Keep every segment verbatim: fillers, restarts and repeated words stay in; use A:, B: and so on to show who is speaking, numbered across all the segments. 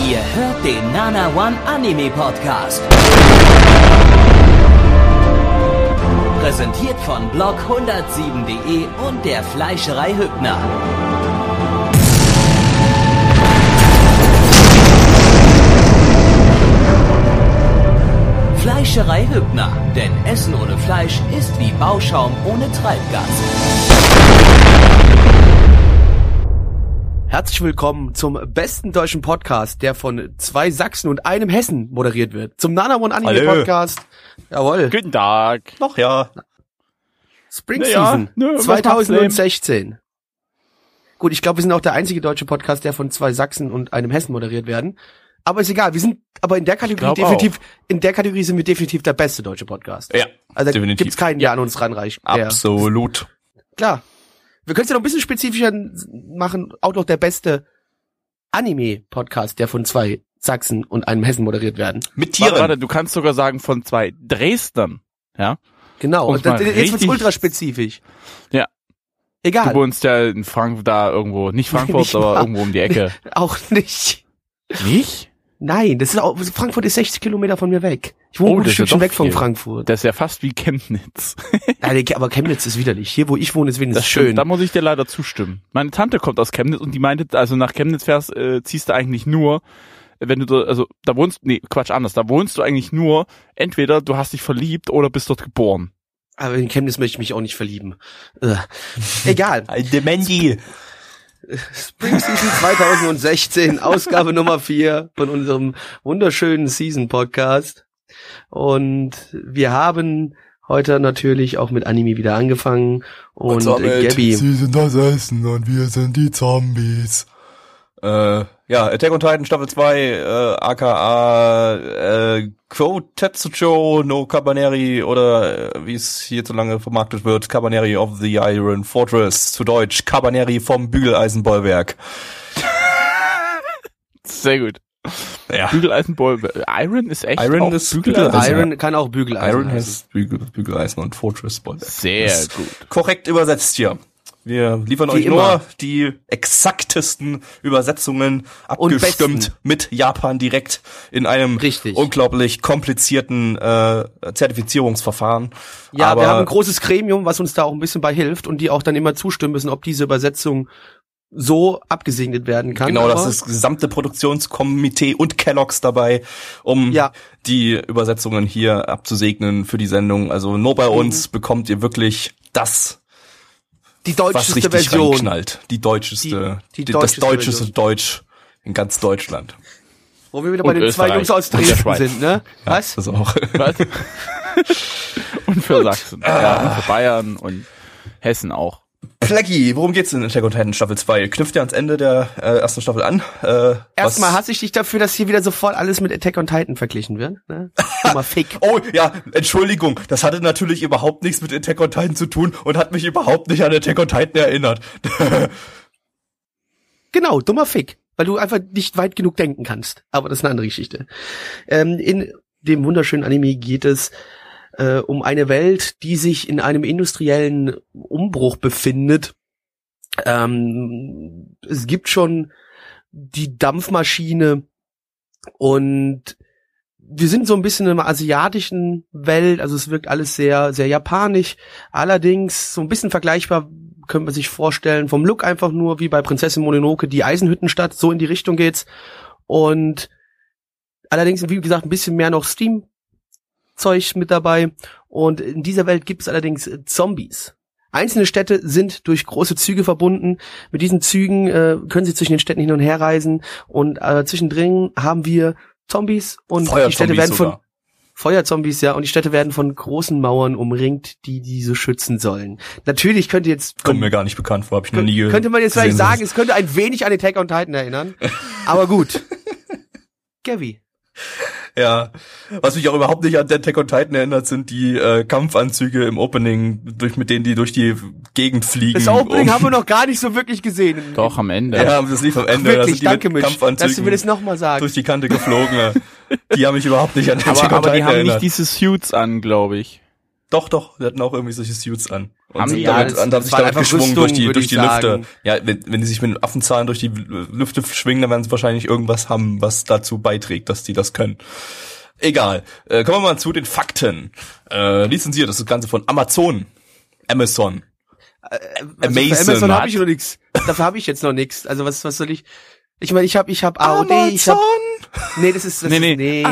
A: Ihr hört den Nana One Anime Podcast. Präsentiert von blog hundertsieben punkt de und der Fleischerei Hübner. Fleischerei Hübner, denn Essen ohne Fleisch ist wie Bauschaum ohne Treibgas.
B: Herzlich willkommen zum besten deutschen Podcast, der von zwei Sachsen und einem Hessen moderiert wird. Zum Nana One Anime
C: Hallo.
B: Podcast. Jawohl.
C: Guten Tag. Noch ja.
B: Spring
C: Naja,
B: Season
C: nö, was
B: zwanzig sechzehn. Gut, ich glaube, wir sind auch der einzige deutsche Podcast, der von zwei Sachsen und einem Hessen moderiert werden. Aber ist egal, wir sind aber in der Kategorie definitiv, auch. in der Kategorie sind wir definitiv der beste deutsche Podcast.
C: Ja,
B: also da
C: definitiv.
B: Gibt's keinen, der an uns ranreicht.
C: Absolut.
B: Der, klar. Wir können es ja noch ein bisschen spezifischer machen, auch noch der beste Anime-Podcast, der von zwei Sachsen und einem Hessen moderiert werden.
C: Mit Tieren.
D: Warte, warte, du kannst sogar sagen von zwei Dresdnern, ja?
B: Genau,
D: und
B: das, jetzt wird's ultraspezifisch.
D: Ja.
B: Egal.
D: Du wohnst ja in Frankfurt, da irgendwo, nicht Frankfurt, nicht aber irgendwo um die Ecke.
B: Auch nicht.
D: Nicht?
B: Nein, das ist auch, Frankfurt ist sechzig Kilometer von mir weg. Ich wohne
D: oh,
B: ein Stückchen weg von
D: viel.
B: Frankfurt.
D: Das ist ja fast wie Chemnitz.
B: Nein, aber Chemnitz ist widerlich. Hier, wo ich wohne, ist wenigstens
D: das stimmt,
B: schön.
D: Da muss ich dir leider zustimmen. Meine Tante kommt aus Chemnitz und die meinte, also nach Chemnitz fährst, äh, ziehst du eigentlich nur, wenn du, da, also da wohnst, nee, Quatsch, anders, da wohnst du eigentlich nur, entweder du hast dich verliebt oder bist dort geboren.
B: Aber in Chemnitz möchte ich mich auch nicht verlieben. Äh. Egal.
C: Alte Mandy.
B: Spring Season zwanzig sechzehn, Ausgabe Nummer vier von unserem wunderschönen Season Podcast. Und wir haben heute natürlich auch mit Anime wieder angefangen. Und, und äh, Gabby.
C: Sie sind das Essen und wir sind die Zombies. Äh, ja, Attack on Titan Staffel zwei, äh, aka äh, Kotetsucho no Cabaneri oder äh, wie es hierzulande vermarktet wird, Cabaneri of the Iron Fortress, zu Deutsch Cabaneri vom Bügeleisenbollwerk.
D: Sehr gut.
C: Ja.
D: Bügeleisenbollwerk. Iron ist echt
C: Iron
D: auch
C: ist
B: Bügeleisen. Iron kann auch Bügeleisen.
C: Iron heißt Bügel, Bügeleisen und Fortress Bollwerk.
D: Sehr
C: ist
D: gut.
C: Korrekt übersetzt hier. Wir liefern
B: Wie
C: euch
B: immer.
C: nur die exaktesten Übersetzungen, abgestimmt mit Japan direkt in einem
B: Richtig.
C: unglaublich komplizierten äh, Zertifizierungsverfahren.
B: Ja,
C: Aber
B: wir haben ein großes Gremium, was uns da auch ein bisschen bei hilft und die auch dann immer zustimmen müssen, ob diese Übersetzung so abgesegnet werden kann.
C: genau,
B: aber
C: das ist das gesamte Produktionskomitee und Kellogg's dabei, um
B: ja.
C: die Übersetzungen hier abzusegnen für die Sendung. Also nur bei uns mhm. bekommt ihr wirklich das,
B: die deutscheste
C: was richtig
B: Version.
C: Reinknallt. Die deutscheste,
B: die, die
C: die,
B: deutscheste
C: das deutscheste
B: Version.
C: Deutsch in ganz Deutschland.
B: Wo wir wieder bei
D: Und
B: den zwei
D: Österreich.
B: Jungs aus
D: Und der
B: Dresden
D: Schweiz.
B: sind, ne?
C: Ja,
B: Was?
C: das auch.
D: Was? Und für Sachsen. Ja, und für Bayern und Hessen auch.
C: Plaggy, worum geht's in Attack on Titan Staffel zwei? Knüpft ja ans Ende der äh, ersten Staffel an. Äh,
B: Erstmal
C: was-
B: hasse ich dich dafür, dass hier wieder sofort alles mit Attack on Titan verglichen wird. Ne? Dummer Fick.
C: Oh, ja, Entschuldigung, das hatte natürlich überhaupt nichts mit Attack on Titan zu tun und hat mich überhaupt nicht an Attack on Titan erinnert.
B: Genau, dummer Fick. Weil du einfach nicht weit genug denken kannst. Aber das ist eine andere Geschichte. Ähm, in dem wunderschönen Anime geht es äh, um eine Welt, die sich in einem industriellen Umbruch befindet. Ähm, es gibt schon die Dampfmaschine und wir sind so ein bisschen in einer asiatischen Welt, also es wirkt alles sehr, sehr japanisch. Allerdings so ein bisschen vergleichbar könnte man sich vorstellen, vom Look einfach nur wie bei Prinzessin Mononoke, die Eisenhüttenstadt, so in die Richtung geht's. Und allerdings, wie gesagt, ein bisschen mehr noch Steam-Zeug mit dabei. Und in dieser Welt gibt es allerdings Zombies. Einzelne Städte sind durch große Züge verbunden. Mit diesen Zügen äh, können sie zwischen den Städten hin und her reisen. Und äh, zwischendrin haben wir Zombies und die Städte werden von
C: sogar.
B: Feuerzombies, ja, und die Städte werden von großen Mauern umringt, die diese schützen sollen. Natürlich könnte jetzt
C: Kommt mir gar nicht bekannt vor, hab ich noch nie
B: könnte, könnte man jetzt vielleicht
C: gesehen.
B: sagen, es könnte ein wenig an Attack on Titan erinnern, aber gut. Gavi.
C: Ja, was mich auch überhaupt nicht an Attack on Titan erinnert, sind die äh, Kampfanzüge im Opening, durch mit denen die durch die Gegend fliegen.
B: Das Opening
C: um,
B: haben wir noch gar nicht so wirklich gesehen.
D: Doch, am Ende.
C: Ja, das lief am Ende.
B: Wirklich,
C: da sind die
B: danke
C: mit
B: Mitch, dass
C: Kampfanzügen
B: du mir das nochmal sagst.
C: durch die Kante geflogen. Die haben mich überhaupt nicht an Attack
D: Aber,
C: on
D: aber die
C: Titan
D: haben
C: erinnert.
D: nicht diese Suits an, glaube ich.
C: Doch, doch, die hatten auch irgendwie solche Suits an. Und
D: Haben
C: sind
D: die-
B: ja,
C: damit,
B: das-
C: und
B: das
C: haben sich
B: war
C: damit
B: einfach
C: geschwungen
B: Rüstung,
C: durch die,
B: würde
C: durch
B: ich
C: die Lüfte.
B: sagen.
C: Ja, wenn, wenn die sich mit Affenzahlen durch die Lüfte schwingen, dann werden sie wahrscheinlich irgendwas haben, was dazu beiträgt, dass die das können. Egal. Äh, kommen wir mal zu den Fakten. Äh, lizenziert ist das Ganze von Amazon. Amazon.
B: Also
C: Amazon,
B: für Amazon habe
C: Mann.
B: ich noch nichts. Dafür habe ich jetzt noch nichts. Also was was soll ich? Ich meine, ich habe ich habe A O D, ich habe Nee, das ist das
D: Nee, nee.
B: ist, nee.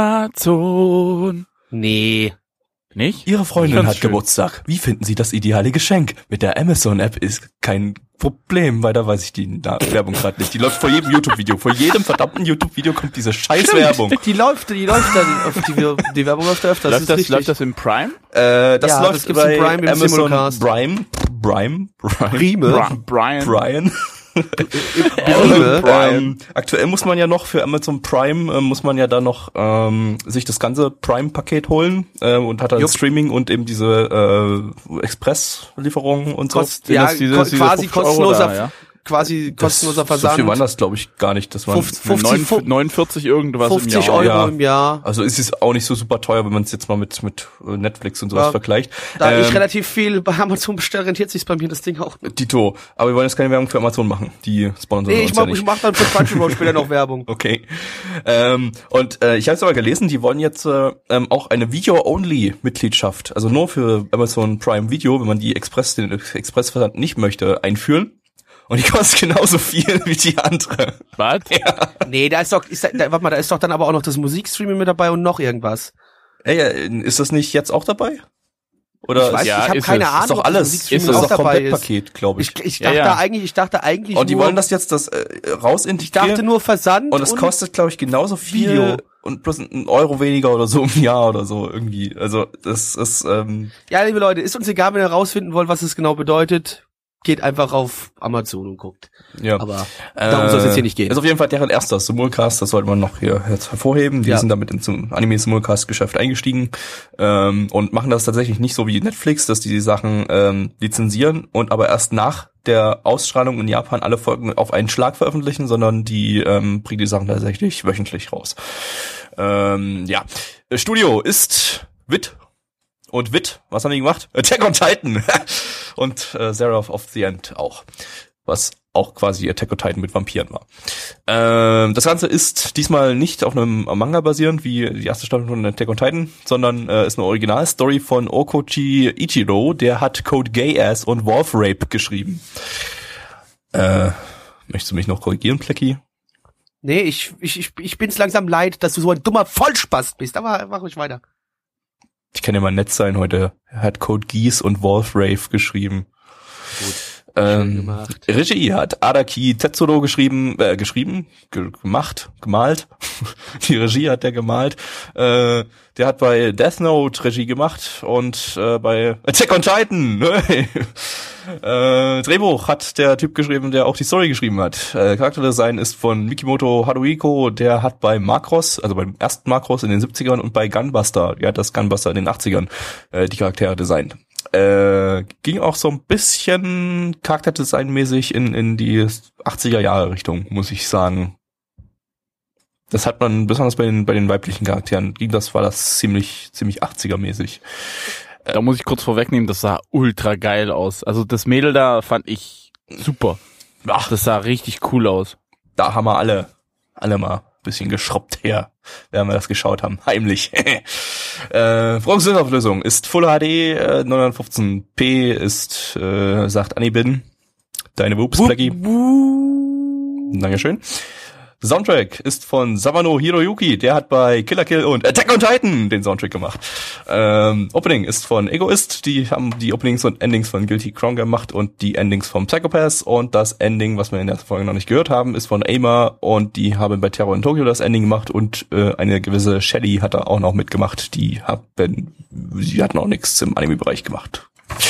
D: Amazon.
B: Nee.
D: Nicht?
C: Ihre Freundin
D: Ganz
C: hat
D: schön.
C: Geburtstag. Wie finden Sie das ideale Geschenk? Mit der Amazon-App ist kein Problem. Weiter weiß ich die Na- Werbung gerade nicht. Die läuft vor jedem YouTube-Video. Vor jedem verdammten YouTube-Video kommt diese scheiß Werbung.
B: Die läuft, die läuft dann auf die, die Werbung läuft da öfter. Das
D: Läuft
B: ist
D: das,
B: richtig.
D: läuft das im Prime?
C: Äh, das
B: Ja,
C: läuft
B: das gibt's
C: bei
B: im Prime im
C: Amazon
B: Simulcast.
C: Prime. Prime. Prime.
B: Prime.
D: Bra Brian.
C: Brian.
B: Prime.
C: Ähm, aktuell muss man ja noch für Amazon Prime äh, muss man ja dann noch ähm, sich das ganze Prime-Paket holen äh, und hat dann
B: Jupp.
C: Streaming und eben diese äh, Express-Lieferungen und so.
B: Kost, ja,
D: das dieses-
B: ko-
D: diese
B: quasi
D: fünfzig Euro
B: kostenloser,
D: da, ja?
B: quasi kostenloser
C: Das- So
B: Versand.
C: viel waren das, glaube ich, gar nicht. Das waren
B: fünfzig, fünfzig,
D: Neun- neunundvierzig irgendwas
B: fünfzig
D: im Jahr.
B: Euro
C: ja.
B: im Jahr.
C: Also es ist auch nicht so super teuer, wenn man es jetzt mal mit mit äh, Netflix und sowas
B: Ja.
C: vergleicht.
B: Da ich
C: Ähm,
B: relativ viel bei Amazon bestelle, rentiert sich bei mir das Ding auch.
C: Dito. Aber wir wollen jetzt keine Werbung für Amazon machen. Die sponsern
B: Nee,
C: uns
B: ich
C: ja
B: mach,
C: nicht.
B: ich mach dann für Crunchyroll später noch Werbung.
C: Okay. Ähm, und äh, ich habe es aber gelesen, die wollen jetzt äh, ähm, auch eine Video-Only-Mitgliedschaft, also nur für Amazon Prime Video, wenn man die Express, den Expressversand nicht möchte, einführen. Und die kostet genauso viel wie die andere.
D: Was?
B: Nee, da ist doch, ist da, da, warte mal, da ist doch dann aber auch noch das Musikstreaming mit dabei und noch irgendwas.
C: Ey, äh, ist das nicht jetzt auch dabei? Oder
B: Ich weiß,
C: ist,
D: ja,
B: ich habe
D: ist
B: keine
D: es.
B: Ahnung,
C: ist doch
B: ob das
C: alles, ist
B: Musikstreaming
C: das
B: auch
C: doch
B: dabei ist.
C: Komplettpaket, glaube ich.
B: Ich, ich
D: Ja,
B: dachte
D: ja.
B: eigentlich, ich dachte eigentlich
C: Und die
B: nur,
C: wollen das jetzt das äh, raus
B: ich dachte nur Versand
C: und es kostet, glaube ich, genauso viel
B: Video.
C: und plus ein Euro weniger oder so im Jahr oder so irgendwie. Also das ist ähm,
B: Ja, liebe Leute, ist uns egal, wenn ihr rausfinden wollt, was es genau bedeutet. Geht einfach auf Amazon und guckt.
C: ja.
B: Aber darum soll es jetzt hier nicht gehen.
C: Ist auf jeden Fall deren erster Simulcast, das sollte man noch hier jetzt hervorheben. Die
B: Ja.
C: sind damit ins Anime-Simulcast-Geschäft eingestiegen ähm, und machen das tatsächlich nicht so wie Netflix, dass die die Sachen ähm, lizenzieren und aber erst nach der Ausstrahlung in Japan alle Folgen auf einen Schlag veröffentlichen, sondern die ähm, bringen die Sachen tatsächlich wöchentlich raus. Ähm, ja, Studio ist Wit. Und Wit, was haben die gemacht? Attack on Titan und äh, Seraph of the End auch, was auch quasi Attack on Titan mit Vampiren war. Ähm, das Ganze ist diesmal nicht auf einem Manga basierend, wie die erste Staffel von Attack on Titan, sondern äh, ist eine Originalstory von Okochi Ichiro, der hat Code Geass und Wolf Rape geschrieben. Äh, möchtest du mich noch korrigieren, Plecki?
B: Nee, ich, ich, ich, ich bin's langsam leid, dass du so ein dummer Vollspast bist. Aber mach ruhig weiter.
C: Ich kann ja mal nett sein heute. Er hat Code Geass und Wolf Rave geschrieben.
B: Gut.
C: Ähm,
B: gemacht.
C: Regie hat Araki Tetsuro geschrieben, äh, geschrieben, ge gemacht, gemalt. Die Regie hat der gemalt. Äh, der hat bei Death Note Regie gemacht und äh, bei Attack on Titan. äh, Drehbuch hat der Typ geschrieben, der auch die Story geschrieben hat. Äh, Charakterdesign ist von Mikimoto Haruhiko, der hat bei Macross, also beim ersten Macross in den siebzigern und bei Gunbuster, der hat das Gunbuster in den achtzigern, äh, die Charaktere designt. Äh, ging auch so ein bisschen Charakterdesignmäßig in in die achtziger Jahre Richtung, muss ich sagen. Das hat man besonders bei den bei den weiblichen Charakteren ging das war das ziemlich ziemlich achtziger mäßig.
D: Da muss ich kurz vorwegnehmen, das sah ultra geil aus. Also das Mädel da fand ich super.
C: Ach,
D: Das sah richtig cool aus.
C: da haben wir alle alle mal ein bisschen geschrubbt her, während wir das geschaut haben, heimlich. äh, Produktionsauflösung ist Full H D, äh, neunhundertfünfzehn p ist, äh, sagt Anibin. Deine Whoops, Blackie. Dankeschön. Soundtrack ist von Sawano Hiroyuki, der hat bei Killer Kill und Attack on Titan den Soundtrack gemacht. Ähm, Opening ist von Egoist, die haben die Openings und Endings von Guilty Crown gemacht und die Endings vom Psychopath und das Ending, was wir in der Folge noch nicht gehört haben, ist von Aimer und die haben bei Terror in Tokyo das Ending gemacht und äh, eine gewisse Shelly hat da auch noch mitgemacht, die haben, sie hatten auch nichts im Anime-Bereich gemacht.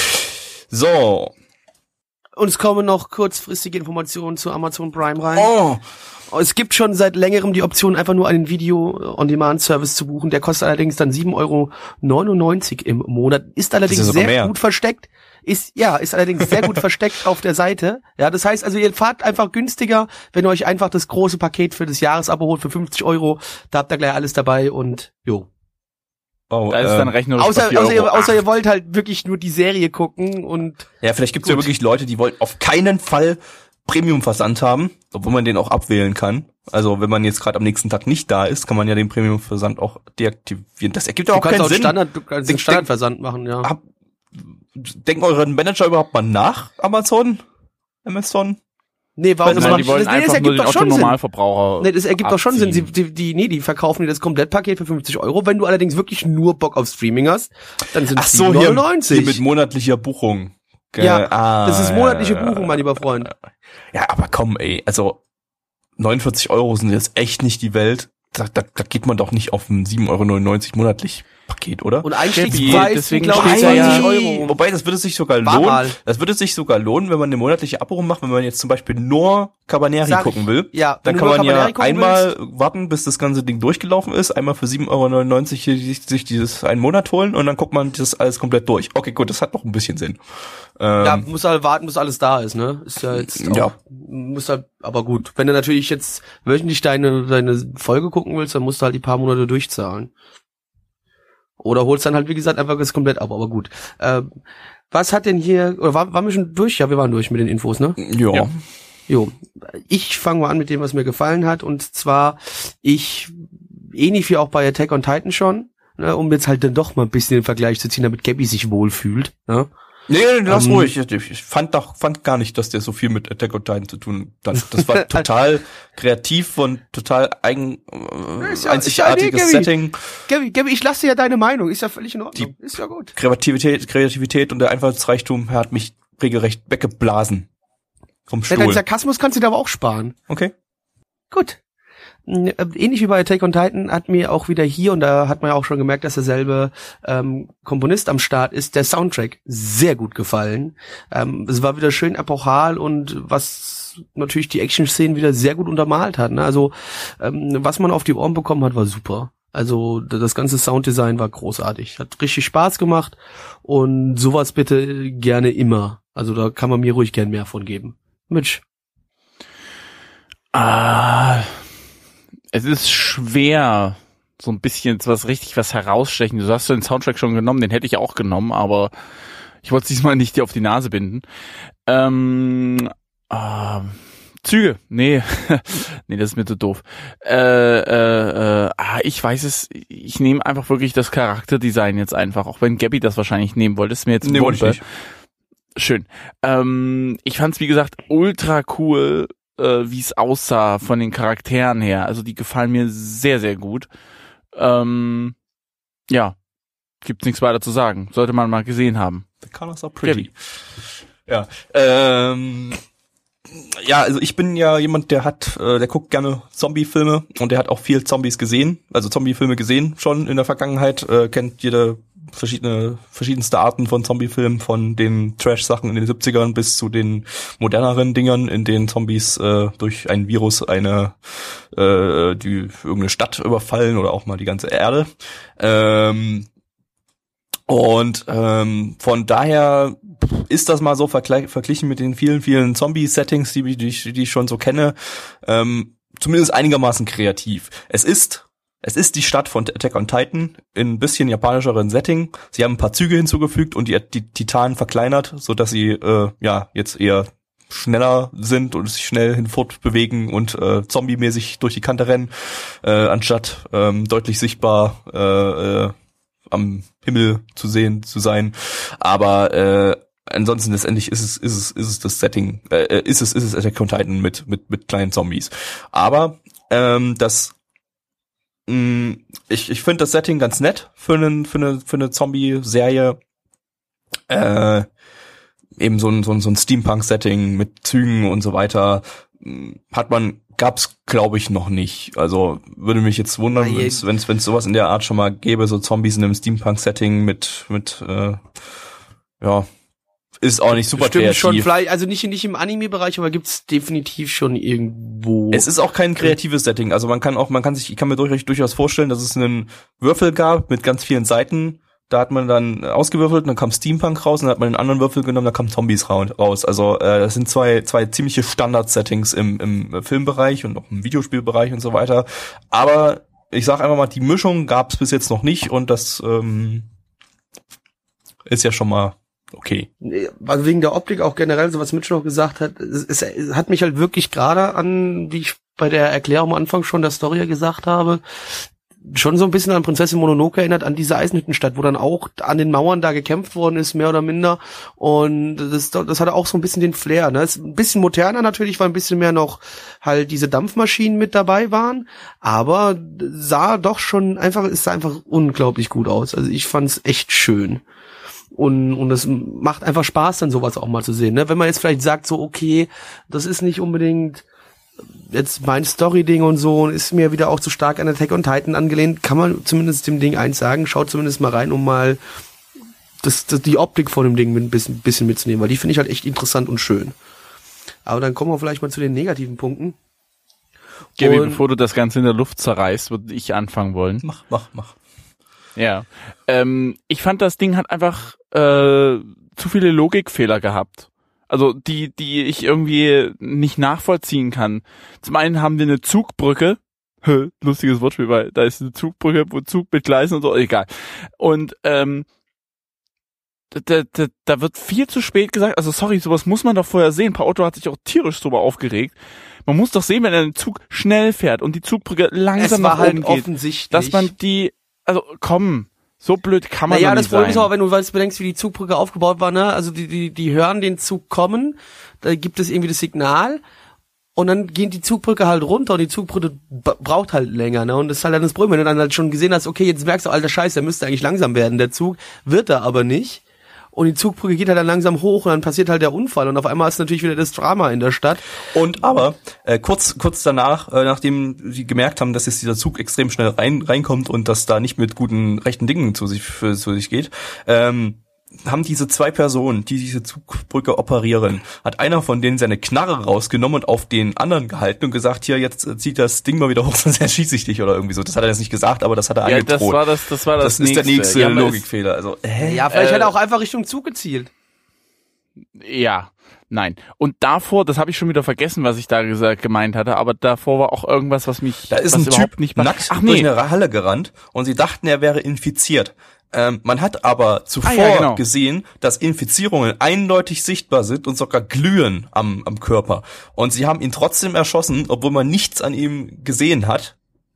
C: So.
B: Und es kommen noch kurzfristige Informationen zu Amazon Prime rein.
C: Oh.
B: Es gibt schon seit längerem die Option, einfach nur einen Video-on-Demand-Service zu buchen. Der kostet allerdings dann sieben Euro neunundneunzig im Monat. Ist allerdings
C: Das ist aber
B: sehr
C: mehr.
B: gut versteckt. Ist, ja, ist allerdings sehr gut versteckt auf der Seite. Ja, das heißt also, ihr fahrt einfach günstiger, wenn ihr euch einfach das große Paket für das Jahresabo holt für fünfzig Euro. Da habt ihr gleich alles dabei und, jo.
C: Oh,
D: Da ist es
C: ähm,
D: dann rechnerisch
B: Außer,
D: vier
B: außer,
D: Euro.
B: ihr, außer ihr wollt halt wirklich nur die Serie gucken und
C: Ja, vielleicht gibt's ja wirklich Leute, die wollen auf keinen Fall Premium-Versand haben, obwohl man den auch abwählen kann. Also wenn man jetzt gerade am nächsten Tag nicht da ist, kann man ja den Premium-Versand auch deaktivieren. Das ergibt ja
B: du
C: auch
B: kannst
C: keinen
B: auch
C: Sinn.
B: Standard, du kannst den
C: Denk-
B: Standardversand machen, ja.
C: Hab, denken eure Manager überhaupt mal nach, Amazon? Amazon?
B: Nee, warum
C: Weil
D: Nein,
C: das
D: die wollen
B: das, nee, das
D: einfach nur
B: ergibt
D: den
B: doch schon Sinn.
D: Otto-Normalverbraucher
B: Nee, das ergibt doch schon Sinn. Sie,
D: abziehen.
B: die, die, die, nee, die verkaufen dir das Komplettpaket für fünfzig Euro. Wenn du allerdings wirklich nur Bock auf Streaming hast, dann sind
C: Ach
B: es
C: so,
B: sieben
C: hier,
B: neunundneunzig.
C: hier mit monatlicher Buchung. Ge-
B: Ja,
C: ah,
B: das ist monatliche
C: ja,
B: Buchung, mein lieber Freund.
C: Ja, aber komm, ey, also neunundvierzig Euro sind jetzt echt nicht die Welt. Da, da, da geht man doch nicht auf ein sieben Euro neunundneunzig monatlich Paket, oder?
B: Und Einstiegspreis,
D: deswegen
B: glaube ich,
D: steht's ja
B: zwanzig
D: ja-
B: Euro.
C: Wobei, das würde sich sogar
B: War
C: lohnen.
B: mal.
C: Das würde sich sogar lohnen, wenn man eine monatliche Abbuchung macht, wenn man jetzt zum Beispiel nur Cabaneri
B: Sag ich.
C: gucken will.
B: Ja,
C: Dann
B: wenn
C: kann
B: du nur
C: man ja
B: Cabaneri gucken
C: einmal warten, bis das ganze Ding durchgelaufen ist, einmal für sieben Euro neunundneunzig hier sich, sich dieses einen Monat holen und dann guckt man das alles komplett durch. Okay, gut, das hat doch ein bisschen Sinn. Ähm,
B: Ja, muss halt warten, bis alles da ist, ne? Ist ja jetzt auch,
C: Ja.
B: muss halt, aber gut. Wenn du natürlich jetzt wöchentlich deine, deine Folge gucken willst, dann musst du halt die paar Monate durchzahlen. Oder holst dann halt, wie gesagt, einfach das komplett ab, aber gut. Ähm, was hat denn hier, oder war, waren wir schon durch? Ja, wir waren durch mit den Infos, ne?
C: ja.
D: Ja.
B: Jo, ich fange mal an mit dem, was mir gefallen hat, und zwar, ich, ähnlich wie auch bei Attack on Titan schon, ne, um jetzt halt dann doch mal ein bisschen den Vergleich zu ziehen, damit Gabby sich wohlfühlt, ne?
C: Nee, nee, lass
B: Ähm,
C: ruhig. Ich, ich fand doch, fand gar nicht, dass der so viel mit Attack on Titan zu tun hat. Das war total kreativ und total eigen, äh,
B: Ist ja-
C: einzigartiges
B: ist ja- nee,
C: Setting.
B: Gabby, Gabby, ich lasse dir ja deine Meinung, ist ja völlig in Ordnung, ist ja gut.
C: Kreativität, Kreativität und der Einfallsreichtum hat mich regelrecht weggeblasen vom
B: Ja, deinen
C: Stuhl.
B: Sarkasmus kannst du dir aber auch sparen.
C: Okay.
B: Gut. Äh, Ähnlich wie bei Attack on Titan hat mir auch wieder hier, und da hat man ja auch schon gemerkt, dass derselbe ähm, Komponist am Start ist, der Soundtrack sehr gut gefallen. Ähm, es war wieder schön epochal und was natürlich die Action-Szenen wieder sehr gut untermalt hat. Ne? Also ähm, was man auf die Ohren bekommen hat, war super. Also d- das ganze Sounddesign war großartig. Hat richtig Spaß gemacht und sowas bitte gerne immer. Also da kann man mir ruhig gern mehr von geben. Mitch.
D: Ah, es ist schwer, so ein bisschen jetzt was richtig was herausstechen. Du hast den Soundtrack schon genommen, den hätte ich auch genommen, aber ich wollte es diesmal nicht dir auf die Nase binden. Ähm, ah, Züge, nee, nee, das ist mir zu doof. Äh, äh, äh, ah, ich weiß es, ich nehme einfach wirklich das Charakterdesign jetzt einfach, auch wenn Gabby das wahrscheinlich nehmen wollte, ist mir jetzt
C: Nee, wollte ich
D: Wumpe.
C: nicht.
D: Schön. Ähm, ich fand's wie gesagt ultra cool, äh, wie es aussah von den Charakteren her. Also die gefallen mir sehr, sehr gut. Ähm, ja, gibt's nichts weiter zu sagen. Sollte man mal gesehen haben.
C: The colors are pretty. Ja, ähm, ja, also ich bin ja jemand, der hat, äh, der guckt gerne Zombie-Filme und der hat auch viel Zombies gesehen, also Zombie-Filme gesehen schon in der Vergangenheit, äh, kennt jede verschiedene, verschiedenste Arten von Zombie-Filmen, von den Trash-Sachen in den siebzigern bis zu den moderneren Dingern, in denen Zombies äh, durch ein Virus eine, äh, die irgendeine Stadt überfallen oder auch mal die ganze Erde. Ähm, Und ähm, von daher ist das mal so vergleich- verglichen mit den vielen, vielen Zombie-Settings, die, die, ich, die ich schon so kenne, ähm, zumindest einigermaßen kreativ. Es ist, es ist die Stadt von Attack on Titan in ein bisschen japanischeren Setting. Sie haben ein paar Züge hinzugefügt und die, die Titanen verkleinert, so dass sie äh, ja jetzt eher schneller sind und sich schnell hinfort bewegen und äh, zombie-mäßig durch die Kante rennen, äh, anstatt ähm, deutlich sichtbar äh, äh, am Himmel zu sehen zu sein, aber äh, ansonsten letztendlich ist es ist es ist es das Setting, äh, ist es ist es Attack on Titan mit mit mit kleinen Zombies. Aber ähm, das mh, ich ich finde das Setting ganz nett für einen für eine für eine Zombie-Serie. Äh, eben so ein so ein so ein Steampunk-Setting mit Zügen und so weiter hat man, gab's glaube ich noch nicht. Also würde mich jetzt wundern, wenn es wenn es sowas in der Art schon mal gäbe, so Zombies in einem Steampunk-Setting mit mit äh, ja, ist auch nicht super
B: Stimmt
C: kreativ.
B: schon, vielleicht, also nicht, nicht im Anime-Bereich, aber gibt's definitiv schon irgendwo.
C: Es ist auch kein kreatives Setting. Also man kann auch, man kann sich, ich kann mir durch, durchaus vorstellen, dass es einen Würfel gab mit ganz vielen Seiten. Da hat man dann ausgewürfelt und dann kam Steampunk raus und dann hat man einen anderen Würfel genommen, da kamen Zombies raus. Also äh, das sind zwei zwei ziemliche Standard-Settings im, im Filmbereich und auch im Videospielbereich und so weiter. Aber ich sag einfach mal, die Mischung gab's bis jetzt noch nicht und das ähm, ist ja schon mal okay.
B: Also wegen der Optik auch generell, so was Mitch noch gesagt hat, es, es, es hat mich halt wirklich gerade an, wie ich bei der Erklärung am Anfang schon der Story gesagt habe, schon so ein bisschen an Prinzessin Mononoke erinnert, an diese Eisenhüttenstadt, wo dann auch an den Mauern da gekämpft worden ist, mehr oder minder. Und das, das hatte auch so ein bisschen den Flair. Ne? Ist ein bisschen moderner natürlich, weil ein bisschen mehr noch halt diese Dampfmaschinen mit dabei waren. Aber sah doch schon einfach, es sah einfach unglaublich gut aus. Also ich fand's echt schön. Und und es macht einfach Spaß, dann sowas auch mal zu sehen. Ne? Wenn man jetzt vielleicht sagt, so okay, das ist nicht unbedingt jetzt mein Story-Ding und so, und ist mir wieder auch zu stark an Attack on Titan angelehnt, kann man zumindest dem Ding eins sagen, schaut zumindest mal rein, um mal das, das, die Optik von dem Ding ein bisschen, bisschen mitzunehmen, weil die finde ich halt echt interessant und schön. Aber dann kommen wir vielleicht mal zu den negativen Punkten.
D: Gaby, bevor du das Ganze in der Luft zerreißt, würde ich anfangen wollen.
C: Mach, mach, mach.
D: Ja, ähm, ich fand, das Ding hat einfach äh, zu viele Logikfehler gehabt. Also die, die ich irgendwie nicht nachvollziehen kann. Zum einen haben wir eine Zugbrücke, lustiges Wortspiel, weil da ist eine Zugbrücke, wo Zug mit Gleisen und so, egal. Und ähm, da, da, da wird viel zu spät gesagt, also sorry, sowas muss man doch vorher sehen. Paotto hat sich auch tierisch drüber aufgeregt. Man muss doch sehen, wenn ein Zug schnell fährt und die Zugbrücke langsam nach oben
B: halt
D: geht, dass man die, also komm, so blöd kann man
B: naja,
D: doch nicht sein.
B: Naja, das Problem ist aber, wenn du weißt, bedenkst, wie die Zugbrücke aufgebaut war, ne? Also die, die, die hören den Zug kommen, da gibt es irgendwie das Signal und dann geht die Zugbrücke halt runter und die Zugbrücke b- braucht halt länger, ne? Und das ist halt dann das Problem, wenn du dann halt schon gesehen hast, okay, jetzt merkst du, alter Scheiß, der müsste eigentlich langsam werden, der Zug, wird er aber nicht. Und die Zugbrücke geht halt dann langsam hoch und dann passiert halt der Unfall und auf einmal ist natürlich wieder das Drama in der Stadt.
C: Und aber äh, kurz kurz danach, äh, nachdem sie gemerkt haben, dass jetzt dieser Zug extrem schnell rein reinkommt und dass da nicht mit guten rechten Dingen zu sich für, zu sich geht, ähm, haben diese zwei Personen, die diese Zugbrücke operieren, hat einer von denen seine Knarre rausgenommen und auf den anderen gehalten und gesagt, hier, jetzt äh, zieht das Ding mal wieder hoch, sonst erschieße ich dich oder irgendwie so. Das hat er jetzt nicht gesagt, aber das hat er
D: ja,
C: angedroht.
D: Das war das, das war das,
C: das
D: nächste.
C: ist der nächste
D: ja,
C: Logikfehler. Also, äh,
B: ja, vielleicht
D: äh,
B: hat er auch einfach Richtung Zug gezielt.
D: Ja, nein. Und davor, das habe ich schon wieder vergessen, was ich da gesagt, gemeint hatte, aber davor war auch irgendwas, was mich
C: da ist
D: was
C: ein Typ
D: nicht
C: nackt
D: Ach,
C: durch
D: nee.
C: eine Halle gerannt und sie dachten, er wäre infiziert. Ähm, man hat aber zuvor
D: ah, ja, genau.
C: gesehen, dass Infizierungen eindeutig sichtbar sind und sogar glühen am, am Körper. Und sie haben ihn trotzdem erschossen, obwohl man nichts an ihm gesehen hat.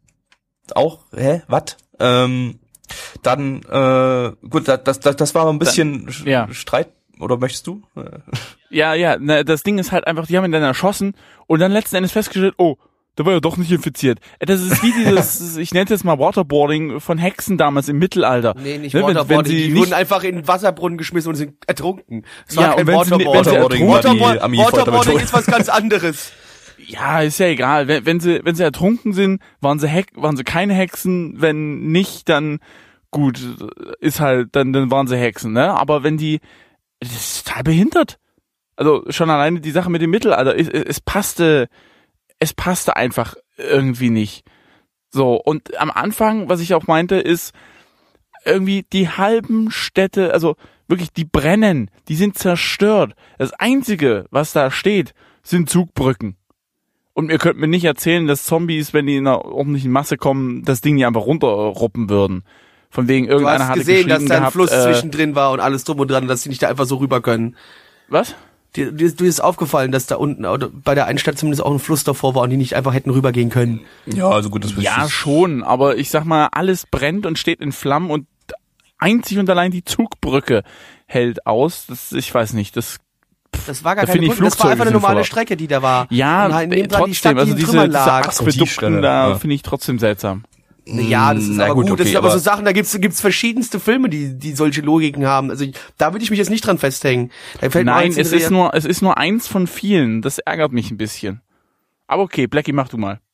C: Auch, hä, was? Ähm, dann, äh, gut, das, das, das war ein bisschen
D: dann, ja.
C: Streit. Oder möchtest du?
D: Ja, ja, na, das Ding ist halt einfach, die haben ihn dann erschossen und dann letzten Endes festgestellt, oh, der war ja doch nicht infiziert. Das ist wie dieses, ich nenne es jetzt mal Waterboarding von Hexen damals im Mittelalter.
B: Nee, nicht
D: ne,
B: Waterboarding,
D: wenn, wenn sie
B: die
D: nicht,
B: wurden einfach in den Wasserbrunnen geschmissen und sind ertrunken. Das war
D: ja,
B: kein
D: und wenn
B: Waterboarding.
D: sie, wenn sie
C: Waterboarding
D: ertrunken,
C: war die Ami-Foltermethode.
B: Waterboarding ist was ganz anderes.
D: Ja, ist ja egal. Wenn, wenn sie, wenn sie ertrunken sind, waren sie Hex, waren sie keine Hexen. Wenn nicht, dann gut, ist halt, dann, dann waren sie Hexen, ne? Aber wenn die, das ist total behindert. Also schon alleine die Sache mit dem Mittelalter, es, es passte, es passte einfach irgendwie nicht. So, und am Anfang, was ich auch meinte, ist irgendwie die halben Städte, also wirklich, die brennen, die sind zerstört. Das Einzige, was da steht, sind Zugbrücken. Und ihr könnt mir nicht erzählen, dass Zombies, wenn die in einer ordentlichen Masse kommen, das Ding nicht einfach runterruppen würden. Von wegen, irgendeiner hatte
B: gesehen, dass da ein
D: gehabt,
B: Fluss
D: äh,
B: zwischendrin war und alles drum und dran, dass sie nicht da einfach so rüber können.
D: Was?
B: Dir, dir, dir ist aufgefallen, dass da unten, oder bei der einen Stadt zumindest auch ein Fluss davor war und die nicht einfach hätten rübergehen können.
C: Ja, also gut, das
D: Ja, schon, aber ich sag mal, alles brennt und steht in Flammen und einzig und allein die Zugbrücke hält aus. Das, ich weiß nicht, das
B: Das war gar
D: Da
B: keine
D: finde ich
B: Brücke, das war einfach eine
D: Flugzeuge
B: normale
D: sinnvoller.
B: Strecke, die da war.
D: Ja,
B: und halt neben dran
D: trotzdem,
B: die Stadt, die
D: also
B: in
D: diese,
B: Trümmern
D: diese
B: lag.
D: Aquädukten da
C: ja.
D: finde ich trotzdem seltsam.
B: Ja, das ist
C: Na
B: aber
C: gut,
B: gut.
C: okay,
B: das sind aber,
C: aber
B: so Sachen, da gibt's gibt's verschiedenste Filme, die die solche Logiken haben. Also ich, da würde ich mich jetzt nicht dran festhängen. Da fällt mir
D: Nein,
B: eins
D: es
B: in
D: ist
B: Rea-
D: nur, es ist nur eins von vielen. Das ärgert mich ein bisschen. Aber okay, Blackie, mach du mal.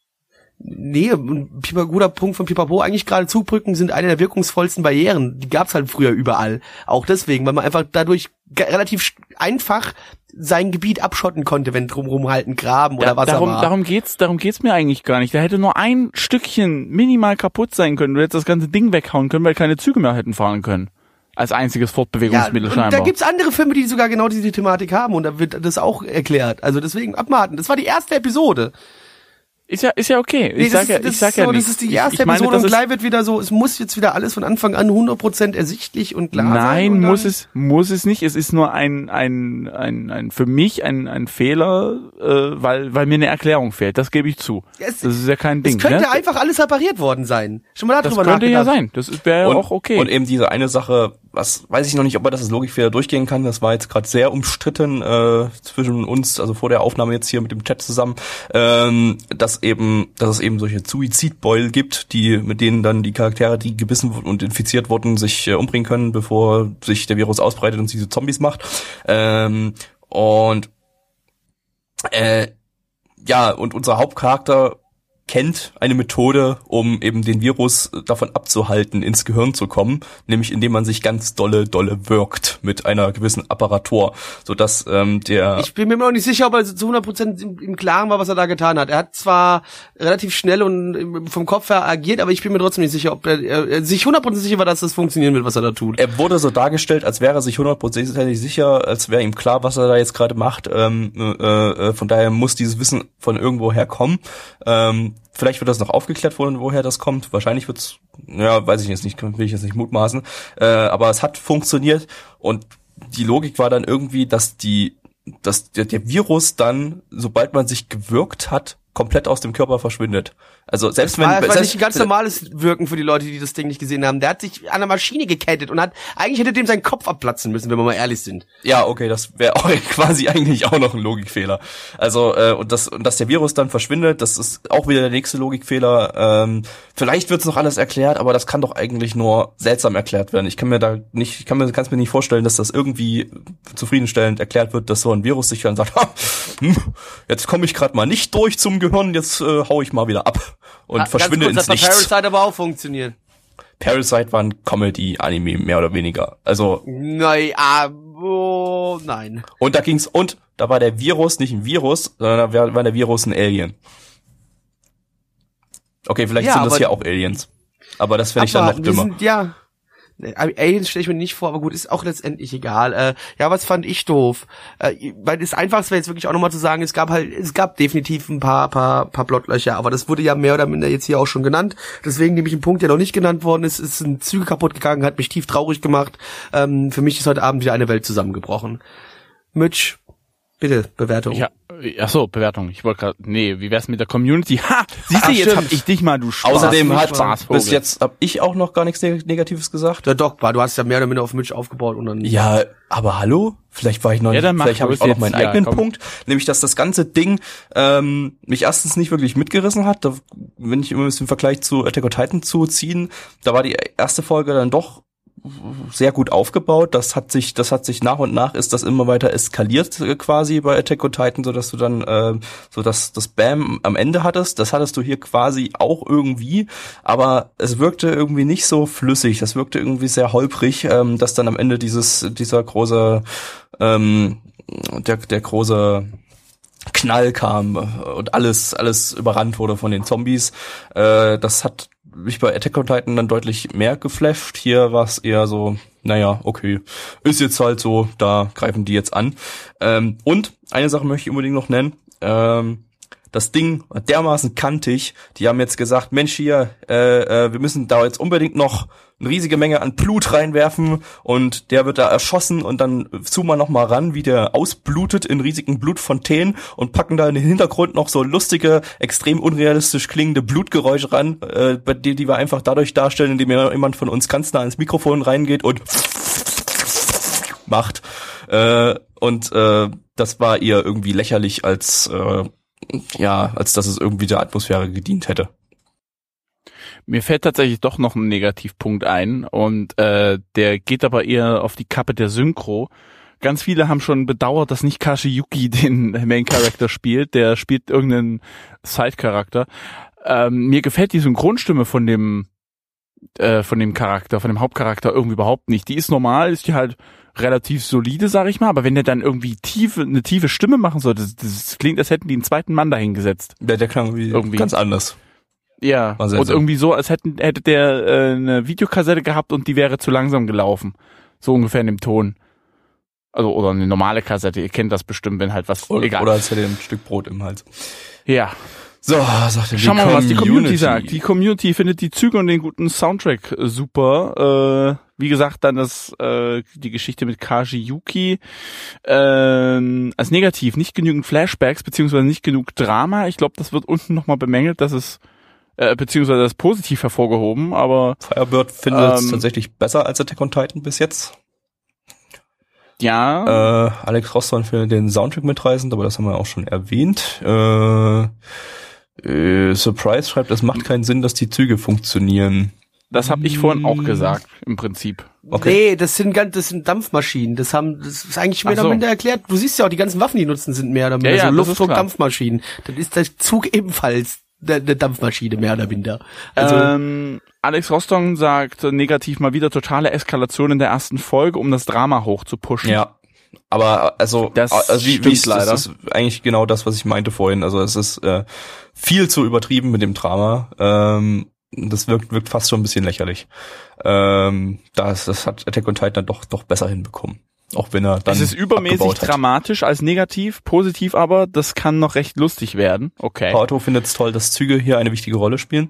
B: Nee, ein Pipa- guter Punkt von Pipapo. Eigentlich gerade Zugbrücken sind eine der wirkungsvollsten Barrieren. Die gab's halt früher überall. Auch deswegen, weil man einfach dadurch ge- relativ sch- einfach sein Gebiet abschotten konnte, wenn drumherum halt ein Graben oder
D: Ja,
B: Wasser
D: darum,
B: war.
D: darum geht's, darum geht's mir eigentlich gar nicht. Da hätte nur ein Stückchen minimal kaputt sein können. Du hättest das ganze Ding weghauen können, weil keine Züge mehr hätten fahren können. Als einziges Fortbewegungsmittel
B: und
D: scheinbar.
B: da gibt's andere Filme, die sogar genau diese Thematik haben und da wird das auch erklärt. Also deswegen abwarten. Das war die erste Episode.
D: Ist ja, ist ja okay. Ich
B: Nee, das
D: sag ja,
B: ist, das
D: ich sag
B: ist
D: ja
B: so,
D: nicht.
B: das ist die
D: Ich-
B: erste
D: ich meine,
B: Episode
D: das
B: und
D: ist-
B: gleich wird wieder so, es muss jetzt wieder alles von Anfang an hundert Prozent ersichtlich und klar sein.
D: Nein,
B: und dann-
D: muss es, muss es nicht. Es ist nur ein, ein, ein, ein für mich ein, ein Fehler, äh, weil, weil mir eine Erklärung fehlt. Das gebe ich zu.
B: Es,
D: Das ist ja kein Ding.
B: es könnte
D: ne?
B: einfach alles repariert worden sein. Schon mal
D: Das
B: darüber
D: könnte ja
B: nachgedacht.
D: sein. Das wäre ja
C: Und,
D: auch okay.
C: und eben diese eine Sache, was weiß ich noch nicht, ob man das als Logikfehler durchgehen kann, das war jetzt gerade sehr umstritten äh, zwischen uns, also vor der Aufnahme jetzt hier mit dem Chat zusammen, ähm, dass eben, dass es eben solche Suizidbeul gibt, die mit denen dann die Charaktere, die gebissen und infiziert wurden, sich äh, umbringen können, bevor sich der Virus ausbreitet und diese Zombies macht. Ähm, und äh, ja, und unser Hauptcharakter kennt eine Methode, um eben den Virus davon abzuhalten, ins Gehirn zu kommen, nämlich indem man sich ganz dolle, dolle wirkt mit einer gewissen Apparatur, sodass ähm, der...
B: Ich bin mir immer noch nicht sicher, ob er zu hundert Prozent im, im Klaren war, was er da getan hat. Er hat zwar relativ schnell und vom Kopf her agiert, aber ich bin mir trotzdem nicht sicher, ob er, er sich hundert Prozent sicher war, dass das funktionieren wird, was er da tut.
C: Er wurde so dargestellt, als wäre er sich hundertprozentig sicher, als wäre ihm klar, was er da jetzt gerade macht. Ähm, äh, äh, von daher muss dieses Wissen von irgendwoher kommen. Ähm, vielleicht wird das noch aufgeklärt worden, woher das kommt. Wahrscheinlich wird's, ja, weiß ich jetzt nicht, will ich jetzt nicht mutmaßen. Äh, aber es hat funktioniert und die Logik war dann irgendwie, dass die, dass der, der Virus dann, sobald man sich gewirkt hat, komplett aus dem Körper verschwindet. Also selbst wenn
B: War, war
C: selbst,
B: nicht ein ganz normales Wirken für die Leute, die das Ding nicht gesehen haben. Der hat sich an einer Maschine gekettet und hat, eigentlich hätte dem sein Kopf abplatzen müssen, wenn wir mal ehrlich sind.
C: Ja, okay, das wäre auch quasi eigentlich auch noch ein Logikfehler. Also äh, und das und dass der Virus dann verschwindet, das ist auch wieder der nächste Logikfehler. Ähm, vielleicht wird's noch alles erklärt, aber das kann doch eigentlich nur seltsam erklärt werden. Ich kann mir da nicht, ich kann mir kann's mir nicht vorstellen, dass das irgendwie zufriedenstellend erklärt wird, dass so ein Virus sich dann sagt, ha, hm, jetzt komme ich gerade mal nicht durch zum Gehirn, jetzt äh, hau ich mal wieder ab und
B: Ah,
C: verschwinde
B: ganz kurz,
C: ins
B: hat bei
C: Nichts.
B: Parasite aber auch funktioniert.
C: Parasite war ein Comedy-Anime, mehr oder weniger. Also
B: Nein, ah, oh, nein.
C: und da ging's und da war der Virus nicht ein Virus, sondern da war der Virus ein Alien. Okay, vielleicht
B: Ja,
C: sind das
B: aber-
C: hier auch Aliens. Aber das fände ich dann noch
B: Abwarten, wir
C: dümmer.
B: sind, ja. Aliens stelle ich mir nicht vor, aber gut, ist auch letztendlich egal. Äh, ja, was fand ich doof? Äh, weil das Einfachste wäre jetzt wirklich auch nochmal zu sagen, es gab halt, es gab definitiv ein paar, paar, paar Plotlöcher, aber das wurde ja mehr oder minder jetzt hier auch schon genannt. Deswegen nehme ich einen Punkt, der noch nicht genannt worden ist. Es sind Züge kaputt gegangen, hat mich tief traurig gemacht. Ähm, für mich ist heute Abend wieder eine Welt zusammengebrochen. Mitch, bitte, Bewertung.
D: Ja, ach so, Bewertung. Ich wollte gerade, nee, wie wär's mit der Community? Ha, siehst du,
B: Ach,
D: jetzt
B: stimmt.
D: hab ich dich mal, du Spaß.
C: Außerdem hat
D: Spaßvogel.
C: bis jetzt hab ich auch noch gar nichts Neg- Negatives gesagt.
B: Der Doc war, du hast ja mehr oder minder auf Mitch aufgebaut und dann.
C: Ja, aber hallo? Vielleicht war ich noch
D: Ja,
C: nicht,
D: dann mach
C: vielleicht habe
D: du
C: ich auch noch
D: es
C: meinen
D: jetzt. Ja,
C: eigenen
D: komm.
C: Punkt, nämlich dass das ganze Ding ähm, mich erstens nicht wirklich mitgerissen hat. Da, wenn ich immer ein bisschen im Vergleich zu Attack on Titan zu ziehen, da war die erste Folge dann doch sehr gut aufgebaut. Das hat sich, das hat sich nach und nach ist das immer weiter eskaliert äh, quasi bei Attack on Titan, so dass du dann äh, so dass das Bam am Ende hattest. Das hattest du hier quasi auch irgendwie, aber es wirkte irgendwie nicht so flüssig. Das wirkte irgendwie sehr holprig, ähm, dass dann am Ende dieses dieser große ähm, der der große Knall kam und alles alles überrannt wurde von den Zombies. Äh, das hat mich bei Attack on Titan dann deutlich mehr geflasht. Hier war es eher so, naja, okay, ist jetzt halt so, da greifen die jetzt an. Ähm, und eine Sache möchte ich unbedingt noch nennen. Ähm, das Ding war dermaßen kantig. Die haben jetzt gesagt, Mensch hier, äh, äh, wir müssen da jetzt unbedingt noch eine riesige Menge an Blut reinwerfen und der wird da erschossen und dann zoomen wir noch mal ran, wie der ausblutet in riesigen Blutfontänen und packen da in den Hintergrund noch so lustige, extrem unrealistisch klingende Blutgeräusche ran, äh, bei die, die wir einfach dadurch darstellen, indem jemand von uns ganz nah ins Mikrofon reingeht und macht. Äh, und äh, das war eher irgendwie lächerlich, als äh, ja, als dass es irgendwie der Atmosphäre gedient hätte.
D: Mir fällt tatsächlich doch noch ein Negativpunkt ein und äh, der geht aber eher auf die Kappe der Synchro. Ganz viele haben schon bedauert, dass nicht Kashiyuki den Main Character spielt. Der spielt irgendeinen Side-Charakter. Ähm, mir gefällt die Synchronstimme von dem äh, von dem Charakter, von dem Hauptcharakter irgendwie überhaupt nicht. Die ist normal, ist die halt relativ solide, sag ich mal, aber wenn der dann irgendwie tiefe, eine tiefe Stimme machen soll, das, das klingt, als hätten die einen zweiten Mann dahingesetzt.
C: Der, der klang irgendwie,
D: Irgendwie.
C: ganz anders.
D: Ja,
C: War sehr
D: und
C: seltsam.
D: irgendwie so, als hätten, hätte der äh, eine Videokassette gehabt und die wäre zu langsam gelaufen. So ungefähr in dem Ton. Also, oder eine normale Kassette, ihr kennt das bestimmt, wenn halt was,
C: Oder,
D: egal.
C: oder als hätte er ein Stück Brot im Hals.
D: Ja.
C: So, sagt er,
D: Schauen wir mal, was die Community sagt. Die Community findet die Züge und den guten Soundtrack äh, super. Äh, wie gesagt, dann das äh, die Geschichte mit Kaji Yuki. Äh, als negativ nicht genügend Flashbacks, beziehungsweise nicht genug Drama. Ich glaube, das wird unten nochmal bemängelt, dass es äh, beziehungsweise das positiv hervorgehoben, aber
C: Firebird findet es
D: ähm,
C: tatsächlich besser als Attack on Titan bis jetzt.
D: Ja.
C: Äh, Alex Roston findet den Soundtrack mitreißend, aber das haben wir auch schon erwähnt. Äh, äh, Surprise schreibt, es macht keinen Sinn, dass die Züge funktionieren.
D: Das habe ich vorhin auch gesagt, im Prinzip.
C: Okay.
B: Nee, das sind ganz, das sind Dampfmaschinen. Das haben, das ist eigentlich mehr
D: Ach so.
B: oder minder erklärt. Du siehst ja auch, die ganzen Waffen, die nutzen, sind mehr oder minder
D: Ja, ja,
B: so
D: das ist klar.
B: Luftdruck-Dampfmaschinen. Dann ist der Zug ebenfalls eine Dampfmaschine, mehr oder minder. Also,
D: ähm, Alex Roston sagt äh, negativ mal wieder totale Eskalation in der ersten Folge, um das Drama hoch zu pushen.
C: Ja. Aber also,
D: Das
C: also wie,
D: stimmt
C: wie ist,
D: leider.
C: das ist eigentlich genau das, was ich meinte vorhin. Also es ist äh, viel zu übertrieben mit dem Drama. Ähm, das wirkt, wirkt fast schon ein bisschen lächerlich. Ähm, das, das hat Attack on Titan dann doch, doch besser hinbekommen. Auch wenn er dann
D: Es ist übermäßig
C: abgebaut hat.
D: dramatisch als negativ, positiv aber, das kann noch recht lustig werden. Okay.
C: Pato findet es toll, dass Züge hier eine wichtige Rolle spielen.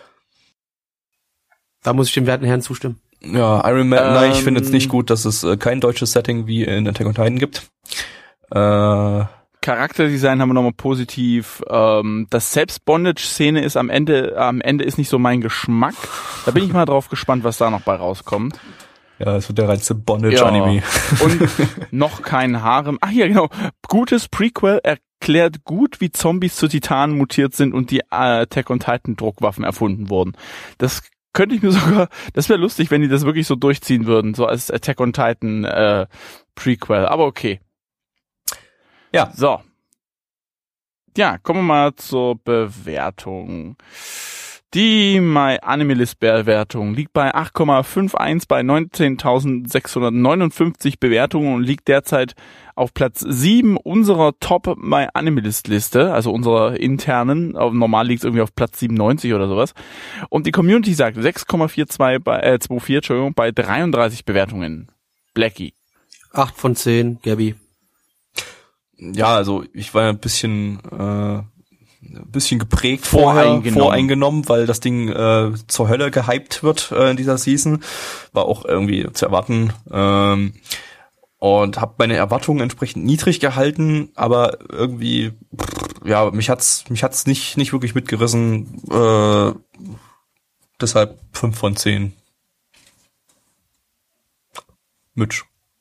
B: da muss ich dem werten Herrn zustimmen.
C: Ja, Iron Man, nein, ich finde es
D: Ähm,
C: nicht gut, dass es äh, kein deutsches Setting wie in Attack on Titan gibt. Äh,
D: Charakterdesign haben wir nochmal positiv. Ähm, das Selbst-Bondage-Szene ist am Ende, am Ende ist nicht so mein Geschmack. Da bin ich mal drauf gespannt, was da noch bei rauskommt.
C: ja, es wird der reinste Bondage-Anime.
D: Und noch kein Harem. Ach ja, genau. Gutes Prequel erklärt gut, wie Zombies zu Titanen mutiert sind und die äh, Attack on Titan Druckwaffen erfunden wurden. Das könnte ich mir sogar, das wäre lustig, wenn die das wirklich so durchziehen würden, so als Attack on Titan äh, Prequel. Aber okay.
C: Ja.
D: So. Ja, kommen wir mal zur Bewertung. Die MyAnimeList-Bewertung liegt bei acht Komma fünfundfünfzig bei neunzehntausendsechshundertneunundfünfzig Bewertungen und liegt derzeit auf Platz sieben unserer Top MyAnimeList-Liste, also unserer internen. Normal liegt es irgendwie auf Platz siebenundneunzig oder sowas. Und die Community sagt sechs Komma vierundzwanzig bei, äh, vierundzwanzig, Entschuldigung, bei dreiunddreißig Bewertungen. Blackie.
B: Acht von zehn, Gabby.
C: Ja, also ich war ein bisschen äh, ein bisschen geprägt
D: Voreingenommen.
C: vorher, voreingenommen, weil das Ding äh, zur Hölle gehypt wird äh, in dieser Season. War auch irgendwie zu erwarten. Ähm, und habe meine Erwartungen entsprechend niedrig gehalten, aber irgendwie, pff, ja, mich hat's mich hat's nicht nicht wirklich mitgerissen. Äh, deshalb fünf von zehn. Mitch.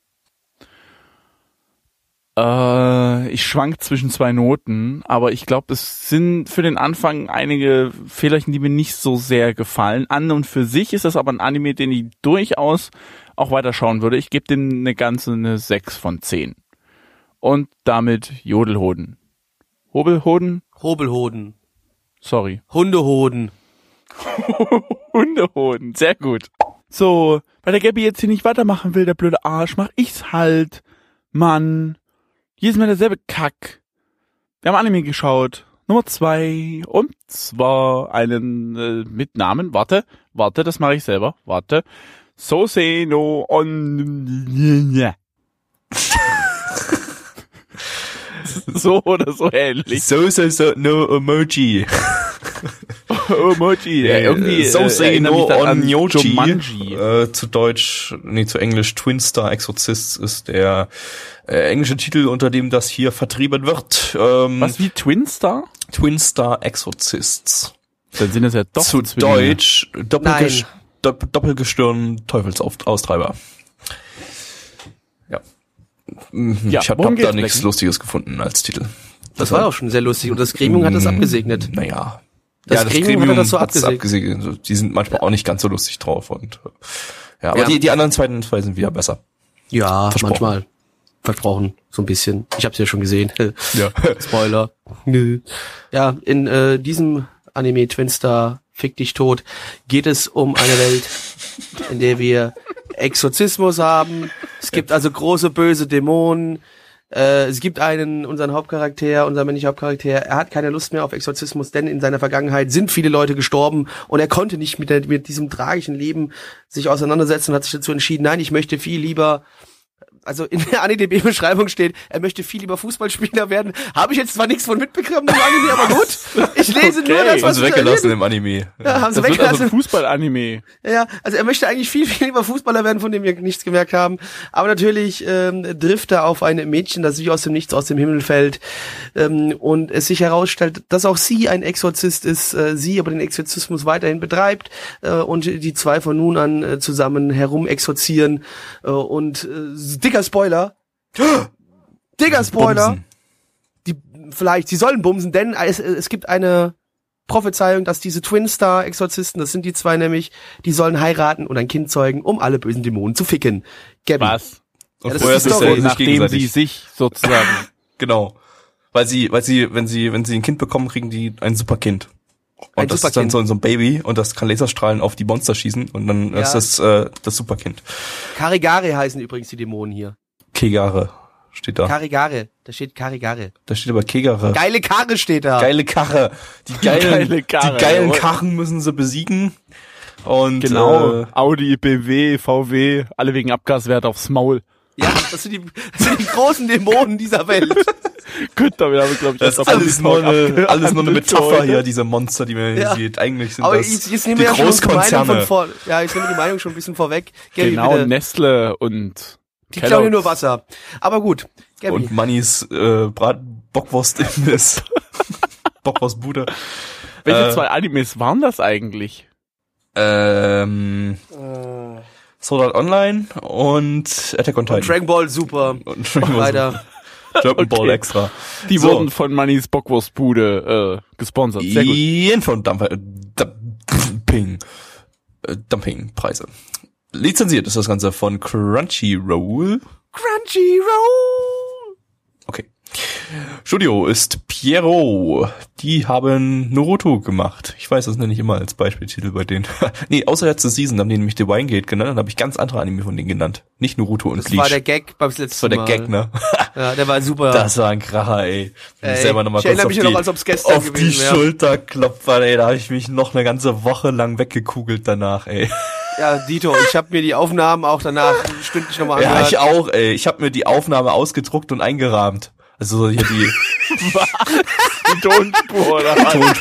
D: Äh, ich schwank zwischen zwei Noten, aber ich glaube, es sind für den Anfang einige Fehlerchen, die mir nicht so sehr gefallen. An und für sich ist das aber ein Anime, den ich durchaus auch weiterschauen würde. Ich gebe dem eine ganze eine sechs von zehn. Und damit Jodelhoden. Hobelhoden?
B: Hobelhoden.
D: Sorry.
B: Hundehoden.
D: Hundehoden, sehr gut. So, weil der Gabby jetzt hier nicht weitermachen will, der blöde Arsch, mach ich's halt. Mann. Jedes Mal derselbe Kack. Wir haben Anime geschaut. Nummer zwei. Und zwar einen äh, mit Namen. Warte, warte, das mache ich selber. Warte. Sosei no on... So oder so ähnlich.
C: So, so, so, no emoji.
D: Emoji. Ja, irgendwie
C: so
D: äh,
C: say
D: erinnert mich
C: no
D: das
C: on
D: an
C: Yoji.
D: Jumanji.
C: Äh, zu Deutsch, nee, zu Englisch Twin Star Exorcists ist der äh, englische Titel, unter dem das hier vertrieben wird. Ähm,
D: Was, wie Twin Star?
C: Twin Star Exorcists.
D: Dann sind das ja doch
C: zu
D: Zwillinge.
C: Deutsch Doppelges Dopp Doppelgestirn Teufelsaustreiber. Ja. Mhm,
D: Ja,
C: ich habe
D: worum
C: hab da
D: geht's,
C: nichts
D: Blackie?
C: Lustiges gefunden als Titel.
B: Das war auch schon sehr lustig und das Gremium hat das abgesegnet.
C: Naja.
B: Das Gremium hat das so
C: hat's
B: abgesegnet.
C: abgesegnet. Die sind manchmal auch nicht ganz so lustig drauf und ja, aber
B: Ja.
C: die die anderen zweiten zwei sind wieder besser.
B: Ja,
C: Versprochen.
B: manchmal. Versprochen, so ein bisschen. Ich hab's ja schon gesehen.
C: Ja.
B: Spoiler. Nö. Ja, in äh, diesem Anime Twin Star Fick dich tot geht es um eine Welt, in der wir Exorzismus haben. Es gibt also große böse Dämonen. Äh, es gibt einen, unseren Hauptcharakter, unser männlicher Hauptcharakter, er hat keine Lust mehr auf Exorzismus, denn in seiner Vergangenheit sind viele Leute gestorben und er konnte nicht mit, der, mit diesem tragischen Leben sich auseinandersetzen und hat sich dazu entschieden, nein, ich möchte viel lieber also in der A N I D B-Beschreibung steht, er möchte viel lieber Fußballspieler werden. Habe ich jetzt zwar nichts von mitbekommen im Anime, aber gut. Ich lese
D: Okay.
B: nur das, was
C: Haben sie
B: ich
C: weggelassen
B: erlebe.
C: im Anime.
B: Ja, haben sie
D: Das wird also
B: weggelassen.
D: ein Fußball-Anime.
B: Ja, also er möchte eigentlich viel, viel lieber Fußballer werden, von dem wir nichts gemerkt haben. Aber natürlich ähm, trifft er auf ein Mädchen, das wie aus dem Nichts aus dem Himmel fällt ähm, und es sich herausstellt, dass auch sie ein Exorzist ist, äh, sie aber den Exorzismus weiterhin betreibt äh, und die zwei von nun an äh, zusammen herum exorzieren äh, und äh, dicker Spoiler, dicker Spoiler,
C: Bumsen.
B: die vielleicht, sie sollen bumsen, denn es, es gibt eine Prophezeiung, dass diese Twin-Star-Exorzisten, das sind die zwei nämlich, die sollen heiraten und ein Kind zeugen, um alle bösen Dämonen zu ficken. Gabby.
D: Was?
C: Und
B: Ja, das
C: vorher
B: ist die
C: ist
B: Story.
C: er sich
D: Nachdem sie
C: gegenseitig.
D: sich sozusagen...
C: Genau. Weil sie, weil sie, wenn sie, wenn sie ein Kind bekommen, kriegen die ein Superkind. Und
B: Ein
C: das
B: Superkind.
C: ist dann so, so ein Baby und das kann Laserstrahlen auf die Monster schießen und dann
B: Ja.
C: ist das äh, das Superkind.
B: Karigare heißen übrigens die Dämonen hier.
C: Kegare steht da.
B: Karigare, da steht Karigare.
C: Da steht aber Kegare.
B: Geile Karre steht da.
C: Geile Karre. Die geilen,
D: Geile Karre,
C: die geilen
D: jawohl.
C: Karren müssen sie besiegen. Und
D: Genau,
C: äh,
D: Audi, B W, V W, alle wegen Abgaswert aufs Maul.
B: Ja, das sind, die, das sind die großen Dämonen dieser Welt.
D: Gut, damit haben wir, glaube ich,
C: das ist
D: auf
C: alles nur eine,
D: abge-
C: alles nur eine Metapher
D: heute.
C: hier, diese Monster, die man hier
B: Ja.
C: sieht. Eigentlich sind
B: Aber
C: das
B: jetzt, jetzt nehmen
C: die
B: wir ja schon unsere Meinung von
C: Großkonzerne.
B: vor. Ja, jetzt nehmen wir die Meinung schon ein bisschen vorweg. Gabby,
D: Genau,
B: bitte.
D: Nestle und
B: Die klauen hier
D: Kellogg's.
B: nur Wasser. Aber gut, Gabby.
C: Und Mannys äh, Brat Bockwurst-Imbiss. Bockwurstbude.
D: Welche
C: äh,
D: zwei Animes waren das eigentlich?
C: Ähm,
B: Äh,
C: Sword Art Online und Attack on Titan.
B: und Dragon Ball Super.
C: Und Dragon Ball
B: Weiter.
C: Dragon Ball
D: Okay.
C: extra.
D: Die
C: So.
D: wurden von Mannys Bockwurstbude äh, gesponsert. Sehr gut.
C: Jeden von Dump äh, Dumping. Äh, Dumpingpreise. Lizenziert ist das Ganze von Crunchyroll.
B: Crunchyroll.
C: Okay. Studio ist Pierrot. Die haben Naruto gemacht. Ich weiß, das nenne ich immer als Beispieltitel bei denen. Nee, außer letzte Season haben die nämlich The Wine Gate genannt, dann habe ich ganz andere Anime von denen genannt. Nicht Naruto und
B: Das
C: Bleach.
B: war der Gag beim letzten
C: das war der
B: Mal.
C: Gag, ne?
B: Ja, der war super.
C: Das war ein Kracher, ey. Wenn
B: Ey,
C: ich selber noch mal
B: ich
C: kurz
B: erinnere
C: auf
B: mich
C: die,
B: ja noch, als ob's gestern
C: auf die
B: gewesen wäre.
C: Schulter klopfern, ey. Da habe ich mich noch eine ganze Woche lang weggekugelt danach, ey.
B: Ja, Dito, ich habe mir die Aufnahmen auch danach stündlich nochmal
C: Ja,
B: angehört.
C: ich auch, ey. Ich habe mir die Aufnahme ausgedruckt und eingerahmt. Also so hier die
D: Die Tonspur oder was?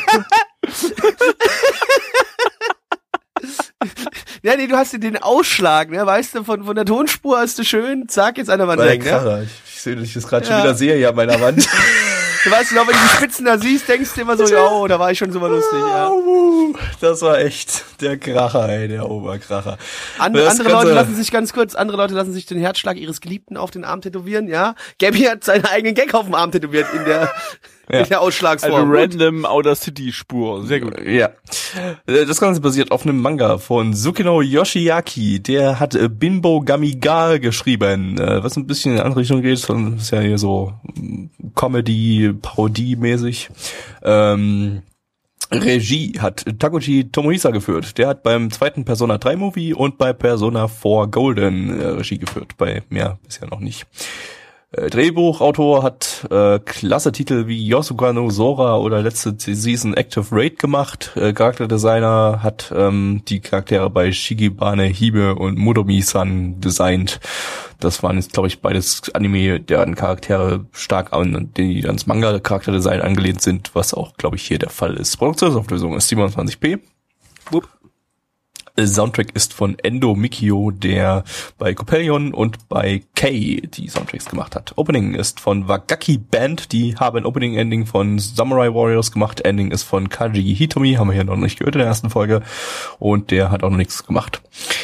B: Ja, nee, du hast dir den Ausschlag, ne, weißt du, von, von der Tonspur hast du schön, zack, jetzt an der Wand
C: bei der
B: hängen, ne?
C: Kracher. Ich, ich sehe, dass ich das gerade
B: Ja.
C: schon wieder sehe hier an meiner Wand.
B: Du weißt genau, wenn du die Spitzen da siehst, denkst du immer so, ja, oh, da war ich schon super lustig, ja.
C: Das war echt der Kracher, ey, der Oberkracher.
B: And,
C: Das
B: andere
C: Ganze-
B: Leute lassen sich ganz kurz, andere Leute lassen sich den Herzschlag ihres Geliebten auf den Arm tätowieren, ja. Gabby hat seinen eigenen Gag auf dem Arm tätowiert in der,
C: Ja.
B: in der
D: Eine
B: Ausschlagsform.
D: random Outer City Spur. Sehr gut.
C: Ja. Äh, Das Ganze basiert auf einem Manga von Sukino Yoshiaki. Der hat äh, Binbo Gamigal geschrieben, äh, was ein bisschen in eine andere Richtung geht. Das ist ja hier so mm, Comedy, Parodie-mäßig. Ähm, Regie hat Takuchi Tomohisa geführt. Der hat beim zweiten Persona drei Movie und bei Persona vier Golden äh, Regie geführt. Bei mehr bisher noch nicht. Äh, Drehbuchautor hat äh, klasse Titel wie Yosuka no Sora oder letzte Season Active Raid gemacht. Äh, Charakterdesigner hat ähm, die Charaktere bei Shigibane Hibe und Muromi-san designt. Das waren jetzt, glaube ich, beides Anime, deren Charaktere stark an die ans Manga-Charakterdesign angelehnt sind, was auch, glaube ich, hier der Fall ist. Produktionsauflösung ist siebenundzwanzig p.
B: Wupp.
C: Soundtrack ist von Endo Mikio, der bei Coppelion und bei Kei die Soundtracks gemacht hat. Opening ist von Wagaki Band, die haben Opening-Ending von Samurai Warriors gemacht. Ending ist von Kaji Hitomi, haben wir hier noch nicht gehört in der ersten Folge. Und der hat auch noch nichts gemacht.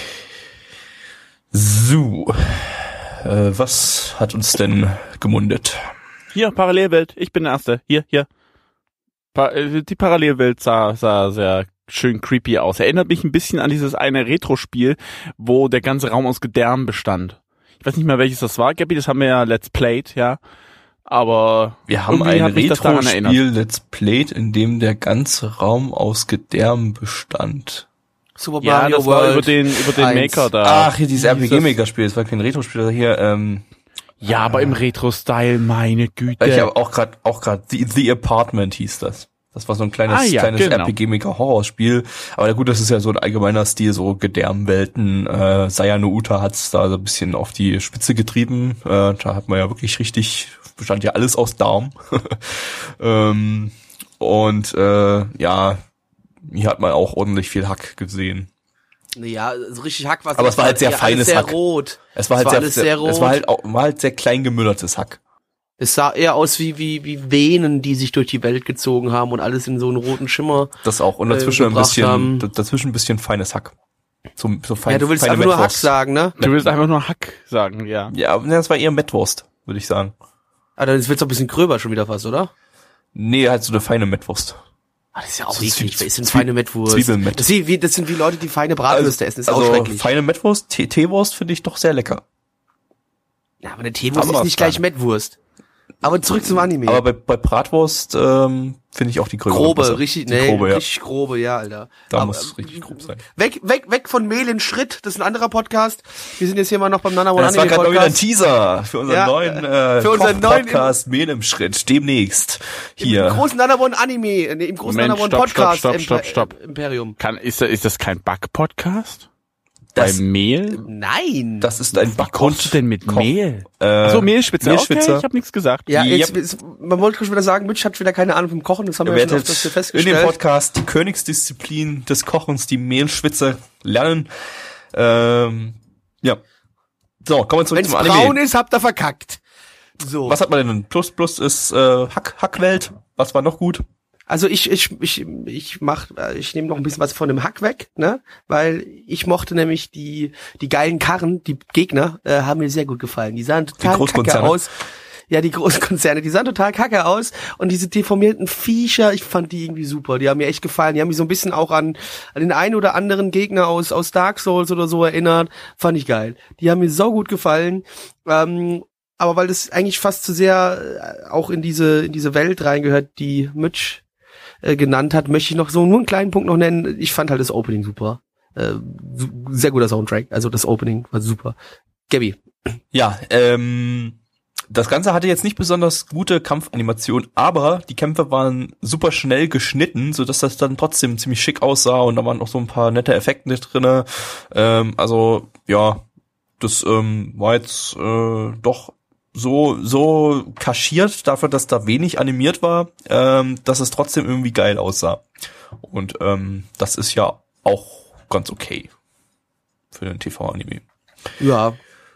C: So, äh, was hat uns denn gemundet?
D: Hier, Parallelwelt. Ich bin der Erste. Hier, hier. Pa äh, die Parallelwelt sah, sah sehr schön creepy aus. Erinnert mich ein bisschen an dieses eine Retro-Spiel, wo der ganze Raum aus Gedärmen bestand. Ich weiß nicht mehr, welches das war, Gabby, das haben wir ja Let's Played, ja. Aber
C: Wir haben
D: irgendwie
C: ein
D: hat mich das daran erinnert.
C: Retro-Spiel Let's Played, in dem der ganze Raum aus Gedärmen bestand.
B: Super
D: Ja,
B: Mario
D: das war
B: World
D: über den, über den
B: eins.
D: Maker da.
C: Ach, hier dieses
D: Wie
C: R
D: hieß
C: P
D: das?
C: G-Maker-Spiel, das war kein Retro-Spiel, das hier, ähm,
D: Ja, aber im Retro-Style, meine Güte.
C: ich habe auch gerade, auch gerade, The, The Apartment hieß das. Das war so ein kleines,
D: ah, ja,
C: kleines
D: genau.
C: R P G-Maker-Horrorspiel. Aber gut, das ist ja so ein allgemeiner Stil, so Gedärmwelten. Äh, Sayano Uta hat's da so ein bisschen auf die Spitze getrieben. Äh, da hat man ja wirklich richtig, bestand ja alles aus Darm. ähm, und äh, ja, hier hat man auch ordentlich viel Hack gesehen.
B: Ja, so richtig Hack war es.
C: Aber es war halt sehr
B: ja,
C: feines
B: sehr
C: Hack.
B: rot.
C: Es war halt
B: war
C: sehr,
B: alles
C: sehr,
B: sehr rot.
C: es war halt auch, war halt sehr klein gemüllertes Hack.
B: Es sah eher aus wie, wie, wie Venen, die sich durch die Welt gezogen haben und alles in so einen roten Schimmer.
C: Das auch. Und dazwischen
B: äh,
C: ein bisschen,
B: haben.
C: dazwischen ein bisschen feines Hack. So, so fein,
B: Ja, du willst
C: feine
B: einfach nur Hack
C: Mettwurst.
B: sagen, ne?
D: Du willst einfach nur Hack sagen, ja.
C: Ja, aber das war eher Mettwurst, würde ich sagen.
B: Ah, dann wird's doch ein bisschen gröber schon wieder fast, oder?
C: Nee, halt so eine feine Mettwurst.
B: Ah, das ist ja auch
C: So
B: eklig.
C: Zwie-
B: Wer ist denn
C: Zwie-
B: feine Mettwurst?
C: Zwiebelmett.
B: Das, ist wie, das sind wie Leute, die feine Bratwürste essen. Das ist
C: also
B: auch schrecklich.
C: feine Mettwurst, Tee- Teewurst finde ich doch sehr lecker.
B: Ja, aber eine Teewurst ist
C: Hammer
B: nicht gleich Mettwurst. Aber zurück zum Anime.
C: Aber bei, bei Bratwurst ähm, finde ich auch die gröbere
B: grobe,
C: besser.
B: richtig,
C: die
B: nee,
C: grobe, ja.
B: richtig grobe, ja, Alter.
C: Da
B: aber,
C: muss richtig grob sein.
B: Weg, weg, weg von Mehl in Schritt, das ist ein anderer Podcast. Wir sind jetzt hier mal noch beim Nana
C: Ja, das war
B: Anime
C: gerade noch wieder ein
B: Podcast.
C: Teaser für unseren
B: Ja,
C: neuen äh,
B: für unseren neuen-
C: Podcast Mehl im Schritt. Demnächst
B: Im
C: hier.
B: großen Nanabon Anime, nee, im großen
D: Moment,
B: Nanabon
D: stopp,
B: Podcast
D: stopp, stopp, stopp, stopp.
B: Imperium.
D: Kann, ist, das- ist das kein Back-Podcast?
C: Das-
D: Bei Mehl?
B: Nein.
C: Das ist ein
D: Was kochst du denn mit
C: Koch-
D: Mehl?
C: Äh,
D: Achso, Mehlspitze.
C: Mehlspitze.
D: Okay, ich habe nichts gesagt.
B: ja,
C: Yep.
B: jetzt, ist, man wollte schon wieder sagen, Mitch hat wieder keine Ahnung vom Kochen, das haben
C: Ihr
B: wir ja schon
C: werdet
B: öfters
C: in
B: festgestellt.
C: dem Podcast die Königsdisziplin des Kochens, die Mehlschwitze, lernen. Ähm, ja. So, kommen wir zurück
B: Wenn's
C: zum
B: braun
C: Anime.
B: ist, habt ihr verkackt. So.
C: Was hat man denn? Plus Plus ist äh, Hack, Hackwelt. Was war noch gut?
B: Also ich ich ich ich mach ich nehme noch ein bisschen was von dem Hack weg, ne? Weil ich mochte nämlich die die geilen Karren, die Gegner äh, haben mir sehr gut gefallen. Die sahen total kacke
C: Großkonzerne.
B: aus. Ja, die großen Konzerne, die sahen total kacke aus und diese deformierten Viecher, ich fand die irgendwie super. Die haben mir echt gefallen. Die haben mich so ein bisschen auch an an den einen oder anderen Gegner aus aus Dark Souls oder so erinnert. Fand ich geil. Die haben mir so gut gefallen. Ähm, aber weil das eigentlich fast zu sehr äh, auch in diese in diese Welt reingehört, die Mitch äh, genannt hat, möchte ich noch so nur einen kleinen Punkt noch nennen. Ich fand halt das Opening super. Äh, su- sehr guter Soundtrack. Also das Opening war super. Gabby.
C: Ja, ähm, das Ganze hatte jetzt nicht besonders gute Kampfanimationen, aber die Kämpfe waren super schnell geschnitten, so dass das dann trotzdem ziemlich schick aussah und da waren auch so ein paar nette Effekte drinne. Ähm, also ja, das ähm, war jetzt äh, doch so so kaschiert dafür, dass da wenig animiert war, ähm, dass es trotzdem irgendwie geil aussah. Und ähm, das ist ja auch ganz okay für den T V-Anime.
B: Ja.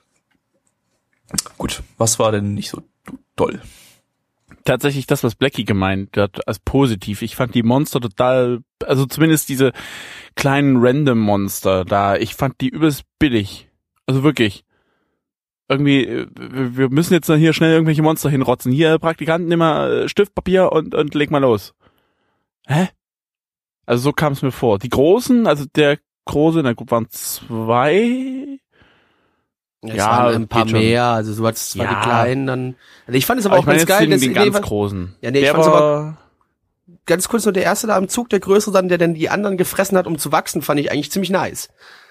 C: Gut, was war denn nicht so toll?
D: Tatsächlich das, was Blackie gemeint hat, als positiv. Ich fand die Monster total, also zumindest diese kleinen Random-Monster da, ich fand die übelst billig. Also wirklich. Irgendwie, äh, wir müssen jetzt hier schnell irgendwelche Monster hinrotzen. Hier, Praktikanten, nimm mal Stift, Papier und, und leg mal los. Hä? Also so kam es mir vor. Die Großen, also der Große, na gut, waren zwei.
B: Ja, es
D: Ja,
B: waren ein paar
D: geht schon.
B: mehr, also du hattest zwar
D: Ja.
B: die kleinen, dann, also ich fand es aber,
D: Aber
B: auch
D: ich meine
B: ganz
D: jetzt
B: geil,
D: den,
B: dass,
D: den
B: nee,
D: ganz
B: was-
D: Großen.
B: Ja, nee, ich
D: der
B: fand's
D: war,
B: ganz kurz nur der erste da am Zug, der größere dann, der dann die anderen gefressen hat, um zu wachsen, fand ich eigentlich ziemlich nice.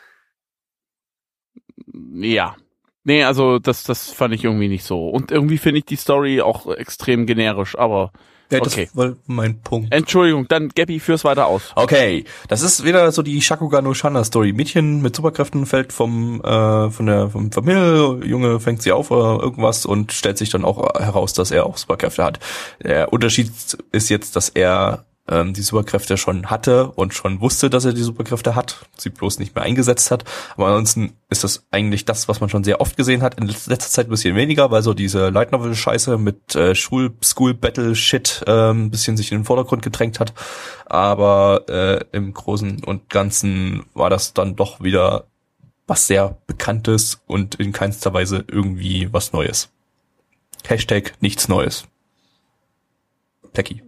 D: ja. Nee, also das, das fand ich irgendwie nicht so. Und irgendwie finde ich die Story auch extrem generisch, aber
C: Ja,
D: okay.
C: das war mein Punkt.
D: Entschuldigung, dann Gabby, führ's weiter aus.
C: Okay, das ist wieder so die Shakugan no Shana Story. Mädchen mit Superkräften fällt vom äh, von der vom Familie, Junge fängt sie auf oder irgendwas und stellt sich dann auch heraus, dass er auch Superkräfte hat. Der Unterschied ist jetzt, dass er ähm, die Superkräfte schon hatte und schon wusste, dass er die Superkräfte hat, sie bloß nicht mehr eingesetzt hat. Aber ansonsten ist das eigentlich das, was man schon sehr oft gesehen hat. In letzter Zeit ein bisschen weniger, weil so diese Light Novel Scheiße mit äh, Schul School Battle Shit äh, ein bisschen sich in den Vordergrund gedrängt hat. Aber äh, im Großen und Ganzen war das dann doch wieder was sehr Bekanntes und in keinster Weise irgendwie was Neues. Hashtag nichts Neues. Plecky.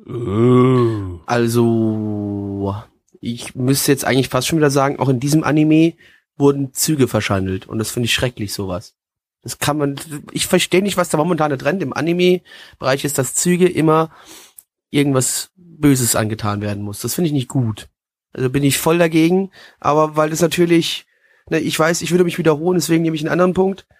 B: Also, ich müsste jetzt eigentlich fast schon wieder sagen, auch in diesem Anime wurden Züge verschandelt und das finde ich schrecklich, sowas. Das kann man, ich verstehe nicht, was der momentane Trend im Anime-Bereich ist, dass Züge immer irgendwas Böses angetan werden muss. Das finde ich nicht gut. Also bin ich voll dagegen, aber weil das natürlich, ne, ich weiß, ich würde mich wiederholen, deswegen nehme ich einen anderen Punkt.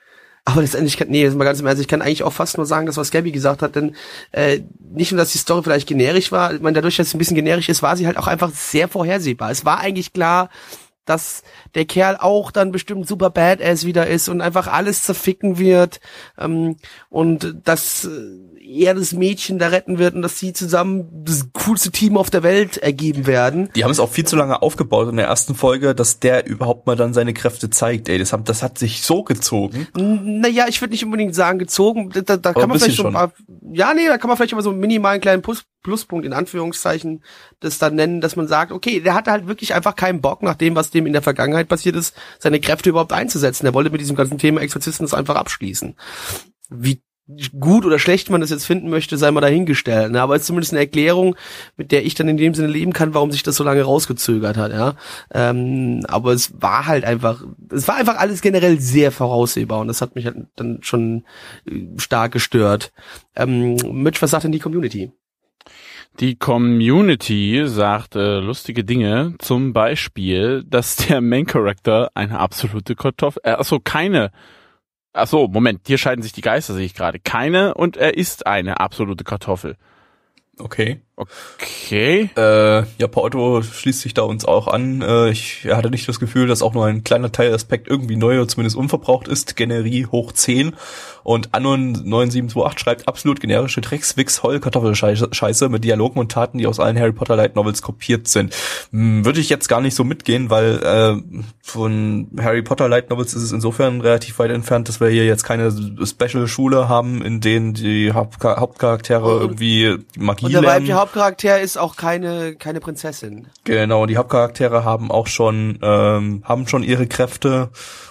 B: Aber letztendlich kann, nee, das ist mal ganz im Ernst, ich kann eigentlich auch fast nur sagen, das was Gabby gesagt hat, denn äh, nicht nur, dass die Story vielleicht generisch war, ich meine, dadurch, dass es ein bisschen generisch ist, war sie halt auch einfach sehr vorhersehbar. Es war eigentlich klar, dass der Kerl auch dann bestimmt super Badass wieder ist und einfach alles zerficken wird ähm, und dass er das Mädchen da retten wird und dass sie zusammen das coolste Team auf der Welt ergeben werden.
C: Die haben es auch viel zu lange aufgebaut in der ersten Folge, dass der überhaupt mal dann seine Kräfte zeigt. Ey, das hat, das hat sich so gezogen.
B: Naja, ich würde nicht unbedingt sagen gezogen. Da, da kann man vielleicht so ein paar, ja, nee, da kann man vielleicht aber so einen minimalen kleinen Plus, Pluspunkt in Anführungszeichen das dann nennen, dass man sagt, okay, der hatte halt wirklich einfach keinen Bock, nach dem, was dem in der Vergangenheit passiert ist, seine Kräfte überhaupt einzusetzen. Er wollte mit diesem ganzen Thema Exorzismus einfach abschließen. Wie gut oder schlecht man das jetzt finden möchte, sei mal dahingestellt. Ne? Aber es ist zumindest eine Erklärung, mit der ich dann in dem Sinne leben kann, warum sich das so lange rausgezögert hat. Ja, ähm, aber es war halt einfach, es war einfach alles generell sehr voraussehbar und das hat mich halt dann schon stark gestört. Ähm, Mitch, was sagt denn die Community?
D: Die Community sagt äh, lustige Dinge, zum Beispiel, dass der Main Character eine absolute Kartoffel, äh, achso, keine, achso, Moment, hier scheiden sich die Geister, sehe ich gerade, keine und er ist eine absolute Kartoffel.
C: Okay.
D: Okay.
C: Äh, ja, Porto schließt sich da uns auch an. Äh, ich er hatte nicht das Gefühl, dass auch nur ein kleiner Teilaspekt irgendwie neu oder zumindest unverbraucht ist. Generie hoch zehn. Und Anon neun sieben zwei acht schreibt absolut generische Drecks, Wix, Heul, Kartoffelscheiße mit Dialogen und Taten, die aus allen Harry Potter Light Novels kopiert sind. Hm, würde ich jetzt gar nicht so mitgehen, weil äh, von Harry Potter Light Novels ist es insofern relativ weit entfernt, dass wir hier jetzt keine Special-Schule haben, in denen die Hauptka- Hauptcharaktere irgendwie Magie
B: und der
C: lernen.
B: weibliche Hauptcharakter ist auch keine keine Prinzessin.
C: Genau, die Hauptcharaktere haben auch schon ähm, haben schon ihre Kräfte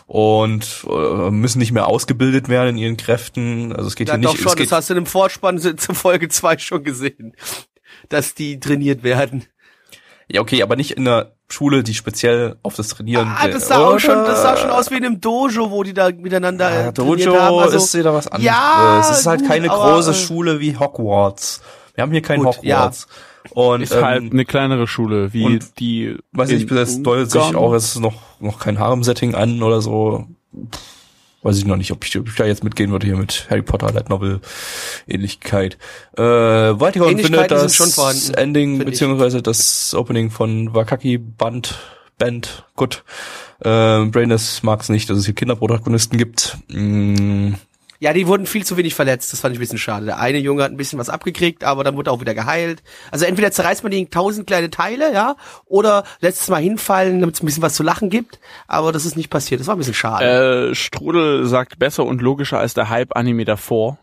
C: und äh, müssen nicht mehr ausgebildet werden in ihren Kräften. Also es geht
B: Ja,
C: hier nicht.
B: doch schon,
C: es geht,
B: das hast du im Vorspann zur Folge zwei schon gesehen, dass die trainiert werden.
C: ja, okay, aber nicht in einer Schule, die speziell auf das Trainieren.
B: Ah, das sah
C: oder?
B: auch schon, das sah schon aus wie in einem Dojo, wo die da miteinander
C: Ja,
B: äh, trainiert haben.
C: Dojo
B: Also,
C: ist wieder was anderes.
B: ja,
C: es ist halt
B: gut,
C: keine
B: aber,
C: große
B: äh,
C: Schule wie Hogwarts. Wir haben hier kein
B: gut,
C: Hogwarts. Und
D: Ist
C: ähm,
D: halt eine kleinere Schule, wie
C: und
D: die.
C: weiß ich, das deutet sich auch, es ist noch noch kein Harem-Setting an oder so. Pff, weiß ich noch nicht, ob ich, ob ich da jetzt mitgehen würde hier mit Harry Potter Light Novel Ähnlichkeit. Äh, Weiter und findet
B: Ähnlichkeiten sind
C: das
B: schon vorhanden,
C: Ending
B: find ich.
C: beziehungsweise das Opening von Wakaki Band Band gut. Äh, Brainless mag es nicht, dass es hier Kinderprotagonisten gibt. Mm.
B: Ja, die wurden viel zu wenig verletzt, das fand ich ein bisschen schade. Der eine Junge hat ein bisschen was abgekriegt, aber dann wurde er auch wieder geheilt. Also entweder zerreißt man die in tausend kleine Teile, ja, oder lässt es mal hinfallen, damit es ein bisschen was zu lachen gibt, aber das ist nicht passiert, das war ein bisschen schade.
D: Äh, Strudel sagt besser und logischer als der Hype-Anime davor.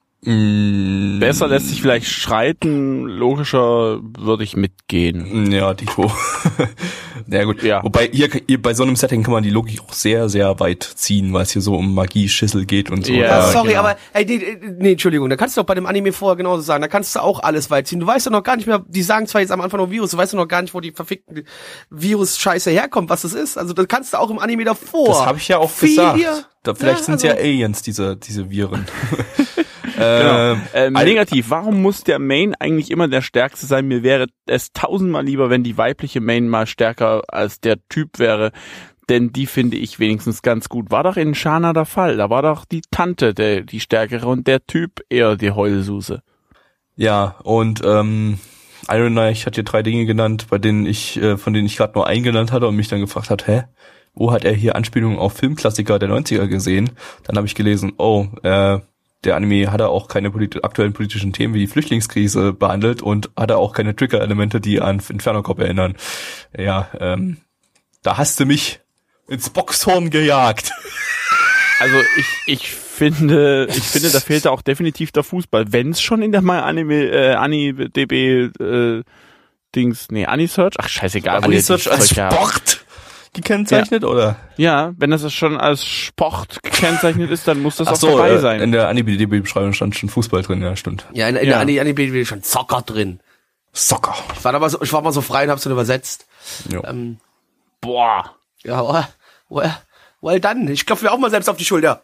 C: Mm.
D: Besser lässt sich vielleicht streiten, logischer würde ich mitgehen.
C: Ja, Dito. Ja gut,
D: Ja.
C: wobei ihr, ihr bei so einem Setting kann man die Logik auch sehr, sehr weit ziehen, weil es hier so um Magie, Schissel geht und so.
D: Ja,
B: Ja,
C: Da-
B: sorry,
D: genau.
B: aber ey, nee, nee, Entschuldigung, da kannst du doch bei dem Anime vorher genauso sagen, da kannst du auch alles weit ziehen. Du weißt doch noch gar nicht mehr, die sagen zwar jetzt am Anfang noch Virus, du weißt doch noch gar nicht, wo die verfickten Virus-Scheiße herkommt, was das ist. Also das kannst du auch im Anime davor.
C: Das habe ich ja auch
B: Viel
C: gesagt.
B: hier-
C: Da, vielleicht
B: Ja,
C: sind es
B: also-
C: ja Aliens, diese diese Viren.
D: Genau.
C: ähm,
D: Ähm,
C: all-
D: negativ, warum muss der Main eigentlich immer der Stärkste sein? Mir wäre es tausendmal lieber, wenn die weibliche Main mal stärker als der Typ wäre. Denn die finde ich wenigstens ganz gut. War doch in Shana der Fall. Da war doch die Tante der, die stärkere und der Typ eher die Heulsuse.
C: Ja, und ähm, Iron Knight hat hier drei Dinge genannt, bei denen ich, äh, von denen ich gerade nur einen genannt hatte und mich dann gefragt hat, hä? Wo hat er hier Anspielungen auf Filmklassiker der neunziger gesehen? Dann habe ich gelesen, oh, äh, der Anime hat er auch keine polit- aktuellen politischen Themen wie die Flüchtlingskrise behandelt und hat er auch keine Trigger-Elemente, die an Inferno Cop erinnern. Ja, ähm, da hast du mich ins Boxhorn gejagt.
D: Also ich, ich finde, ich finde, da fehlt da auch definitiv der Fußball. Wenn es schon in der My Anime, äh, AniDB, äh, Dings, nee, Anisearch, ach scheißegal. wo ihr
C: Anisearch
D: die
C: als
D: Zeug habt.
C: Sport gekennzeichnet, oder?
D: Ja, wenn das schon als Sport gekennzeichnet ist, dann muss das
C: Ach
D: auch
C: so,
D: dabei
C: äh,
D: sein.
C: in der AniDB-Beschreibung stand schon Fußball drin, ja, stimmt.
B: Ja, in, in
D: Ja.
B: der Anime bin schon Zocker drin.
C: Soccer.
B: Ich war da mal so, ich war mal so frei und hab's dann übersetzt.
C: Jo.
B: Ähm,
D: Boah.
B: ja, well, well, well dann. Ich klopfe mir auch mal selbst auf die Schulter.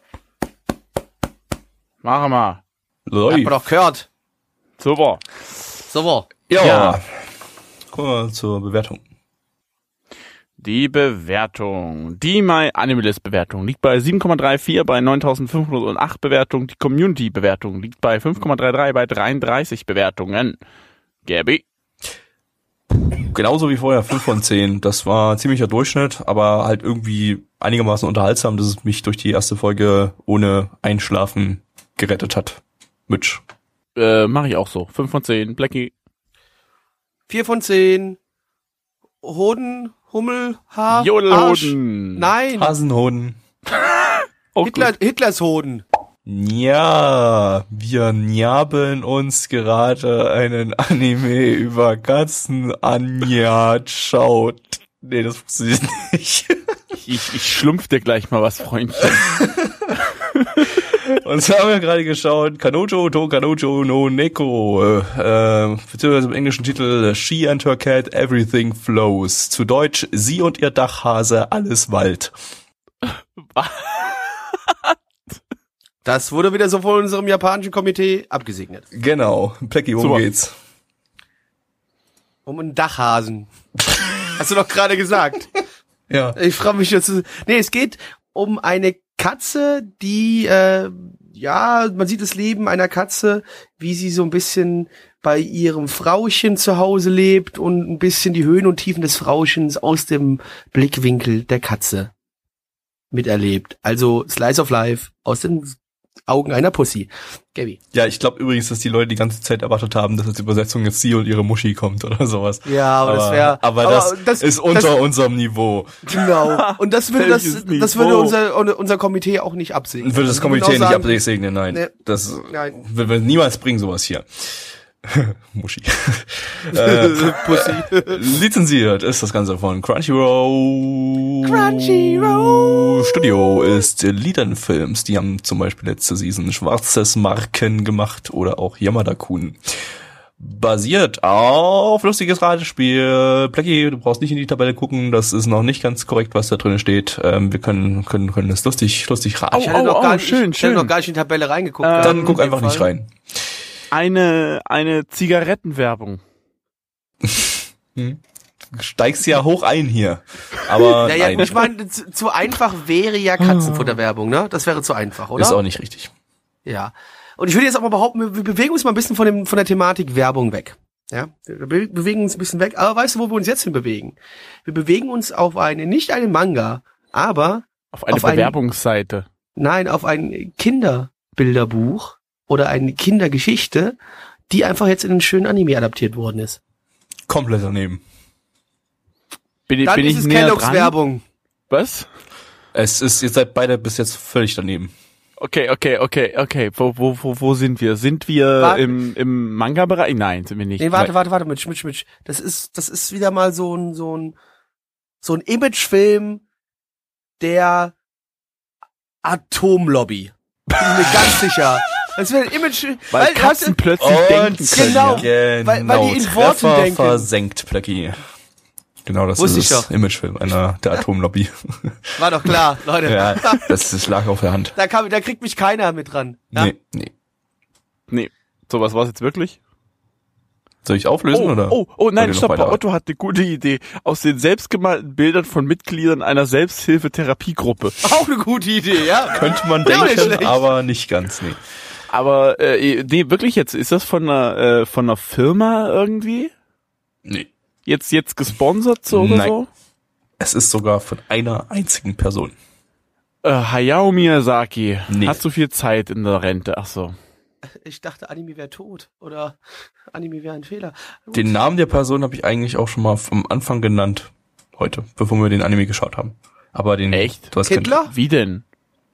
D: Mach mal.
B: Hat
C: Läuft.
B: man doch gehört.
D: Super.
B: So, wo.
C: Ja.
D: Ja.
C: Kommen wir zur Bewertung.
D: Die Bewertung. Die My Animalist Bewertung liegt bei sieben Komma vierunddreißig bei neuntausendfünfhundertacht Bewertungen. Die Community Bewertung liegt bei fünf Komma dreiunddreißig bei dreiunddreißig Bewertungen. Gabi?
C: Genauso wie vorher, fünf von zehn. Das war ziemlicher Durchschnitt, aber halt irgendwie einigermaßen unterhaltsam, dass es mich durch die erste Folge ohne Einschlafen gerettet hat. Mitch.
D: Äh, mach ich auch so. fünf von zehn. Blackie?
B: vier von zehn. Hoden, Hummel, Haar, Arsch.
D: Jodelhoden.
B: Nein,
C: Hasenhoden.
D: Oh,
B: Hitler, Hitlers Hoden.
C: Ja, wir njabeln uns gerade einen Anime über Katzen anschaut. Nee, das funktioniert nicht.
D: Ich, ich schlumpf dir gleich mal was, Freundchen.
C: Und so haben wir gerade geschaut, Kanojo to Kanojo no Neko, äh, beziehungsweise im englischen Titel She and Her Cat Everything Flows. Zu Deutsch, sie und ihr Dachhase, alles Wald.
B: Das wurde wieder so von unserem japanischen Komitee abgesegnet.
C: Genau, Plecki, worum
D: Super.
C: geht's?
B: Um einen Dachhasen. Hast du doch gerade gesagt.
C: Ja.
B: Ich frage mich jetzt. Nee, es geht um eine Katze, die, äh, ja, man sieht das Leben einer Katze, wie sie so ein bisschen bei ihrem Frauchen zu Hause lebt und ein bisschen die Höhen und Tiefen des Frauchens aus dem Blickwinkel der Katze miterlebt. Also Slice of Life aus den Augen einer Pussy. Gabi.
C: Ja, ich glaube übrigens, dass die Leute die ganze Zeit erwartet haben, dass als Übersetzung jetzt sie und ihre Muschi kommt oder sowas.
B: Ja, aber, das wäre.
C: Aber, aber das, das ist unter das, unserem Niveau.
B: Genau. Und das würde das, das würde unser unser Komitee auch nicht absegnen.
C: Würde das Komitee nicht sagen, absegnen, nein. Nee. Das
B: nein.
C: wird wir niemals bringen, sowas hier. Muschi. äh,
B: Pussy.
C: Lizenziert ist das Ganze von Crunchyroll.
B: Crunchyroll.
C: Studio ist Liedern Films. Die haben zum Beispiel letzte Season Schwarzes Marken gemacht oder auch Yamada-kun. Basiert auf lustiges Ratespiel. Blackie, du brauchst nicht in die Tabelle gucken. Das ist noch nicht ganz korrekt, was da drin steht. Ähm, wir können können können das lustig lustig raten.
B: Ich hatte
D: Oh,
B: noch
D: oh,
B: gar
D: oh,
B: nicht,
D: schön,
B: ich hatte
D: schön.
B: noch gar nicht in die Tabelle reingeguckt.
D: Ähm,
C: Dann guck
B: in
C: einfach
B: dem
C: nicht
B: Fall.
C: rein.
D: Eine, eine Zigarettenwerbung.
C: Hm. Steigst ja hoch ein hier. Aber
B: Ja, ja,
C: nein,
B: ich meine, zu, zu einfach wäre ja Katzenfutterwerbung, ne? Das wäre zu einfach, oder?
C: ist auch nicht richtig.
B: Ja. Und ich würde jetzt aber behaupten, wir bewegen uns mal ein bisschen von dem von der Thematik Werbung weg. Ja, wir be- bewegen uns ein bisschen weg. Aber weißt du, wo wir uns jetzt hin bewegen? Wir bewegen uns auf eine, nicht einen Manga, aber
D: Auf eine
B: Auf ein-
D: Bewerbungsseite.
B: nein, auf ein Kinderbilderbuch oder eine Kindergeschichte, die einfach jetzt in einen schönen Anime adaptiert worden ist.
C: Komplett daneben.
D: Bin, ich-
B: Dann
D: bin
B: ist
D: ich
B: es
D: näher
B: Kellogg's
D: dran?
B: Werbung.
D: Was?
C: Es ist, ihr seid beide bis jetzt völlig daneben.
D: Okay, okay, okay, okay. Wo, wo, wo, wo sind wir? Sind wir
B: Warte.
D: im, im Manga-Bereich? Nein, sind wir nicht.
B: Nee, warte, warte, warte, Mitch, Mitch, Mitch. Das ist, das ist wieder mal so ein, so ein, so ein Imagefilm der Atomlobby. Bin ich mir ganz sicher. Das wäre ein Image,
D: Weil
B: weil,
D: Katzen
B: weißt du,
D: plötzlich denken können.
B: genau.
D: Ja.
B: Weil- weil die in Worten
C: Treffer
B: denken.
C: versenkt, Blackie. Genau, das
B: Wusste
C: ist
B: ich
C: das
B: doch.
C: Imagefilm einer der Atomlobby.
B: war doch klar, Leute.
C: Ja, das, das lag auf der Hand.
B: Da kam, da kriegt mich keiner mit dran. Ja?
C: Nee, nee.
D: Nee. So, was war's jetzt wirklich?
C: Soll ich auflösen
D: Oh,
C: oder?
D: oh, oh,
C: wollt
D: nein,
C: ihr noch
D: stopp,
C: weiter?
D: Otto hat eine gute Idee. Aus den selbstgemalten Bildern von Mitgliedern einer Selbsthilfetherapiegruppe.
B: Auch eine gute Idee, ja.
C: Könnte man
B: Ja, nicht
C: denken,
B: schlecht.
C: aber nicht ganz, nee.
D: Aber, äh, nee, wirklich jetzt, ist das von einer, äh, von einer Firma irgendwie?
C: Nee.
D: Jetzt, jetzt gesponsert so oder
C: Nein.
D: so?
C: Es ist sogar von einer einzigen Person.
D: Äh, Hayao Miyazaki.
C: Nee.
D: Hat so viel Zeit in der Rente, ach so.
B: Ich dachte, Anime wäre tot. Oder Anime wäre ein Fehler. Gut.
C: Den Namen der Person habe ich eigentlich auch schon mal vom Anfang genannt. Heute, bevor wir den Anime geschaut haben. Aber den...
D: Echt?
C: Du hast
B: Hitler?
D: Wie denn?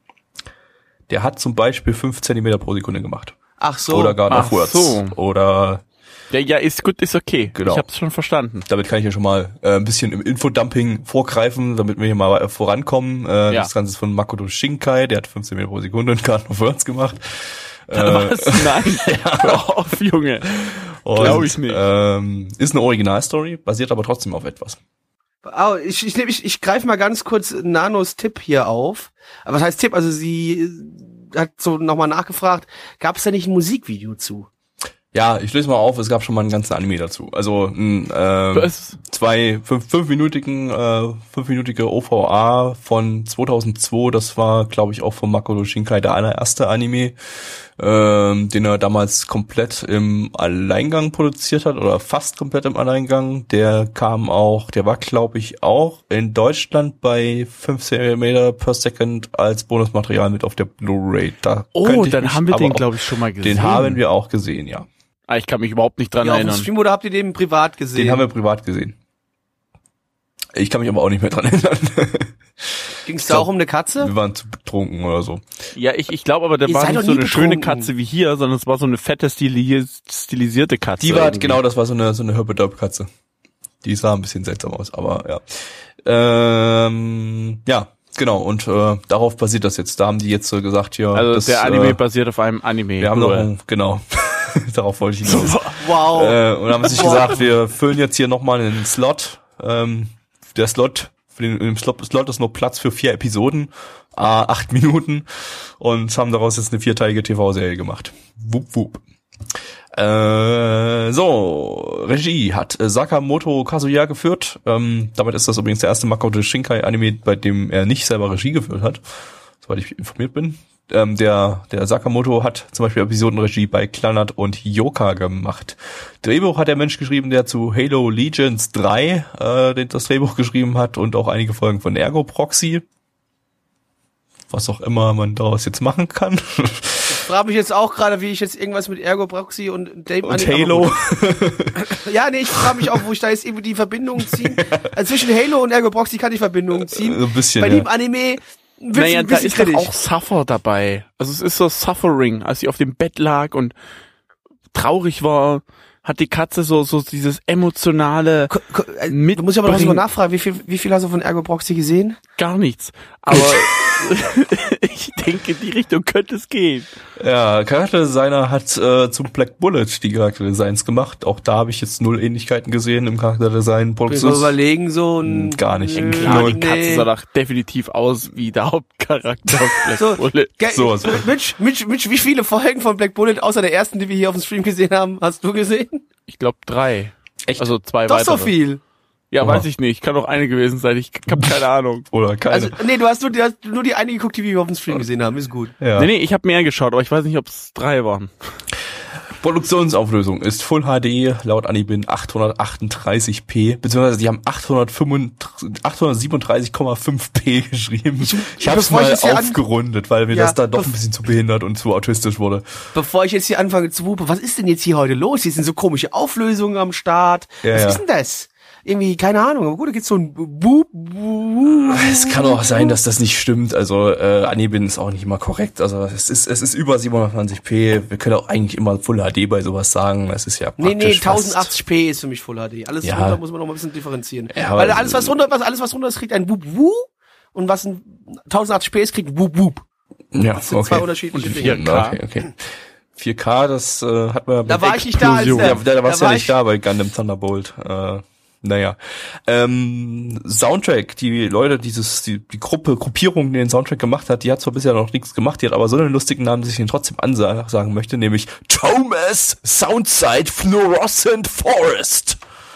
C: Der hat zum Beispiel fünf Zentimeter pro Sekunde gemacht.
B: Ach so.
C: Oder gar
D: Ach
C: aufwärts.
D: so.
C: Oder
D: Ja, ja, ist gut, ist okay.
C: Genau.
D: Ich hab's schon verstanden.
C: damit kann ich ja schon mal äh, ein bisschen im Infodumping vorgreifen, damit wir hier mal vorankommen. Äh,
D: Ja.
C: Das Ganze ist von Makoto Shinkai, der hat fünfzehn Meter pro Sekunde und gar aufwärts gemacht. Äh,
D: Was? Nein. Hör auf, Junge.
C: und,
D: glaub ich nicht.
C: Ähm, ist eine Originalstory, basiert aber trotzdem auf etwas.
B: Oh, ich ich, nehm- ich, ich greife mal ganz kurz Nanos Tipp hier auf. Aber was heißt Tipp? Also sie hat so nochmal nachgefragt, gab es da nicht ein Musikvideo zu?
C: Ja, ich löse mal auf, es gab schon mal einen ganzen Anime dazu. Also ein ähm, zwei, fünf, fünfminütigen, äh, fünfminütige O V A von zweitausendzwei, das war, glaube ich, auch von Makoto Shinkai der allererste Anime, ähm, den er damals komplett im Alleingang produziert hat, oder fast komplett im Alleingang. Der kam auch, der war, glaube ich, auch in Deutschland bei fünf Zentimeter per Second als Bonusmaterial mit auf der Blu-ray. Da
D: oh, dann haben wir den, glaube ich, schon mal gesehen.
C: Den haben wir auch gesehen, ja.
D: Ah, ich kann mich überhaupt nicht dran
B: ja,
D: erinnern.
B: Auf dem Stream oder habt ihr den privat gesehen?
C: Den haben wir privat gesehen. Ich kann mich aber auch nicht mehr dran erinnern.
B: Ging es da auch um eine Katze?
C: Wir waren zu betrunken oder so.
D: Ja, ich ich glaube aber, der
B: Ihr
D: war
B: seid
D: nicht
B: doch
D: so
B: nie
D: eine schöne
B: betrunken.
D: Katze wie hier, sondern es war so eine fette, stilis stilisierte Katze.
C: Die war,
D: irgendwie.
C: genau, das war so eine so eine Hörbedaub-Katze. Die sah ein bisschen seltsam aus, aber ja. Ähm, ja, genau, und äh, darauf basiert das jetzt. Da haben die jetzt so gesagt, hier.
D: Also
C: das,
D: der Anime
C: äh,
D: basiert auf einem Anime.
C: Wir haben noch, einen, genau. Darauf wollte ich hinaus.
B: Wow.
C: Äh, und haben sich gesagt, wir füllen jetzt hier nochmal einen Slot. Ähm, der Slot, für den, im Slot, Slot ist noch Platz für vier Episoden, äh, acht Minuten, und haben daraus jetzt eine vierteilige T V-Serie gemacht. Wupp, wupp. Äh, so, Regie hat äh, Sakamoto Kazuya geführt. Ähm, damit ist das übrigens der erste Makoto Shinkai Anime, bei dem er nicht selber Regie geführt hat, soweit ich informiert bin. Ähm, der der Sakamoto hat zum Beispiel Episodenregie bei Clannad und Yoka gemacht. Drehbuch hat der Mensch geschrieben, der zu Halo Legends drei äh, das Drehbuch geschrieben hat und auch einige Folgen von Ergo Proxy. Was auch immer man daraus jetzt machen kann.
B: Ich frage mich jetzt auch gerade, wie ich jetzt irgendwas mit Ergo Proxy und Dame
C: Und Halo.
B: Ja, nee, ich frage mich auch, wo ich da jetzt irgendwie die Verbindung ziehen. Also zwischen Halo und Ergo Proxy kann ich Verbindungen ziehen.
C: So ein bisschen,
B: Bei
C: ja.
B: dem Anime wird's
D: Naja,
B: ein
D: da
B: bisschen
D: ist doch
B: kritisch.
D: auch Suffer dabei. Also es ist so Suffering, als sie auf dem Bett lag und traurig war, hat die Katze so so dieses emotionale
B: Ko- ko- äh,
D: mit
B: Du musst aber noch
D: bringen-
B: mal nachfragen, wie viel, wie viel hast du von Ergo Proxy gesehen?
D: gar nichts. Aber ich denke, in die Richtung könnte es gehen.
C: Ja, Charakterdesigner hat äh, zum Black Bullet die Charakterdesigns gemacht. Auch da habe ich jetzt null Ähnlichkeiten gesehen im Charakterdesign.
B: Ich mal überlegen, so ein...
C: Hm, gar nicht.
B: Nö,
D: Klar, die
B: nee.
D: Katze sah doch definitiv aus wie der Hauptcharakter auf Black
B: So,
D: Bullet.
B: Ge-
C: Sowas.
B: Mitch, Mitch, Mitch, wie viele Folgen von Black Bullet, außer der ersten, die wir hier auf dem Stream gesehen haben, hast du gesehen?
D: Ich glaube drei.
C: Echt?
D: Also zwei
B: Doch
D: weitere.
B: so viel.
D: Ja,
C: Oha.
D: weiß ich nicht. Kann auch eine gewesen sein. Ich habe keine Ahnung.
C: Oder keine.
B: Also, nee, du hast nur, du hast nur die eine geguckt, die wir hier auf dem Stream gesehen haben, ist gut.
C: ja.
D: Nee, nee, ich habe mehr geschaut, aber ich weiß nicht, ob es drei waren.
C: Produktionsauflösung ist Full H D laut Anibin achthundertachtunddreißig p, beziehungsweise die haben achthundertsiebenunddreißig Komma fünf p geschrieben. Ich, ich habe es
B: bevor ich
C: mal
B: jetzt hier an-
C: aufgerundet, weil mir
B: Ja,
C: das da doch
B: bef-
C: ein bisschen zu behindert und zu autistisch wurde.
B: Bevor ich jetzt hier anfange zu wupen, was ist denn jetzt hier heute los? Hier sind so komische Auflösungen am Start.
C: Ja,
B: was
C: ja.
B: ist denn das? Irgendwie, keine Ahnung, aber gut, da gibt's so ein Boop, Boop.
C: Es kann auch sein, dass das nicht stimmt. Also äh, Anibin ist auch nicht immer korrekt. Also es ist es ist über siebenhundertzwanzig p. Wir können auch eigentlich immer Full H D bei sowas sagen. Es ist ja
B: Nee,
C: praktisch
B: nee, tausendachtzig p ist für mich Full H D. Alles
C: Ja.
B: runter muss man noch mal ein bisschen differenzieren.
C: Ja, aber-
B: Weil alles, was runter, was, alles, was runter ist, kriegt ein Boop, Boop. Und was ein tausendachtzig p ist, kriegt Boop, Boop.
C: fast, ja,
B: Das sind
C: okay.
B: zwei unterschiedliche
D: Und
B: Dinge.
D: vier K.
C: Okay, okay. vier K, das äh, hat man
B: Da
C: bei
B: war ich nicht da, als
D: Explosion.
B: der,
C: Ja, da, da warst du
B: war
C: ja
B: ich-
C: nicht da bei Gundam Thunderbolt. Äh, naja. Ähm, Soundtrack, die Leute, dieses, die, die Gruppe, Gruppierung, die den Soundtrack gemacht hat, die hat zwar bisher noch nichts gemacht, die hat aber so einen lustigen Namen, dass ich ihn trotzdem ansagen möchte, nämlich Thomas Soundside Fluorescent Forest.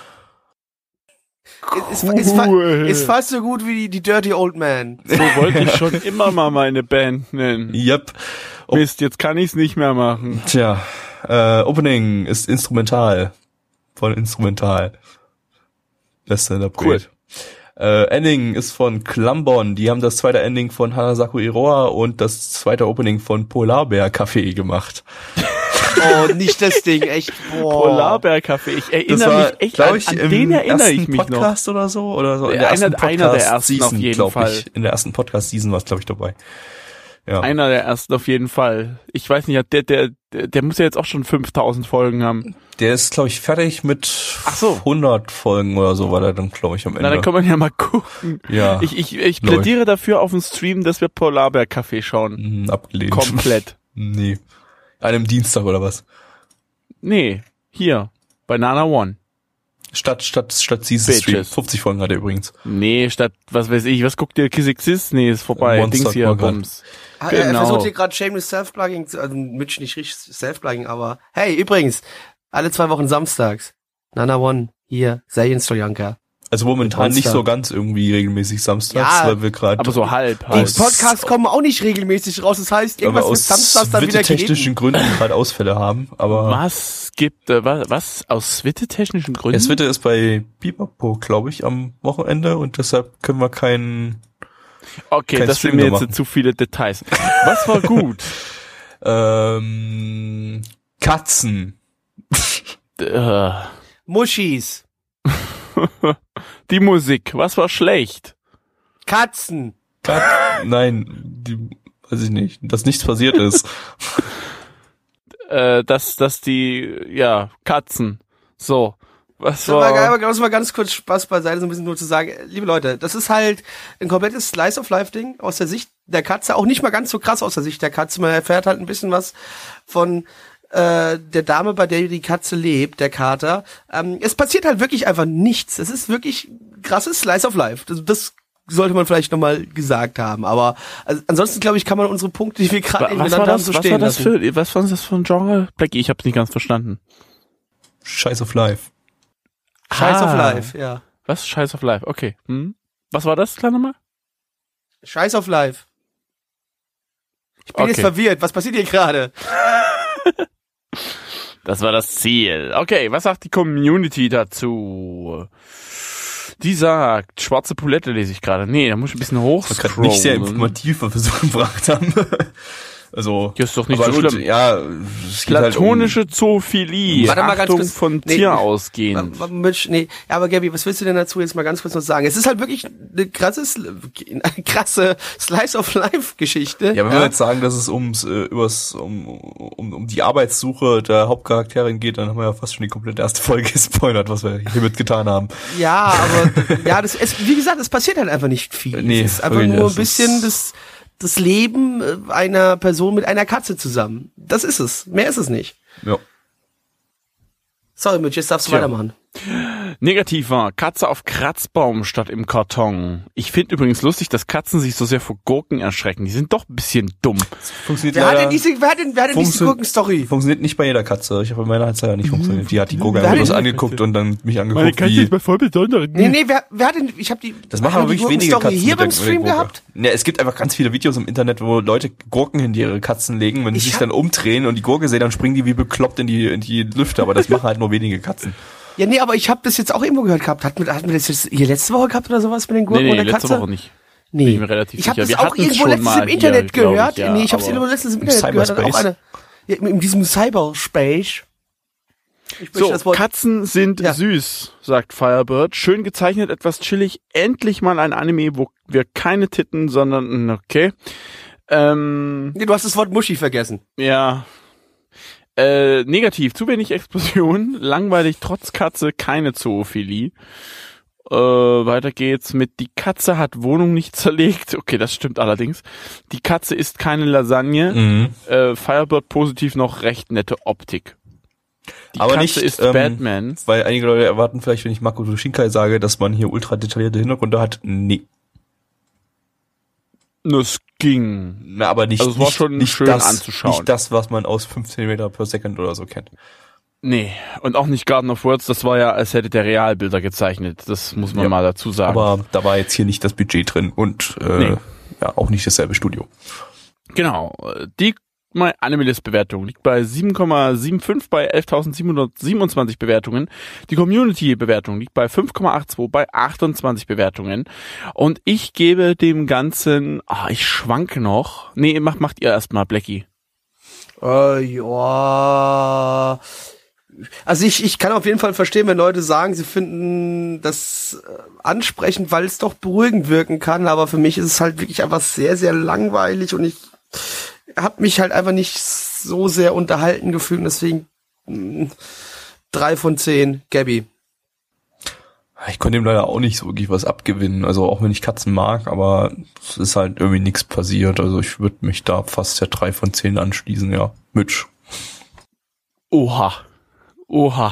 B: Ist, ist, ist, fa-
D: Cool.
B: ist fast so gut wie die, die Dirty Old Man.
D: So wollte ich schon immer mal meine Band nennen.
C: Yep. Oh,
D: Mist, jetzt kann ich's nicht mehr machen.
C: tja, äh, Opening ist instrumental. Von Instrumental. Bester Interpret. Äh, Ending ist von Clumbon. Die haben das zweite Ending von Hanasaku Iroha und das zweite Opening von Polarbär Café gemacht.
B: Oh, nicht das Ding, echt. Boah.
D: Polarbeerkaffee. Ich
C: Das
D: erinnere
C: war,
D: mich echt
C: glaube
D: an,
C: ich,
D: an
C: im
D: den erinnere
C: ersten
D: ich mich noch.
C: Podcast oder so oder so. In
D: Ja,
C: der ersten
D: einer- einer der ersten
C: Podcast-Season,
D: auf jeden
C: glaub
D: Fall.
C: Ich. In der ersten Podcast-Season war es, glaube ich, dabei. Ja.
D: Einer der ersten auf jeden Fall. Ich weiß nicht, der, der, der, der muss ja jetzt auch schon fünftausend Folgen haben.
C: Der ist, glaube ich, fertig mit
D: Ach so.
C: hundert Folgen oder so, war der dann, glaube ich, am Ende.
D: Na, dann kann man ja mal gucken.
C: ja,
D: Ich, ich, ich
C: Läuft.
D: plädiere dafür auf dem Stream, dass wir Polarbeerkaffee schauen.
C: Hm, abgelehnt.
D: Komplett.
C: Nee. An einem Dienstag oder was?
D: Nee, hier, bei Nana One.
C: Statt, statt, statt Season Stream.
D: Bitches.
C: fünfzig Folgen hat er übrigens.
D: Nee, statt, was weiß ich, was guckt ihr, Kiss Exist? Nee, ist vorbei.
C: Monster
D: Dings hier,
C: Quack.
D: Bums.
B: Ah, Er
D: Genau.
B: versucht hier gerade Shameless Self-Plugging, zu- also Mitch nicht richtig Self-Plugging, aber hey, übrigens, alle zwei Wochen samstags, Nana One, hier, Serienstojanka.
C: Also momentan
B: Monster.
C: nicht so ganz irgendwie regelmäßig samstags,
B: Ja,
C: weil wir gerade
D: Aber so halb,
B: Die
D: halt.
B: Podcasts kommen auch nicht regelmäßig raus, das heißt,
C: aber
B: irgendwas wird
C: aus
B: samstags dann wieder
C: technischen
B: gegeben.
C: Gründen gerade Ausfälle haben. Aber
D: Was gibt, äh, was, was, aus swittetechnischen Gründen?
C: es wird ist bei Pipapo, glaube ich, am Wochenende und deshalb können wir keinen
D: Okay,
C: kein
D: das sind
C: Stream
D: mir
C: mehr
D: jetzt
C: machen.
D: zu viele Details. Was war gut?
C: ähm, Katzen.
D: äh,
B: Muschis,
D: die Musik, was war schlecht?
B: Katzen,
C: Kat Nein, die, weiß ich nicht, dass nichts passiert ist.
D: Äh, dass, dass die, ja, Katzen. So. Was
B: Das war geil,
D: war,
B: aber das mal ganz kurz Spaß beiseite, so ein bisschen nur zu sagen, liebe Leute, das ist halt ein komplettes Slice-of-Life-Ding aus der Sicht der Katze, auch nicht mal ganz so krass aus der Sicht der Katze, man erfährt halt ein bisschen was von äh, der Dame, bei der die Katze lebt, der Kater. Ähm, es passiert halt wirklich einfach nichts, es ist wirklich krasses Slice-of-Life, das, das sollte man vielleicht nochmal gesagt haben, aber also, ansonsten glaube ich, kann man unsere Punkte, die wir gerade eben
D: was
B: genannt
D: war
B: haben,
D: das,
B: so
D: was
B: stehen
D: war das
B: lassen.
D: für, was war das für ein Genre? Blackie, ich hab's nicht ganz verstanden.
C: Scheiß auf Life.
B: Scheiß
D: Ah.
B: auf Life, ja.
D: Was? Scheiß auf Life, okay. Hm? Was war das, kleiner Mal?
B: Scheiß auf Life. Ich bin
D: Okay.
B: jetzt verwirrt, was passiert hier gerade?
D: Das war das Ziel. Okay, was sagt die Community dazu? Die sagt, schwarze Poulette lese ich gerade. Nee, da muss ich ein bisschen
C: Das war gerade nicht sehr
D: hochscrollen.
C: informativ, was wir so gebracht haben. Also,
D: Ja, ist doch nicht
C: aber
D: so
C: gut,
D: schlimm.
C: ja, es geht halt um,
D: Platonische Zoophilie.
B: Warte mal ganz
D: Achtung
B: kurz.
D: von
B: Nee.
D: Tier ausgehend.
B: Wa- wa- Mitch, nee, ja, aber Gabi, was willst du denn dazu jetzt mal ganz kurz noch sagen? Es ist halt wirklich eine krasse, eine krasse Slice-of-Life-Geschichte.
C: ja, wenn wir jetzt sagen, dass es ums, äh, übers, um, um, um die Arbeitssuche der Hauptcharakterin geht, dann haben wir ja fast schon die komplette erste Folge gespoilert, was wir hiermit getan haben.
B: Ja, aber, ja, das, es, wie gesagt, es passiert halt einfach nicht viel.
C: Nee,
B: es ist einfach
C: wirklich,
B: nur
C: das
B: ein bisschen
C: ist-
B: das, das Leben äh, einer Person mit einer Katze zusammen. Das ist es. Mehr ist es nicht.
C: Ja.
B: Sorry, Mitch, jetzt darfst du
D: Tja.
B: weitermachen.
D: Negativ war Katze auf Kratzbaum statt im Karton. Ich finde übrigens lustig, dass Katzen sich so sehr vor Gurken erschrecken. Die sind doch ein bisschen dumm.
C: Funktioniert
B: Wer hat
C: leider,
B: denn diese, wer hat denn, wer hat denn diese
C: Funktion-
B: Gurkenstory?
C: funktioniert nicht bei jeder Katze. Ich habe bei meiner hat's ja nicht funktioniert. Die hat die Gurke
B: Wer hat
C: einfach bloß
B: denn-
C: angeguckt und dann mich angeguckt, wie...
D: mal voll besonders.
B: Nee, nee, wer, wer hat denn, ich hab die,
C: Das machen
B: hat
C: aber
B: die
C: wirklich wenige
B: Gurkenstory
C: Katzen
B: hier
C: mit der-
B: beim
C: mit der
B: Stream
C: Gurke.
B: gehabt?
C: Ja, es gibt einfach ganz viele Videos im Internet, wo Leute Gurken hinter ihre Katzen legen. Wenn sie
B: Ich
C: sich
B: hab-
C: dann umdrehen und die Gurke sehen, dann springen die wie bekloppt in die, in die Lüfte. Aber das machen halt nur wenige Katzen.
B: Ja, nee, aber ich habe das jetzt auch irgendwo gehört gehabt. Hat mir, hat mir das jetzt hier letzte Woche gehabt oder sowas mit den
D: Nee,
B: Gurken
D: nee,
B: und der
D: letzte
B: Katze?
D: Woche nicht.
B: Nee.
D: Bin ich mir relativ
B: ich habe
D: sicher.
B: das
D: Wir
B: auch
D: hatten's
B: irgendwo
D: schon
B: letztens
D: mal
B: im Internet
D: hier, glaub
B: gehört.
D: ich, ja,
B: nee, ich habe es
D: aber-
B: irgendwo letztens im
C: Im
B: Internet gehört. Hat auch
C: Cyberspace?
B: eine, ja, in diesem Cyberspace. Ich möchte
D: So,
B: das Wort-
D: Katzen sind
B: Ja.
D: süß, sagt Firebird. Schön gezeichnet, etwas chillig. Endlich mal ein Anime, wo wir keine Titten, sondern, okay. Ähm,
B: Nee, du hast das Wort Muschi vergessen.
D: ja. Äh, negativ, zu wenig Explosion, langweilig, trotz Katze, keine Zoophilie. Äh, weiter geht's mit die Katze hat Wohnung nicht zerlegt. Okay, das stimmt allerdings. Die Katze isst keine Lasagne.
C: Mhm.
D: Äh, Firebird positiv noch recht nette Optik. Die
C: Aber
D: Katze
C: nicht,
D: ist
C: ähm,
D: Batman.
C: Weil einige Leute erwarten vielleicht, wenn ich Makoto Shinkai sage, dass man hier ultra detaillierte Hintergründe hat. Nee.
D: Es ging.
C: Na, aber nicht,
D: Also es war
C: nicht,
D: schon
C: nicht
D: schön
C: das,
D: anzuschauen.
C: Nicht das, was man aus fünfzehn Meter per Second oder so kennt.
D: Nee, und auch nicht Garden of Words, das war ja, als hätte der Realbilder gezeichnet. Das muss man
C: Ja.
D: mal dazu sagen.
C: Aber da war jetzt hier nicht das Budget drin und äh,
D: Nee.
C: ja auch nicht dasselbe Studio.
D: Genau. Die My Animalist-Bewertung liegt bei sieben Komma fünfundsiebzig bei elftausendsiebenhundertsiebenundzwanzig Bewertungen. Die Community-Bewertung liegt bei fünf Komma zweiundachtzig bei achtundzwanzig Bewertungen. Und ich gebe dem Ganzen, ah, ich schwanke noch. Nee, macht, macht ihr erstmal, Blackie.
B: Äh, ja. Also ich, ich kann auf jeden Fall verstehen, wenn Leute sagen, sie finden das äh, ansprechend, weil es doch beruhigend wirken kann, aber für mich ist es halt wirklich einfach sehr, sehr langweilig und ich habe mich halt einfach nicht so sehr unterhalten gefühlt, und deswegen mh, drei von zehn, Gabby.
C: Ich konnte ihm leider auch nicht so wirklich was abgewinnen. Also auch wenn ich Katzen mag, aber es ist halt irgendwie nichts passiert. Also ich würde mich da fast der drei von zehn anschließen, ja. Mitch.
D: Oha. Oha.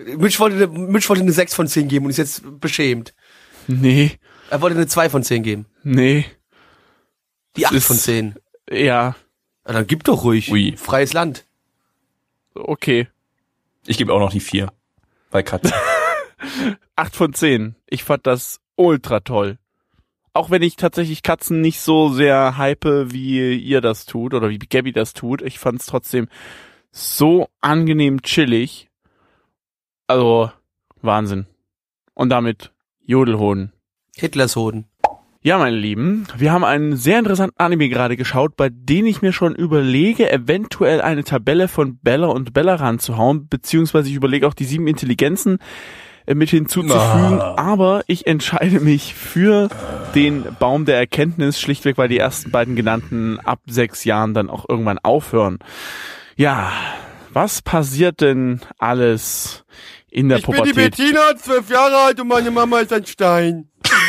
B: Mitch wollte, eine, Mitch wollte eine sechs von zehn geben und ist jetzt beschämt.
D: Nee.
B: Er wollte eine zwei von zehn geben.
D: Nee.
B: Die acht von zehn.
D: Ja.
B: Na, dann gib doch ruhig.
C: Ui.
B: Freies Land.
D: Okay.
C: Ich gebe auch noch die vier. Bei Katzen.
D: acht von zehn. Ich fand das ultra toll. Auch wenn ich tatsächlich Katzen nicht so sehr hype, wie ihr das tut oder wie Gabby das tut. Ich fand es trotzdem so angenehm chillig. Also, Wahnsinn. Und damit Jodelhoden.
B: Hitlers Hoden.
D: Ja, meine Lieben, wir haben einen sehr interessanten Anime gerade geschaut, bei dem ich mir schon überlege, eventuell eine Tabelle von Bella und Bella ranzuhauen, beziehungsweise ich überlege auch die sieben Intelligenzen mit hinzuzufügen, ah. aber ich entscheide mich für den Baum der Erkenntnis, schlichtweg, weil die ersten beiden genannten ab sechs Jahren dann auch irgendwann aufhören. Ja, was passiert denn alles in der
B: ich
D: Pubertät?
B: Ich bin die Bettina, zwölf Jahre alt und meine Mama ist ein Stein.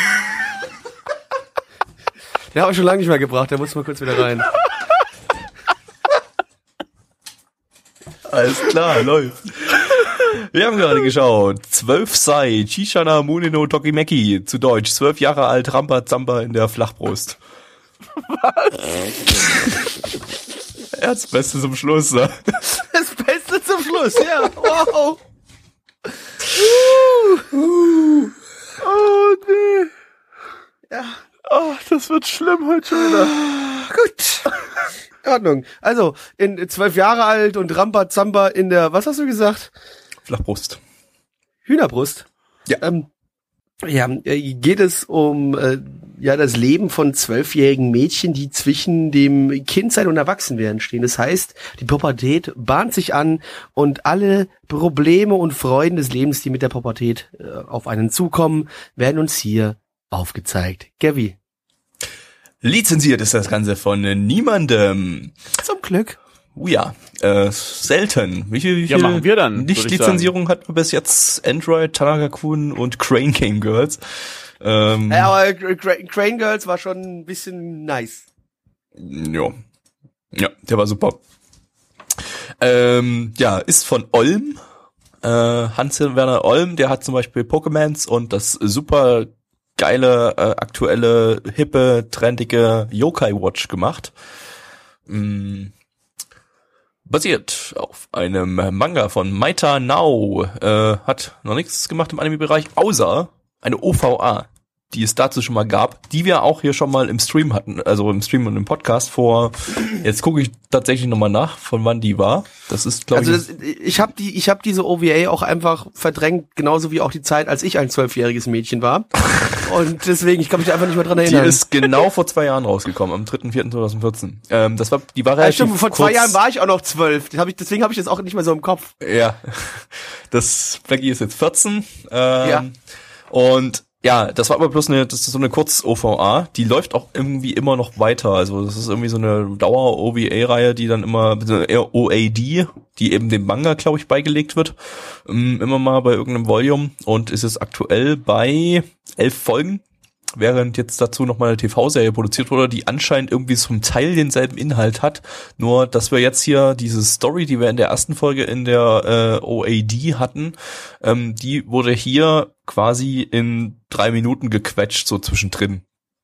B: Den habe ich schon lange nicht mehr gebracht, der muss mal kurz wieder rein.
C: Alles klar, läuft. Wir haben gerade geschaut. Zwölf Sai, Chishana Munino Tokimeki, zu Deutsch. Zwölf Jahre alt, Rampa Zamba in der Flachbrust.
D: Was?
C: Ja, das Beste zum Schluss, ne?
B: Das Beste zum Schluss, ja. Wow.
D: uh. Uh. Oh, nee. Ja. Oh, das wird schlimm heute schon wieder.
B: Gut. In Ordnung. Also, in zwölf Jahre alt und Rampa Zamba in der, was hast du gesagt?
C: Flachbrust.
B: Hühnerbrust.
C: Ja.
B: Ähm, ja, geht es um äh, ja das Leben von zwölfjährigen Mädchen, die zwischen dem Kindsein und Erwachsenwerden stehen. Das heißt, die Pubertät bahnt sich an und alle Probleme und Freuden des Lebens, die mit der Pubertät äh, auf einen zukommen, werden uns hier aufgezeigt. Gabby.
C: Lizenziert ist das Ganze von niemandem.
B: Zum Glück.
C: Oh ja, äh, selten. Wie viel, wie
D: ja,
C: viel
D: machen wir dann?
C: Nicht-Lizenzierung hatten wir bis jetzt? Android, Tanaka-kun und Crane Game Girls. Ähm,
B: ja, aber Crane Girls war schon ein bisschen nice.
C: Ja. Ja, der war super. Ähm, ja, ist von Olm. Äh, Hans-Werner Olm, der hat zum Beispiel Pokémons und das super geile, äh, aktuelle, hippe, trendige Yokai Watch gemacht. Mm. Basiert auf einem Manga von Maita Nao. Äh, hat noch nichts gemacht im Anime-Bereich, außer eine O V A, die es dazu schon mal gab, die wir auch hier schon mal im Stream hatten, also im Stream und im Podcast vor, jetzt gucke ich tatsächlich nochmal nach, von wann die war. Das ist, glaube
B: also
C: ich...
B: Das, ich habe die, ich habe diese O V A auch einfach verdrängt, genauso wie auch die Zeit, als ich ein zwölfjähriges Mädchen war. Und deswegen, ich kann mich einfach nicht mehr dran erinnern.
C: Die ist genau vor zwei Jahren rausgekommen, am dritten vierten zweitausendvierzehn. Ähm, das war, die war relativ
B: ja, stimmt, vor
C: kurz.
B: zwei Jahren war ich auch noch zwölf. Das hab ich, deswegen habe ich das auch nicht mehr so im Kopf.
C: Ja, das Blackie ist jetzt vierzehn. Ähm,
B: ja.
C: Und ja, das war aber bloß eine, das ist so eine Kurz-O V A, die läuft auch irgendwie immer noch weiter. Also das ist irgendwie so eine Dauer-O V A-Reihe, die dann immer, eher O A D, die eben dem Manga, glaube ich, beigelegt wird, immer mal bei irgendeinem Volume und ist jetzt aktuell bei elf Folgen, während jetzt dazu nochmal eine T V-Serie produziert wurde, die anscheinend irgendwie zum Teil denselben Inhalt hat, nur dass wir jetzt hier diese Story, die wir in der ersten Folge in der äh, O A D hatten, ähm, die wurde hier quasi in drei Minuten gequetscht, so zwischendrin.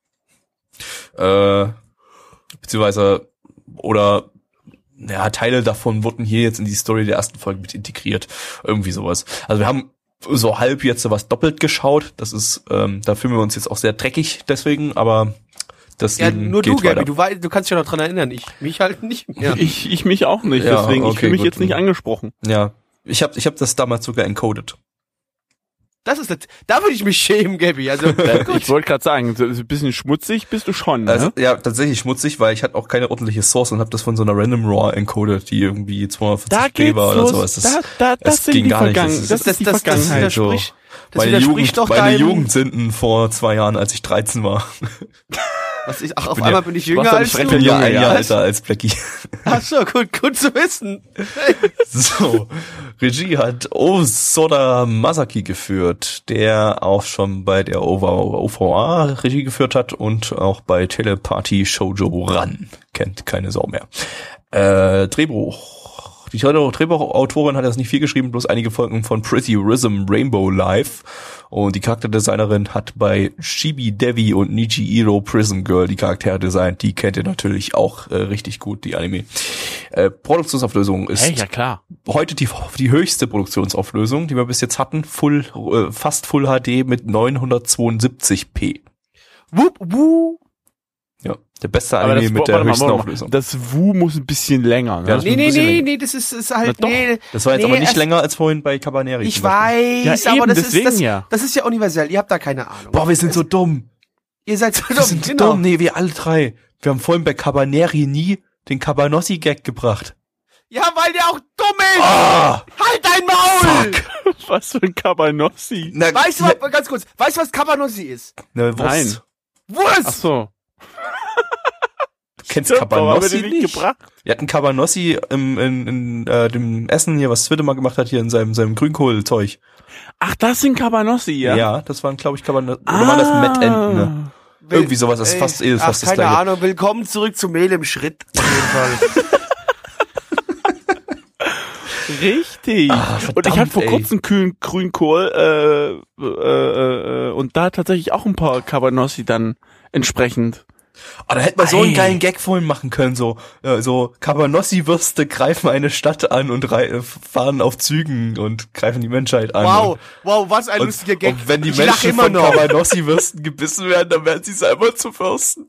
C: Äh, beziehungsweise, oder ja, Teile davon wurden hier jetzt in die Story der ersten Folge mit integriert. Irgendwie sowas. Also wir haben so halb jetzt sowas doppelt geschaut. Das ist, ähm, da fühlen wir uns jetzt auch sehr dreckig deswegen, aber das
B: ja,
C: Leben
B: nur
C: geht
B: du, Gabby,
C: weiter.
B: du, wei- du kannst dich ja noch dran erinnern. Ich mich halt nicht mehr.
D: Ich, ich mich auch nicht,
C: Ja,
D: deswegen, ich
C: okay,
D: fühle mich
C: gut.
D: jetzt nicht angesprochen.
C: Ja, ich habe ich hab das damals sogar encoded.
B: Das ist das, da würde ich mich schämen, Gabby. Also
D: Äh,
B: gut.
D: ich wollte gerade sagen, so ein bisschen schmutzig bist du schon, ne?
C: Also, ja, tatsächlich schmutzig, weil ich hatte auch keine ordentliche Source und habe das von so einer Random Raw encoded, die irgendwie zweihundertvierzig B war oder sowas. Das,
D: da, da, das
C: das
D: sind
C: ging
D: die
C: gar nicht.
D: Vergangen,
C: Das
D: das,
C: ist-
D: ist die
B: das- das- das
D: Vergangenheit.
C: so.
B: widerspricht- das
C: meine
B: widerspricht
C: Jugend,
B: doch
C: meine
B: deinem-
C: Jugendsünden vor zwei Jahren, als ich dreizehn war.
B: Was ist, ach, auf
C: bin
B: einmal
C: ja-
B: bin ich
D: du warst
B: jünger
D: ein
B: als
D: frecher
B: du.
C: Ich bin ja
D: Junge,
C: ein
D: ja.
C: Jahr älter als Blackie.
B: Ach so, gut, gut zu wissen.
C: So, Regie hat Osoda Masaki geführt, der auch schon bei der O V A Regie geführt hat und auch bei Telepathy Shoujo Run. Kennt keine Sau mehr. Äh, Drehbuch Die Drehbuchautorin hat jetzt nicht viel geschrieben, bloß einige Folgen von Pretty Rhythm Rainbow Live. Und die Charakterdesignerin hat bei Chibi Devi und Nichihiro Prison Girl die Charaktere designt. Die kennt ihr natürlich auch äh, richtig gut, die Anime. Äh, Produktionsauflösung ist
D: Hey, ja klar.
C: heute die, die höchste Produktionsauflösung, die wir bis jetzt hatten. Full, äh, fast Full H D mit neunhundertzweiundsiebzig p.
B: Wup, wup.
C: Ja, der beste
D: Aber
C: Anime
D: das,
C: mit der
D: warte mal,
C: höchsten
D: warte mal.
C: Auflösung.
D: Das W muss ein bisschen länger. Ne?
C: Ja,
B: Nee,
C: ein
B: nee,
C: bisschen
B: nee,
C: länger.
B: nee, das ist, ist halt,
D: Na doch.
B: nee.
C: Das war jetzt
B: nee,
C: aber nicht
B: erst-
C: länger als vorhin bei Cabaneri.
B: Ich
C: zum Beispiel.
B: weiß,
D: Ja,
B: aber
D: eben,
B: das
D: deswegen
B: ist, das,
D: ja.
B: das ist ja universell. Ihr habt da keine Ahnung.
C: Boah, wir sind so dumm.
B: Ihr seid so
C: Wir
B: dumm,
C: sind
B: genau.
C: dumm. Nee, wir alle drei. Wir haben vorhin bei Cabaneri nie den Cabanossi-Gag gebracht.
B: Ja, weil der auch dumm ist.
C: Ah!
B: Halt dein Maul!
C: Fuck!
D: Was für ein Cabanossi.
C: Na,
B: Weißt du, was, ganz kurz, weißt du, was Cabanossi ist?
C: ne, Wurst.
D: Nein.
B: Wurst!
D: Ach so.
C: Du kennst
D: Warum haben wir
C: Cabanossi
D: den
C: nicht?
D: nicht gebracht?
C: Wir hatten Cabanossi im, in, in äh, dem Essen hier, was Twitter mal gemacht hat, hier in seinem, seinem Grünkohlzeug.
D: Ach, das sind Cabanossi, ja?
C: Ja, das waren, glaube ich, Cabanossi.
D: Ah.
C: Oder waren das Mettenten, ne?
B: Will-
C: Irgendwie sowas, das ist
B: Ey,
C: fast eh
B: ach,
C: fast das
B: keine
C: gleiche.
B: Ahnung, willkommen zurück zu Mehl im Schritt. Auf jeden Fall.
D: Richtig.
C: Ah,
D: und ich hatte vor
C: ey.
D: kurzem kühlen Grünkohl äh, äh, äh, und da tatsächlich auch ein paar Cabanossi dann entsprechend.
C: Oh, da hätte man so einen
D: Ey.
C: geilen Gag vorhin machen können, so, äh, so Cabanossi-Würste greifen eine Stadt an und rei- äh, fahren auf Zügen und greifen die Menschheit an.
B: Wow,
C: Und,
B: wow, was ein
C: und,
B: lustiger Gag.
C: und wenn die
B: ich lach
C: Menschen
B: immer
C: von
B: noch.
C: Cabanossi-Würsten gebissen werden, dann werden sie selber zu Fürsten.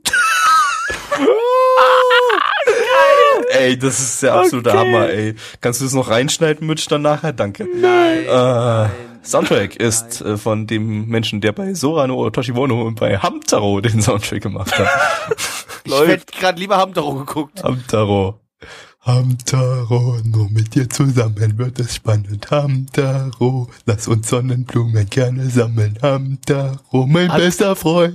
C: Ey, das ist der absolute
D: Okay.
C: Hammer, ey. Kannst du das noch reinschneiden, Mitch, dann nachher? Danke.
B: Nein.
C: Äh, Soundtrack ist äh, von dem Menschen, der bei Sorano Toshiwono und bei Hamtaro den Soundtrack gemacht hat.
B: Ich hätte gerade lieber Hamtaro geguckt.
C: Hamtaro. Hamtaro, nur mit dir zusammen wird es spannend. Hamtaro, lass uns Sonnenblumen gerne sammeln. Hamtaro, mein
B: Hat-
C: bester Freund.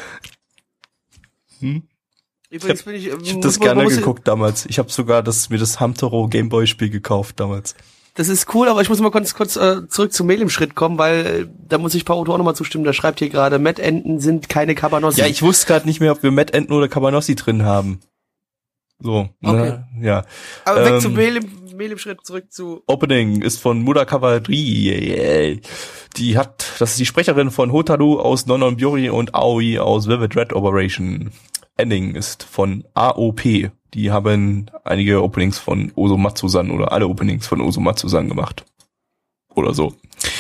B: Übrigens bin ich,
C: Ich hab das gerne geguckt damals. Ich habe sogar das, mir das Hamtaro Gameboy-Spiel gekauft damals.
B: Das ist cool, aber ich muss mal kurz, kurz äh, zurück zu Mehl im Schritt kommen, weil äh, da muss ich Paolo auch nochmal zustimmen. Da schreibt hier gerade, Mettenten sind keine Cabanossi.
C: Ja, ich wusste gerade nicht mehr, ob wir Mettenten oder Cabanossi drin haben. So, ne? Ja.
B: aber weg
C: ähm,
B: zu Mehl im, Mehl im Schritt, zurück zu...
C: Opening ist von Muda Kawadri. Die hat, das ist die Sprecherin von Hotaru aus Nonon Byori und Aoi aus Vivid Red Operation. Ending ist von A O P. Die haben einige Openings von Osomatsu-san oder alle Openings von Osomatsu-san gemacht. Oder so.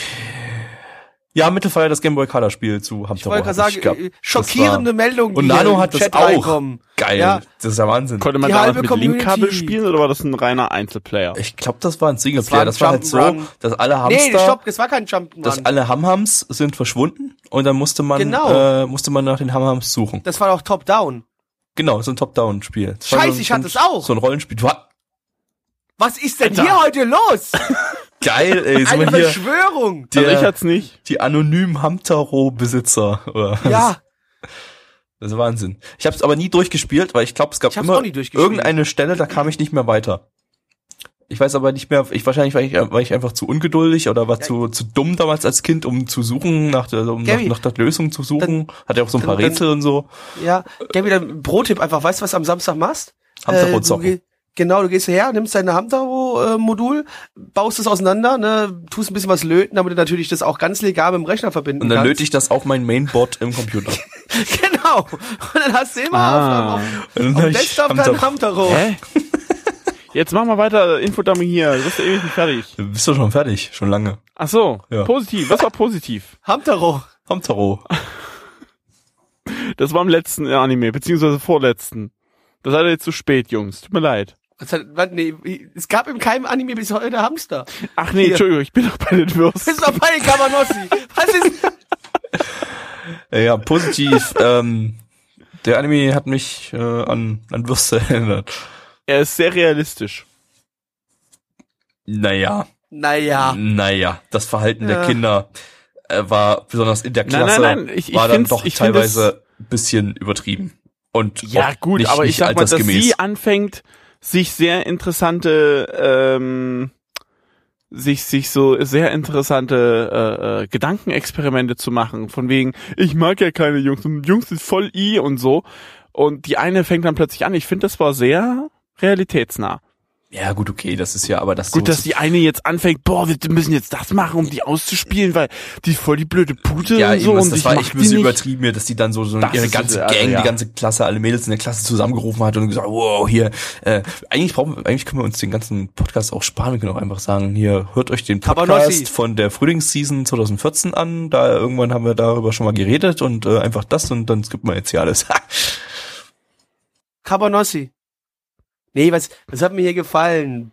C: Ja, Mittelfeier das Game Boy Color Spiel zu
B: Ich
C: Hamtaro.
B: wollte gerade
C: hab ich
B: sagen,
C: gehabt.
B: äh, schockierende
C: Das war-
B: Meldungen,
C: Und
B: die hier
C: Nano
B: im
C: hat das
B: Chat
C: auch.
B: reinkommen.
C: Geil.
B: Ja.
C: Das ist ja Wahnsinn.
D: Konnte man
B: Die
D: damals
B: halbe
D: mit
B: Community-
D: Linkkabel spielen oder war das ein reiner Einzelplayer?
C: Ich glaube, das war ein
B: Das war
C: Singleplayer.
B: ein
C: Das war halt so,
B: Jump'n'Run.
C: dass alle Hamster,
B: Nee, stopp, das war kein Jump'n'Run.
C: dass alle Hamhams sind verschwunden und dann musste man,
B: Genau.
C: äh, musste man nach den Hamhams suchen.
B: Das war doch Top-Down.
C: Genau, so ein Top-Down-Spiel. Das war
B: Scheiße,
C: so ein-
B: ich hatte
C: so ein-
B: es auch.
C: So ein Rollenspiel. Du hast,
B: Was ist denn
D: Alter.
B: hier heute los?
C: geil, ey, sind
B: Eine
C: wir hier
B: Verschwörung.
C: die,
D: Also ich hat's nicht.
C: die anonymen Hamtaro-Besitzer. Oder?
B: Ja,
C: Das ist Wahnsinn. Ich habe es aber nie durchgespielt, weil ich glaube, es gab
B: Ich hab's
C: immer
B: auch nie durchgespielt.
C: irgendeine Stelle, da kam ich nicht mehr weiter. Ich weiß aber nicht mehr, ich wahrscheinlich war ich, war ich einfach zu ungeduldig oder war
B: Ja.
C: zu, zu dumm damals als Kind, um zu suchen, nach der, um nach,
B: Gabby,
C: nach der Lösung zu suchen. Hat ja auch so ein paar
B: dann- dann-
C: Rätsel und so.
B: ja. Geh wieder ein Pro-Tipp einfach. Weißt du, was du am Samstag machst?
C: Hamtaro
B: du
C: zocken.
B: geh- Genau, du gehst her, nimmst dein Hamtaro-Modul, baust es auseinander, ne, tust ein bisschen was löten, damit du natürlich das auch ganz legal mit dem Rechner verbinden
C: Und dann
B: kannst.
C: löte ich das auf mein Mainboard im Computer.
B: Genau. Und dann hast du immer
D: Ah.
B: auf, auf,
C: Und dann
B: auf
C: hab
B: dem
C: ich
B: Desktop
C: Hamtaro.
B: dein Hamtaro.
D: Hä? Jetzt machen wir weiter, Infodummy hier. Du bist ja ewig nicht fertig.
C: Du bist doch schon fertig, schon lange.
D: Ach so,
C: Ja.
D: positiv. Was war positiv?
B: Hamtaro.
C: Hamtaro.
D: Das war im letzten Anime, beziehungsweise vorletzten. Das seid ihr jetzt zu spät, Jungs. Tut mir leid.
B: Was hat, was, nee, es gab in keinem Anime bis heute Hamster.
D: Ach nee,
B: Hier.
D: Entschuldigung, ich bin noch bei den
B: Das
D: Würsten.
B: ist doch bei den Cabanossi. Was ist...
C: Äh, Ja, positiv. ähm, der Anime hat mich äh, an, an Würste erinnert.
D: Er ist sehr realistisch.
C: Naja,
B: Naja.
C: naja, das Verhalten der
B: Ja.
C: Kinder äh, war besonders in der
D: Nein,
C: Klasse
D: nein, nein, ich- ich
C: war dann
D: find's-
C: doch
D: ich find
C: teilweise ein bisschen übertrieben. Und
D: Ja
C: auch
D: gut,
C: nicht,
D: aber ich
C: nicht
D: sag mal, dass
C: altersgemäß.
D: sie anfängt, sich sehr interessante, ähm, sich sich so sehr interessante äh, äh, Gedankenexperimente zu machen, von wegen, ich mag ja keine Jungs und Jungs ist voll i und so. Und die eine fängt dann plötzlich an. Ich finde, das war sehr realitätsnah.
C: Ja, gut, okay, das ist ja, aber das
D: Gut,
C: so
D: dass die eine jetzt anfängt, boah, wir müssen jetzt das machen, um die auszuspielen, weil die ist voll die blöde Pute
C: ja,
D: und so.
C: eben, das,
D: und
C: das
D: ich
C: war
D: mach
C: echt ein
D: die
C: bisschen
D: nicht.
C: übertrieben, ja, dass die dann so, so
D: Das
C: ihre
D: ist-
C: ganze
D: also,
C: Gang,
D: ja.
C: die ganze Klasse, alle Mädels in der Klasse zusammengerufen hat und gesagt, wow, hier, äh, eigentlich brauchen wir, eigentlich können wir uns den ganzen Podcast auch sparen, wir können auch einfach sagen, hier, hört euch den Podcast
B: Cabanossi.
C: von der Frühlingsseason zwanzig vierzehn an, da irgendwann haben wir darüber schon mal geredet und äh, einfach das und dann skippt man jetzt hier alles.
B: Cabanossi. Nee, was, was hat mir hier gefallen?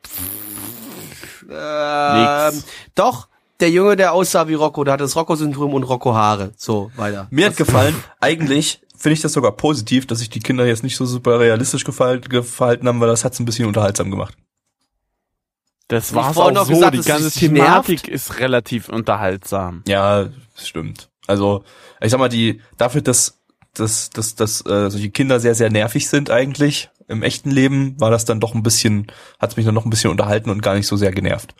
B: Ähm,
D: Nix.
B: doch, der Junge, der aussah wie Rocco, der hatte das Rocco-Syndrom und Rocco-Haare. So, weiter.
C: Mir hat gefallen, eigentlich finde ich das sogar positiv, dass sich die Kinder jetzt nicht so super realistisch gefallen, gehalten haben, weil das hat's ein bisschen unterhaltsam gemacht.
D: Das
B: Ich
D: war's
B: vorhin
D: auch
B: noch
D: so,
B: gesagt,
D: die
B: dass
D: ganze
B: es dich
D: Thematik ist relativ unterhaltsam.
C: Ja, das stimmt. Also, ich sag mal, die, dafür, dass, dass, dass, dass äh, solche Kinder sehr, sehr nervig sind eigentlich, im echten Leben war das dann doch ein bisschen, hat's mich dann noch ein bisschen unterhalten und gar nicht so sehr genervt.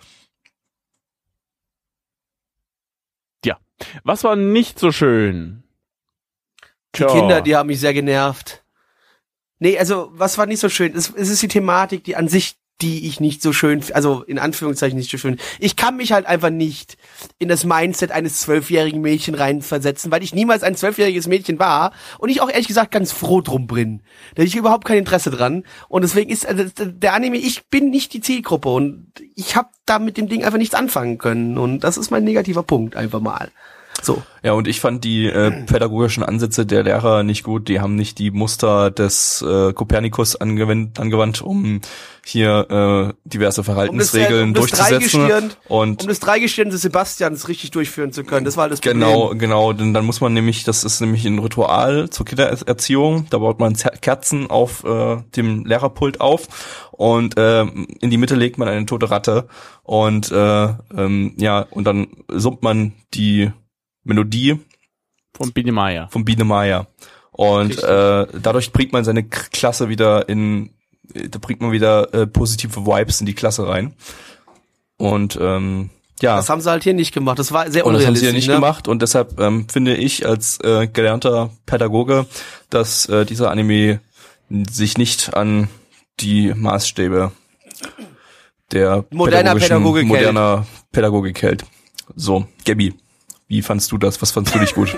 D: Was war nicht so schön?
B: Die
D: Tja.
B: Kinder, die haben mich sehr genervt. Nee, also, was war nicht so schön? Es, es ist die Thematik, die an sich, die ich nicht so schön, also in Anführungszeichen nicht so schön. Ich kann mich halt einfach nicht in das Mindset eines zwölfjährigen Mädchen reinversetzen, weil ich niemals ein zwölfjähriges Mädchen war und ich auch ehrlich gesagt ganz froh drum bin. Da habe ich überhaupt kein Interesse dran und deswegen ist also, der Anime, ich bin nicht die Zielgruppe und ich habe da mit dem Ding einfach nichts anfangen können und das ist mein negativer Punkt einfach mal. So.
C: Ja, und ich fand die äh, pädagogischen Ansätze der Lehrer nicht gut. Die haben nicht die Muster des äh, Kopernikus angewendet, angewandt, um hier äh, diverse Verhaltensregeln
B: um das, um das
C: durchzusetzen.
B: Dreigestirn,
C: Und
B: um das Dreigestirn des Sebastians richtig durchführen zu können. Das war das Problem.
C: Genau, genau, denn dann muss man nämlich, das ist nämlich ein Ritual zur Kindererziehung, da baut man Zer- Kerzen auf äh, dem Lehrerpult auf und äh, in die Mitte legt man eine tote Ratte und äh, ähm, ja, und dann summt man die Melodie
D: Von Biene Meier.
C: von Biene Meier und
B: Richtig.
C: äh, dadurch bringt man seine K- Klasse wieder in, da bringt man wieder äh, positive Vibes in die Klasse rein und ähm, ja.
B: Das haben sie halt hier nicht gemacht. Das war sehr
C: Und das haben
B: unrealistisch.
C: sie ja nicht
B: ne?
C: gemacht und deshalb ähm, finde ich als äh, gelernter Pädagoge, dass äh, dieser Anime sich nicht an die Maßstäbe der
B: Moderner
C: pädagogischen-
B: Pädagogik
C: moderner Pädagogik hält. So, Gabi, wie fandst du das? Was fandst du dich gut?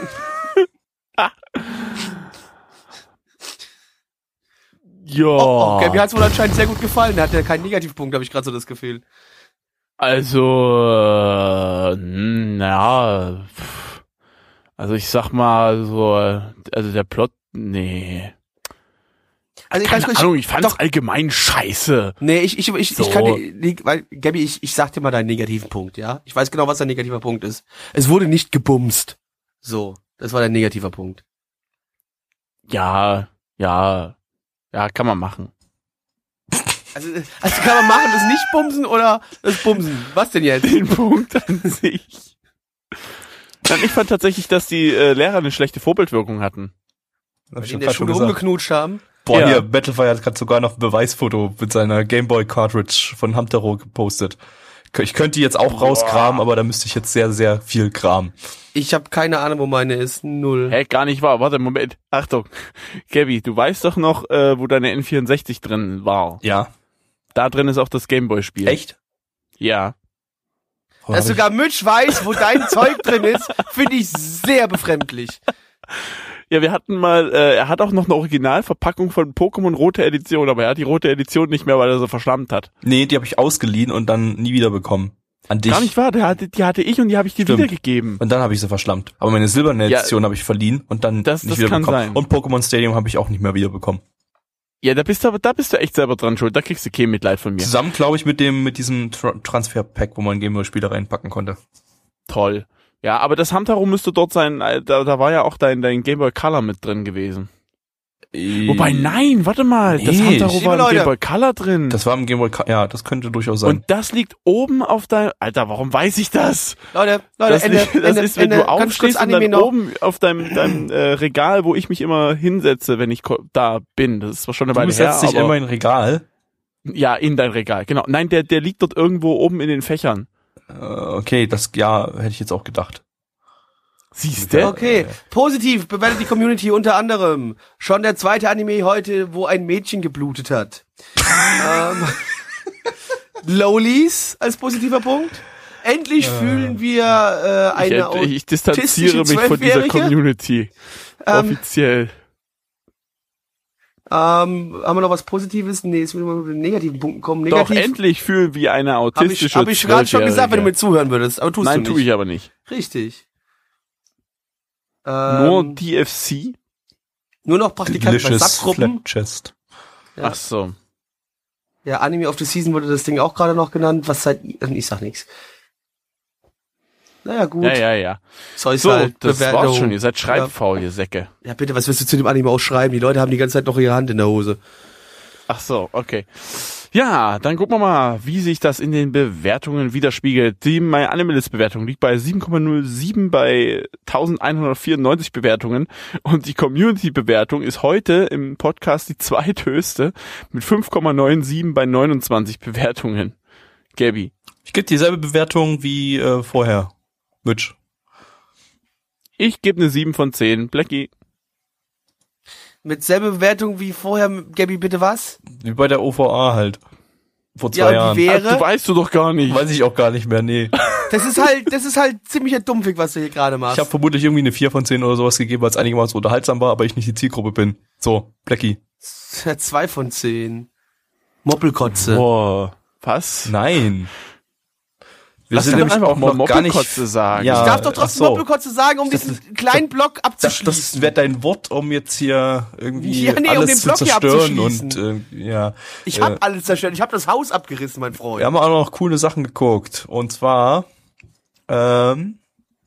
D: Ja.
B: Oh, oh, Gabi hat's wohl anscheinend sehr gut gefallen. Er hat ja keinen Negativpunkt, habe ich gerade so das Gefühl.
D: Also, äh, hm, naja, pff. also ich sag mal so, also der Plot, nee.
B: Also ich
D: Keine
B: weiß nicht,
D: Ahnung, ich fand's
B: doch,
D: allgemein scheiße.
B: nee, ich ich ich,
D: So.
B: ich kann dir- weil Gabi, ich ich sag dir mal deinen negativen Punkt, ja? Ich weiß genau, was dein negativer Punkt ist. Es wurde nicht gebumst. So, das war dein negativer Punkt.
D: Ja, ja, ja, kann man machen.
B: Also, also kann man machen, das nicht bumsen oder das bumsen? Was denn jetzt?
D: Den Punkt an sich. Nein, ich fand tatsächlich, dass die äh, Lehrer eine schlechte Vorbildwirkung hatten.
C: Hab
B: Weil
C: ich
B: die in
C: doch
B: der
C: grad schon
B: Schule
C: gesagt.
B: rumgeknutscht haben.
C: Boah,
D: Ja.
C: hier, Battlefire hat gerade sogar noch ein Beweisfoto mit seiner Gameboy Cartridge von Hamtaro gepostet. Ich könnte die jetzt auch rauskramen, aber da müsste ich jetzt sehr, sehr viel kramen.
B: Ich habe keine Ahnung, wo meine ist. Null.
D: Hä, gar nicht wahr. Warte, Moment. Achtung. Gabi, du weißt doch noch, äh, wo deine N vierundsechzig drin war.
C: Ja.
D: Da drin ist auch das Gameboy-Spiel.
C: Echt?
D: Ja.
B: Dass sogar Mitch weiß, wo dein Zeug drin ist, finde ich sehr befremdlich.
D: Ja, wir hatten mal, äh, er hat auch noch eine Originalverpackung von Pokémon Rote Edition, aber er hat die Rote Edition nicht mehr, weil er sie verschlammt hat.
C: Nee, die habe ich ausgeliehen und dann nie wieder bekommen. An dich.
D: Gar nicht wahr, der hatte, die hatte ich und die habe ich dir
C: Stimmt.
D: wiedergegeben.
C: Und dann habe ich sie verschlammt. Aber meine silberne
D: Ja,
C: Edition habe ich verliehen und dann
D: das-
C: nicht
D: das
C: wieder
D: kann
C: bekommen.
D: sein.
C: Und Pokémon Stadium habe ich auch nicht mehr wiederbekommen.
D: Ja, da bist du aber, da bist du echt selber dran schuld. Da kriegst du kein Mitleid von mir.
C: Zusammen, glaube ich, mit dem mit diesem Tra- Transfer-Pack, wo man Gameboy-Spiele reinpacken konnte.
D: Toll. Ja, aber das Hamtaro müsste dort sein, äh, da, da war ja auch dein, dein Game Boy Color mit drin gewesen. Wobei, nein, warte mal, das
C: Nee.
D: Hamtaro
B: Liebe
D: war im
B: Leute,
D: Game Boy Color drin.
C: Das war im Gameboy, Ka- ja, das könnte durchaus sein.
D: Und das liegt oben auf deinem, Alter, warum weiß ich das?
B: Leute, Leute,
D: Das,
B: Ende,
D: liegt, das
B: Ende,
D: ist, wenn
B: Ende,
D: du
B: ganz kurz
D: aufstehst und
B: Anime
D: dann
B: noch.
D: oben auf deinem, deinem äh, Regal, wo ich mich immer hinsetze, wenn ich ko- da bin. Das ist zwar schon eine
C: du
D: Weile her,
C: setzt dich
D: aber
C: immer in ein Regal.
D: ja, in dein Regal, genau. Nein, der, der liegt dort irgendwo oben in den Fächern.
C: Äh, okay, das, ja, hätte ich jetzt auch gedacht.
D: Siehst du?
B: Okay, positiv bewertet die Community unter anderem schon der zweite Anime heute, wo ein Mädchen geblutet hat. ähm, Lowlies als positiver Punkt. Endlich äh. fühlen wir äh, eine
D: Ich, ich distanziere mich von dieser Community. Ähm, Offiziell.
B: Ähm, haben wir noch was Positives? Nee, jetzt müssen wir mit den negativen Punkten kommen. Negativ.
D: Doch, endlich fühlen wir eine autistische
B: Hab ich, hab ich gerade schon gesagt, wenn du mir zuhören würdest. Aber tust
D: Nein,
B: du nicht.
D: tue ich aber nicht.
B: Richtig.
D: Nur
B: Ähm,
D: D F C?
B: Nur noch Praktikanten bei Subgruppen.
C: Ja.
D: Ach so.
B: Ja, Anime of the Season wurde das Ding auch gerade noch genannt. Was seid ihr? Ich sag nichts. Naja, gut.
D: Ja, ja, ja.
B: So, ist
D: So,
B: halt
D: das
B: Bewertung.
D: war's schon. Ihr seid schreibfaul, ihr Säcke.
B: Ja, bitte, was willst du zu dem Anime auch schreiben? Die Leute haben die ganze Zeit noch ihre Hand in der Hose.
D: Ach so, okay. Ja, dann gucken wir mal, wie sich das in den Bewertungen widerspiegelt. Die MyAnimalist-Bewertung liegt bei sieben Komma null sieben bei elfhundertvierundneunzig Bewertungen und die Community-Bewertung ist heute im Podcast die zweithöchste mit fünf Komma neunundsiebzig bei neunundzwanzig Bewertungen. Gabi.
C: Ich gebe dieselbe Bewertung wie äh, vorher. Mitch.
D: Ich gebe eine sieben von zehn. Blackie.
B: Mit selbe Bewertung wie vorher, Gabi, bitte was?
C: Wie bei der O V A halt. Vor zwei
B: Ja, und
C: Jahren.
B: die wäre?
D: Ach, du weißt du doch gar nicht.
C: Weiß ich auch gar nicht mehr, nee.
B: Das ist halt, das ist halt ziemlicher Dummweg, was du hier gerade machst.
C: Ich habe vermutlich irgendwie eine vier von zehn oder sowas gegeben, weil es einigermaßen unterhaltsam war, aber ich nicht die Zielgruppe bin. So, Blackie.
B: zwei von zehn. Moppelkotze.
D: Boah. Was?
C: Nein. Wir
D: Lass
C: sind
D: doch
C: nämlich
D: einfach
C: auch
D: mal
C: noch gar nicht.
D: Moppelkotze sagen.
C: Ja,
B: Ich darf doch trotzdem
C: ach so.
B: Moppelkotze sagen, um
C: Das
B: diesen kleinen Block
C: Das,
B: abzuschließen.
C: das wäre dein Wort, um jetzt hier irgendwie
B: Ja, nee, um
C: alles
B: den
C: zu
B: Block hier
C: zerstören
B: abzuschließen.
C: und äh, ja.
B: Ich
C: äh,
B: hab alles zerstört. Ich hab das Haus abgerissen, mein Freund.
C: Wir haben auch noch coole Sachen geguckt. Und zwar, ähm,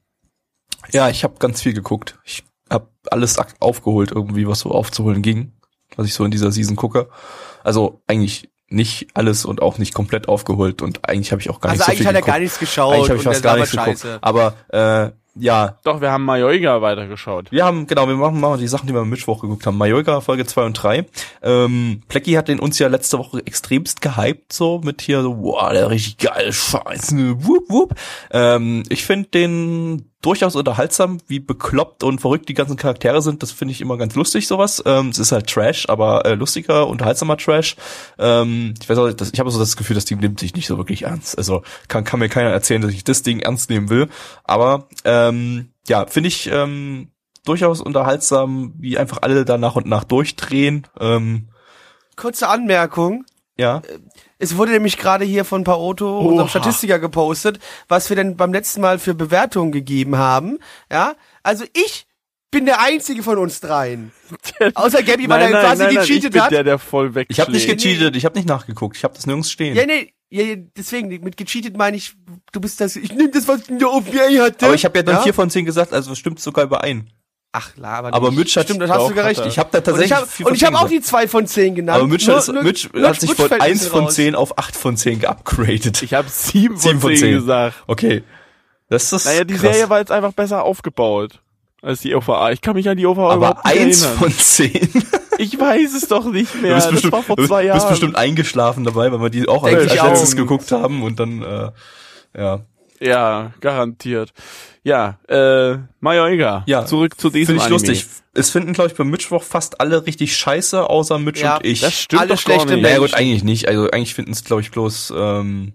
C: ja, ich habe ganz viel geguckt. Ich habe alles aufgeholt irgendwie, was so aufzuholen ging, was ich so in dieser Season gucke. Also eigentlich nicht alles und auch nicht komplett aufgeholt und eigentlich habe ich auch gar
B: also
C: nicht so
B: eigentlich
C: viel
B: hat er
C: geguckt.
B: gar nichts geschaut.
C: Eigentlich habe ich
B: und
C: fast
B: der
C: gar
B: war
C: nichts geguckt.
B: scheiße.
C: Aber äh, ja,
D: Doch, wir haben Majoiga weitergeschaut.
C: wir haben, genau, wir machen mal die Sachen, die wir am Mittwoch geguckt haben. Majoiga, Folge zwei und drei. Ähm, Plecki hat den uns ja letzte Woche extremst gehypt, so mit hier so, wow, der richtig geil, scheiße, wup, wup. Ähm, ich finde den durchaus unterhaltsam, wie bekloppt und verrückt die ganzen Charaktere sind. Das finde ich immer ganz lustig, sowas. Ähm, es ist halt Trash, aber äh, lustiger, unterhaltsamer Trash. Ähm, ich weiß auch, das, ich habe so das Gefühl, das Ding nimmt sich nicht so wirklich ernst. Also kann, kann mir keiner erzählen, dass ich das Ding ernst nehmen will. Aber ähm, ja, finde ich ähm, durchaus unterhaltsam, wie einfach alle da nach und nach durchdrehen. Ähm,
B: Kurze Anmerkung.
C: ja.
B: Es wurde nämlich gerade hier von Paoto, unserem Statistiker, gepostet, was wir denn beim letzten Mal für Bewertungen gegeben haben. Ja, also ich bin der einzige von uns dreien. Außer Gabi, weil
D: Nein,
B: er
D: nein,
B: quasi
D: nein, nein,
B: gecheatet
D: ich bin
B: hat.
D: der, der voll wegschlägt.
C: Ich habe nicht gecheatet, ich habe nicht nachgeguckt, ich habe das nirgends stehen.
B: Ja, nee, ja, ja, deswegen, mit gecheatet meine ich, du bist das, ich nehme das, was der O P A hatte.
C: Aber ich habe ja dann
B: ja?
C: vier von zehn gesagt, also es stimmt sogar überein.
B: Ach, laber
C: Aber
B: nicht.
C: Mitch hat
B: Stimmt, das hast
C: doch,
B: du sogar recht.
C: Ich habe da
B: Und ich
C: tatsächlich
B: habe
C: vier
B: und
C: von
B: ich habe
C: zehn
B: auch die zwei von zehn genannt.
C: Aber Mitch,
B: Nur-
C: ist,
B: nur-
C: Mitch
B: nur
C: hat sich
B: Mitch
C: von
B: fällt ein
C: eins
B: bisschen
C: von
B: raus.
C: zehn auf acht von zehn geupgradet.
D: Ich habe sieben
C: sieben
D: von zehn gesagt.
C: Okay. Das ist
D: Naja, die
C: krass.
D: Serie war jetzt einfach besser aufgebaut als die O V A. Ich kann mich an die O V A überhaupt
C: Aber
D: nicht
C: eins
D: erinnern.
C: von zehn.
D: Ich weiß es doch nicht mehr.
C: Du bist
D: Das
C: bestimmt,
D: war vor
C: du
D: zwei Jahren.
C: bist bestimmt eingeschlafen dabei, weil wir die auch
B: Denk
C: als,
B: ich
C: als letztes
B: auch.
C: geguckt haben und dann, äh, ja.
D: Ja, garantiert. Ja, äh, Majoiga.
C: Ja,
D: Zurück zu diesem
C: Finde ich
D: Anime.
C: lustig. Es finden, glaube ich, beim Mittwoch fast alle richtig scheiße, außer Mitch
B: Ja,
C: und ich.
D: Das stimmt
B: Alle
D: doch gar
B: schlechte
D: nicht.
C: Naja gut,
B: Menschen.
C: eigentlich nicht. Also eigentlich finden es, glaube ich, bloß, ähm,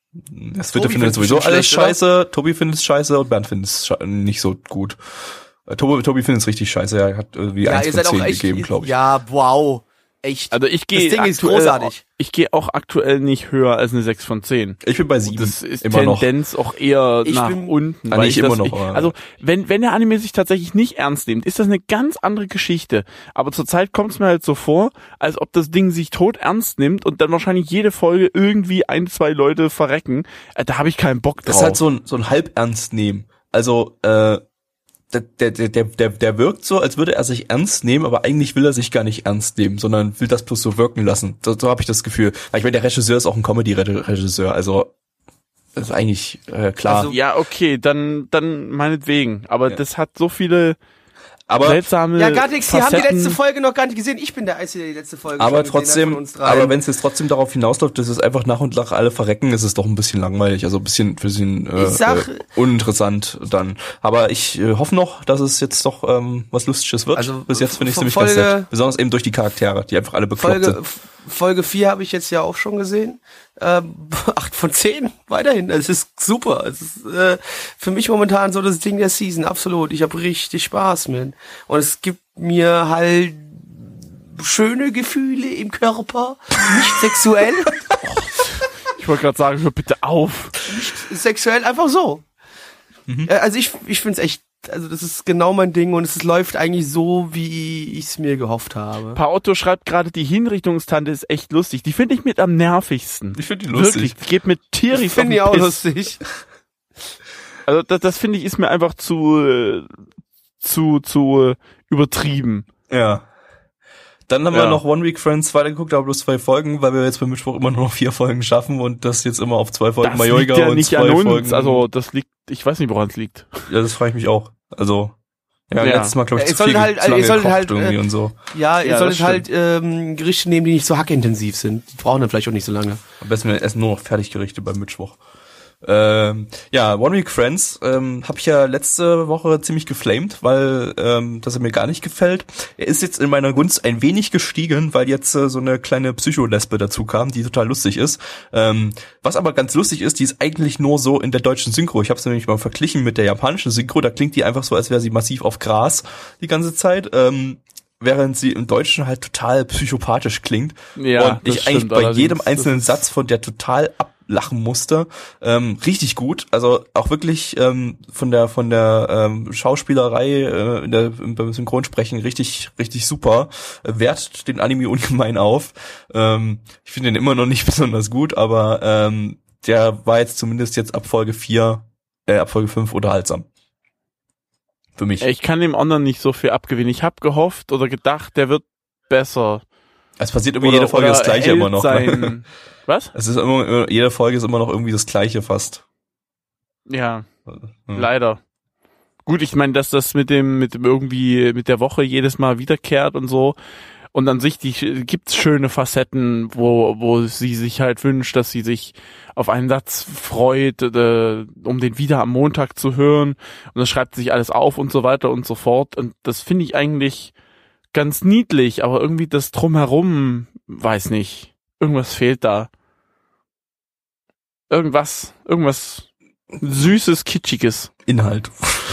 C: das Twitter
B: Tobi
C: findet
B: find's
C: sowieso
B: bestimmt
C: alles
B: schlecht, oder?
C: scheiße, Tobi findet es scheiße und Bernd findet es sche- nicht so gut. Äh, Tobi, Tobi findet es richtig scheiße, er hat irgendwie
B: Ja,
C: eins
B: ihr
C: von
B: seid auch
C: zehn
B: echt,
C: gegeben, glaube ich.
B: ja, wow. Echt.
D: Also ich gehe
B: Das Ding ist
D: aktuell,
B: großartig.
D: ich gehe auch aktuell nicht höher als eine sechs von zehn.
C: Ich bin bei sieben,
D: Das ist
C: immer noch.
D: Tendenz auch eher
B: Ich
D: nach
B: bin-
D: unten.
C: Ah,
D: weil
C: nicht
D: ich
C: immer
D: das,
C: noch,
D: ich,
C: aber-
D: also wenn wenn der Anime sich tatsächlich nicht ernst nimmt, ist das eine ganz andere Geschichte. Aber zurzeit kommt es mir halt so vor, als ob das Ding sich tot ernst nimmt und dann wahrscheinlich jede Folge irgendwie ein, zwei Leute verrecken. Äh, Da habe ich keinen Bock drauf.
C: Das ist halt so ein, so ein Halbernst nehmen. Also, äh, der, der, der, der, der wirkt so, als würde er sich ernst nehmen, aber eigentlich will er sich gar nicht ernst nehmen, sondern will das bloß so wirken lassen. So, so habe ich das Gefühl. Ich meine, der Regisseur ist auch ein Comedy-Regisseur, also das ist eigentlich äh, klar.
B: Also,
D: Ja, okay, dann dann meinetwegen. Aber
C: Ja.
D: das hat so viele
C: aber
D: seltsame
B: Ja, Gatix, die haben die
D: Facetten.
B: letzte Folge noch gar nicht gesehen. Ich bin der Einzige, der die letzte Folge
C: aber
B: schon gesehen hat
C: trotzdem,
B: von uns dreien.
C: aber wenn es jetzt trotzdem darauf hinausläuft, dass es einfach nach und nach alle verrecken, ist es doch ein bisschen langweilig, also ein bisschen, bisschen äh,
B: Ich sag-
C: äh, uninteressant dann. Aber ich äh, hoffe noch, dass es jetzt doch ähm, was Lustiges wird.
B: Also,
C: Bis jetzt finde ich es
B: Folge-
C: nämlich ganz nett. Besonders eben durch die Charaktere, die einfach alle bekloppt
B: Folge,
C: sind.
B: F- Folge vier habe ich jetzt ja auch schon gesehen. Ähm, acht von zehn, weiterhin. Es ist super. Es ist äh, für mich momentan so das Ding der Season, absolut. Ich habe richtig Spaß mit. Und es gibt mir halt schöne Gefühle im Körper, nicht sexuell.
D: Ich wollte gerade sagen, hör bitte auf.
B: Nicht sexuell, einfach so. Mhm. Also ich, ich find's echt, also das ist genau mein Ding und es läuft eigentlich so, wie ich es mir gehofft habe.
D: Paotto schreibt gerade, die Hinrichtungstante ist echt lustig. Die finde ich mit am nervigsten.
C: Ich finde die lustig.
D: Wirklich, die geht mit tierisch
B: Ich finde die auch lustig.
D: Also das, das finde ich ist mir einfach zu, äh, zu, zu äh, übertrieben.
C: Ja. Dann haben
D: ja.
C: wir noch One Week Friends weitergeguckt, aber bloß zwei Folgen, weil wir jetzt beim Mittwoch immer nur noch vier Folgen schaffen und das jetzt immer auf zwei Folgen Mallorca
D: ja
C: und
D: nicht
C: zwei
D: an uns.
C: Folgen.
D: Also das liegt, ich weiß nicht, woran es liegt.
C: Ja, das frage ich mich auch. Also ja,
B: ja.
C: letztes Mal glaube ich
B: ja,
C: zu viel
B: halt,
C: zu lange
B: ihr solltet
C: gekocht
B: halt,
C: irgendwie
B: äh,
C: und so.
B: Ja, ihr
D: ja,
B: solltet halt ähm, Gerichte nehmen, die nicht so hackintensiv sind. Die brauchen dann vielleicht auch nicht so lange.
C: Am besten wir essen nur noch Fertiggerichte beim Mittwoch. Ähm, ja, One Week Friends ähm, habe ich ja letzte Woche ziemlich geflamed, weil ähm, das er mir gar nicht gefällt. Er ist jetzt in meiner Gunst ein wenig gestiegen, weil jetzt äh, so eine kleine Psycholesbe dazu kam, die total lustig ist. Ähm, was aber ganz lustig ist, die ist eigentlich nur so in der deutschen Synchro. Ich habe es nämlich mal verglichen mit der japanischen Synchro. Da klingt die einfach so, als wäre sie massiv auf Gras die ganze Zeit. Ähm, während sie im Deutschen halt total psychopathisch klingt.
D: Ja,
C: und ich
D: das
C: eigentlich
D: stimmt,
C: bei jedem
D: allerdings.
C: einzelnen Satz von der total ablachen musste. Ähm, richtig gut. Also auch wirklich ähm, von der von der ähm, Schauspielerei äh, in der, beim Synchronsprechen richtig richtig super. Äh, wertet den Anime ungemein auf. Ähm, ich finde den immer noch nicht besonders gut, aber ähm, der war jetzt zumindest jetzt ab Folge vier, äh, ab Folge fünf unterhaltsam. Für mich.
D: Ich kann dem anderen nicht so viel abgewinnen. Ich habe gehofft oder gedacht, der wird besser.
C: Es passiert irgendwie
D: Oder,
C: jede Folge
D: oder
C: das Gleiche immer noch.
D: Sein. Was?
C: Es ist immer, jede Folge ist immer noch irgendwie das Gleiche fast.
D: Ja,
C: Hm.
D: leider. Gut, ich meine, dass das mit dem, mit dem irgendwie, mit der Woche jedes Mal wiederkehrt und so. Und an sich die, gibt's schöne Facetten, wo, wo sie sich halt wünscht, dass sie sich auf einen Satz freut, äh, um den wieder am Montag zu hören. Und dann schreibt sie sich alles auf und so weiter und so fort. Und das finde ich eigentlich ganz niedlich, aber irgendwie das Drumherum, weiß nicht. Irgendwas fehlt da. Irgendwas, irgendwas Süßes, Kitschiges.
C: Inhalt.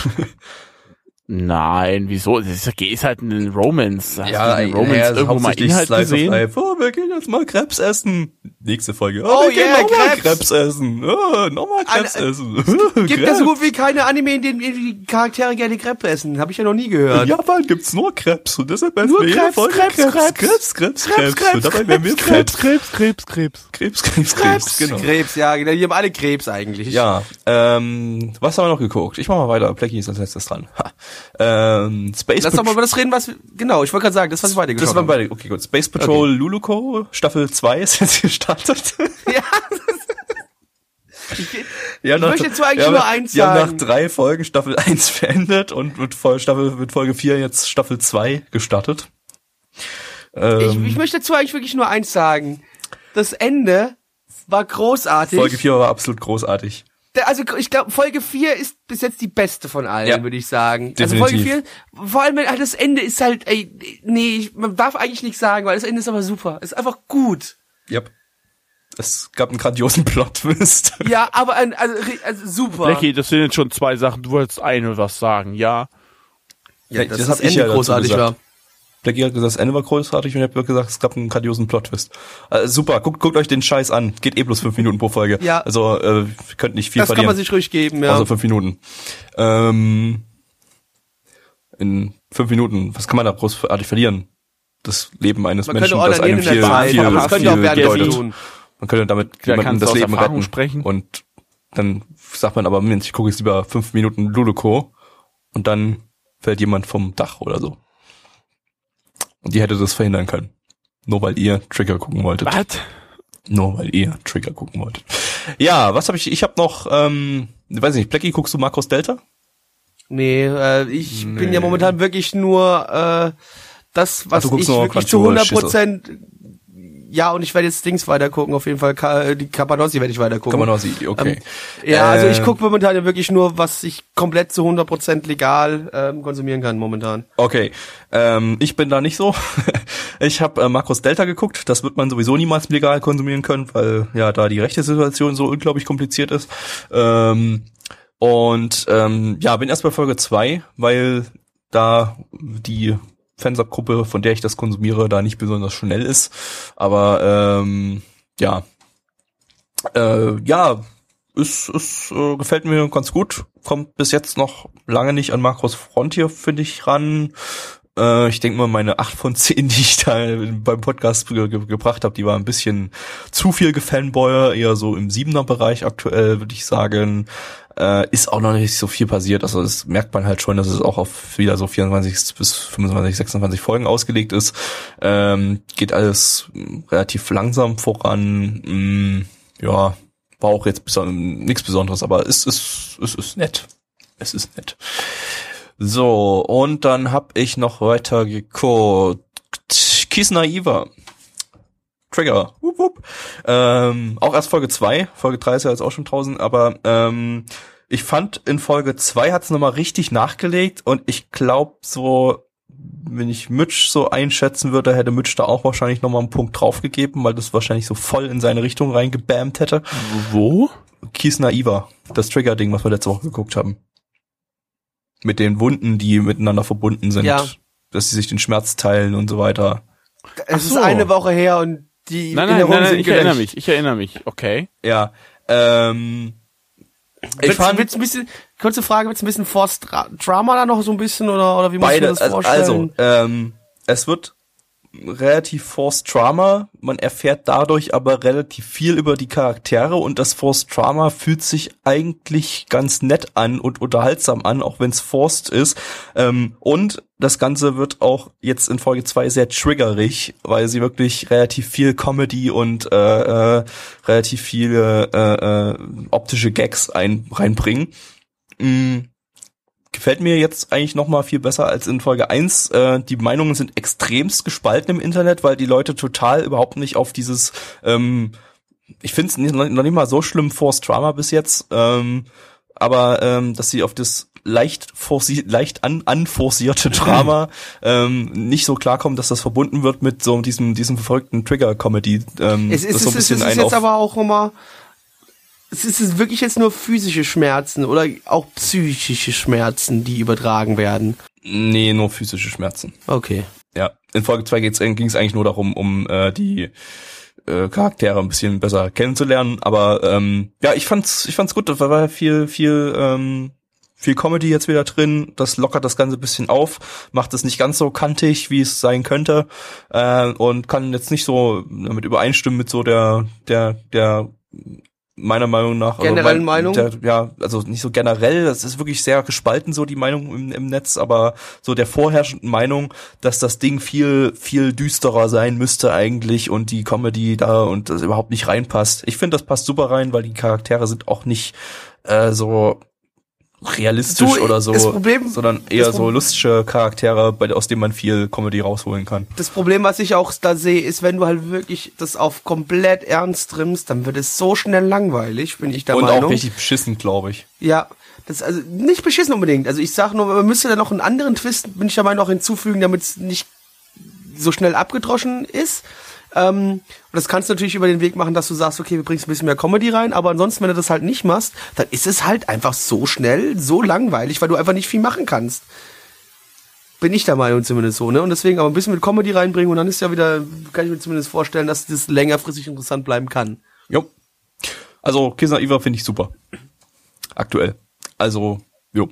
D: Nein, wieso? Das ist, ist halt ein Romance. Hast
C: Ja,
D: du den Romance
C: ja,
D: irgendwo mal
C: hauptsächlich
D: Inhalt
C: Slice
D: gesehen?
C: of Life. Oh, wir gehen jetzt mal Krebs essen. Nächste Folge. Oh,
B: Oh,
C: wir gehen
B: yeah,
C: nochmal
B: Krebs.
C: Krebs essen. Oh, nochmal Krebs
B: Eine-
C: essen.
B: Gibt ja so gut wie keine Anime, in denen die Charaktere gerne Crepe essen. Habe ich ja noch nie gehört.
C: In Japan gibt's nur Krebs und deshalb essen
B: Nur
C: wir jede
B: Krebs,
C: Folge
B: Krebs,
C: Krebs,
B: Krebs.
C: Krebs, Krebs,
B: Krebs,
C: Krebs. Und dabei werden wir Krebs.
D: Krebs, Krebs, Krebs.
C: Krebs, Krebs, Krebs, genau.
B: Krebs, ja, genau. Die haben alle Krebs eigentlich.
C: Ja, ähm, was haben wir noch geguckt? Ich mach mal weiter. Blackie ist als letztes dran. Ha. Ähm, Space
B: Lass doch mal über das reden, was wir, genau, ich wollte gerade sagen, das, was ich weitergeschaut
C: Das waren
B: habe.
C: beide, okay, gut. Space Patrol
B: Okay.
C: Luluco, Staffel zwei ist jetzt gestartet.
B: Ja.
C: Ja,
B: Ich möchte jetzt eigentlich
C: ja,
B: nur eins
C: die haben
B: sagen.
C: nach drei Folgen Staffel eins beendet und mit, Vol- Staffel, mit Folge vier jetzt Staffel zwei gestartet. Ähm,
B: Ich, ich möchte dazu eigentlich wirklich nur eins sagen. Das Ende war großartig.
C: Folge vier war absolut großartig.
B: Der- Also ich glaube, Folge vier ist bis jetzt die beste von allen,
C: Ja.
B: würde ich sagen.
C: Definitiv.
B: Also Folge vier, vor allem wenn- halt das Ende ist halt, ey, nee, ich- man darf eigentlich nichts sagen, weil das Ende ist aber super. Ist einfach gut.
C: Yep. Es gab einen grandiosen Plot-Twist.
B: Ja, aber ein, also, also super.
D: Blackie, das sind jetzt schon zwei Sachen. Du wolltest eine was sagen, ja?
B: Ja,
C: das
B: dass
C: hab
B: das
C: ich
B: Ende
C: ja dazu
B: großartig
C: gesagt.
B: war.
C: Blackie hat gesagt, das Ende war großartig und ich habe gesagt, es gab einen grandiosen Plot-Twist. Äh, super, guckt, guckt euch den Scheiß an. Geht eh bloß fünf Minuten pro Folge.
B: Ja.
C: Also, äh, ihr könnt nicht viel
B: Das kann
C: verlieren.
B: man sich ruhig geben, ja.
C: Außer fünf Minuten. Ähm, in fünf Minuten, was kann man da großartig verlieren? Das Leben eines
B: Man
C: Menschen,
B: könnte
C: das einem
B: ordinieren in
C: viel,
B: der Zeit,
C: viel,
B: aber das könnte auch
C: viel
B: während
C: bedeutet.
B: tun.
C: Man könnte damit
D: Da
C: jemandem
D: kannst du
C: das
D: aus
C: Leben
D: Erfahrung
C: retten.
D: sprechen.
C: Und dann sagt man aber, Mensch, ich gucke jetzt lieber fünf Minuten Luluco und dann fällt jemand vom Dach oder so. Und die hätte das verhindern können. Nur weil ihr Trigger gucken wolltet.
D: Was?
C: Nur weil ihr Trigger gucken wolltet. Ja, was habe ich? Ich habe noch, ähm, weiß nicht, Blackie, guckst du Makros Delta?
B: Nee, äh, ich
C: Nee.
B: bin ja momentan wirklich nur äh, das, was
C: Ach, du guckst
B: ich
C: nur
B: wirklich zu
C: Crunchyroll,
B: hundert Prozent. Ja, und ich werde jetzt Dings weitergucken, auf jeden Fall. Ka die Cabanossi werde ich weitergucken.
C: Kann man noch sehen, okay.
B: Ähm, ja, also ich
C: Äh,
B: gucke momentan ja wirklich nur, was ich komplett zu hundert Prozent legal ähm, konsumieren kann momentan.
C: Okay, ähm, ich bin da nicht so. Ich habe äh, Macross Delta geguckt. Das wird man sowieso niemals legal konsumieren können, weil ja da die rechte Situation so unglaublich kompliziert ist. Ähm, und ähm, ja, bin erst bei Folge zwei, weil da die Fansub-Gruppe, von der ich das konsumiere, da nicht besonders schnell ist. Aber ähm, ja, äh, ja, es, es äh, gefällt mir ganz gut. Kommt bis jetzt noch lange nicht an Macross Frontier, finde ich, ran. Äh, ich denke mal, meine acht von zehn, die ich da beim Podcast ge- ge- gebracht habe, die war ein bisschen zu viel gefanboyer, eher so im Siebener-Bereich aktuell, würde ich sagen. Äh, ist auch noch nicht so viel passiert. Also das merkt man halt schon, dass es auch auf wieder so vierundzwanzig bis fünfundzwanzig, sechsundzwanzig Folgen ausgelegt ist. Ähm, geht alles relativ langsam voran. Mm, ja, war auch jetzt beson- nichts Besonderes, aber es ist, es ist nett. Es ist nett. So, und dann hab ich noch weiter geguckt. Kiss Naiva. Trigger. Wupp, wupp. Ähm, auch erst Folge zwei. Folge drei ist ja jetzt auch schon draußen, aber ähm, ich fand, in Folge zwei hat's nochmal richtig nachgelegt und ich glaube so, wenn ich Mitch so einschätzen würde, hätte Mitch da auch wahrscheinlich nochmal einen Punkt draufgegeben, weil das wahrscheinlich so voll in seine Richtung reingebammt hätte.
D: Wo?
C: Kiss Naiva. Das Trigger-Ding, was wir letzte Woche geguckt haben. Mit den Wunden, die miteinander verbunden sind.
B: Ja.
C: Dass sie sich den Schmerz teilen und so weiter.
B: Es
D: Ach
B: ist
D: so.
B: eine Woche her und die
D: Nein, nein,
B: Erinnerungen
D: nein, nein
B: sind
D: ich erinnere
B: gelöscht.
D: mich, ich erinnere mich, okay.
C: Ja, ähm, ich
B: Wird's,
C: fand
B: wird's ein bisschen, kurze Frage, wird's ein bisschen Forced Dra- Drama da noch so ein bisschen oder, oder wie muss
C: beide,
B: man das
C: also,
B: vorstellen?
C: also ähm, es wird relativ Forced Drama, man erfährt dadurch aber relativ viel über die Charaktere und das Forced Drama fühlt sich eigentlich ganz nett an und unterhaltsam an, auch wenn es forced ist. Ähm, und das Ganze wird auch jetzt in Folge zwei sehr triggerig, weil sie wirklich relativ viel Comedy und äh, äh, relativ viele äh, äh, optische Gags ein, reinbringen. Mm. Gefällt mir jetzt eigentlich noch mal viel besser als in Folge eins. Äh, die Meinungen sind extremst gespalten im Internet, weil die Leute total überhaupt nicht auf dieses, ähm, ich finde es noch nicht mal so schlimm, Forced Drama bis jetzt, ähm, aber ähm, dass sie auf das leicht forci- leicht an anforcierte Drama ähm, nicht so klarkommen, dass das verbunden wird mit so diesem diesem verfolgten Trigger-Comedy. Ähm,
B: Es ist,
C: das so ein
B: es ist,
C: bisschen
B: es ist
C: ein
B: jetzt
C: auf
B: aber auch immer, es ist es wirklich jetzt nur physische Schmerzen oder auch psychische Schmerzen, die übertragen werden.
C: Nee, nur physische Schmerzen.
B: Okay.
C: Ja, in Folge zwei ging es eigentlich nur darum, um äh, die äh, Charaktere ein bisschen besser kennenzulernen. Aber ähm, ja, ich fand's, ich fand's gut. Da war viel, viel, ähm, viel Comedy jetzt wieder drin. Das lockert das Ganze ein bisschen auf, macht es nicht ganz so kantig, wie es sein könnte, äh, und kann jetzt nicht so damit übereinstimmen mit so der, der, der meiner Meinung nach
B: Generellen
C: also mein,
B: Meinung?
C: Der, ja, also nicht so generell, das ist wirklich sehr gespalten so die Meinung im, im Netz, aber so der vorherrschenden Meinung, dass das Ding viel viel düsterer sein müsste eigentlich und die Comedy da und das überhaupt nicht reinpasst. Ich finde, das passt super rein, weil die Charaktere sind auch nicht äh, so realistisch
B: Du,
C: oder so,
B: das Problem-
C: sondern eher
B: das
C: so
B: Pro-
C: lustige Charaktere, bei, aus denen man viel Comedy rausholen kann.
B: Das Problem, was ich auch da sehe, ist, wenn du halt wirklich das auf komplett ernst trimmst, dann wird es so schnell langweilig, bin ich der
C: Und
B: Meinung.
C: auch richtig beschissen, glaube ich.
B: Ja, das also nicht beschissen unbedingt. Also ich sag nur, man müsste da noch einen anderen Twist, bin ich der Meinung, noch hinzufügen, damit es nicht so schnell abgedroschen ist. Ähm, und das kannst du natürlich über den Weg machen, dass du sagst, okay, wir bringen ein bisschen mehr Comedy rein, aber ansonsten, wenn du das halt nicht machst, dann ist es halt einfach so schnell, so langweilig, weil du einfach nicht viel machen kannst. Bin ich der Meinung zumindest so, ne? Und deswegen aber ein bisschen mit Comedy reinbringen und dann ist ja wieder, kann ich mir zumindest vorstellen, dass das längerfristig interessant bleiben kann.
C: Jo. Also Kiss Naiva finde ich super. Aktuell. Also, jo.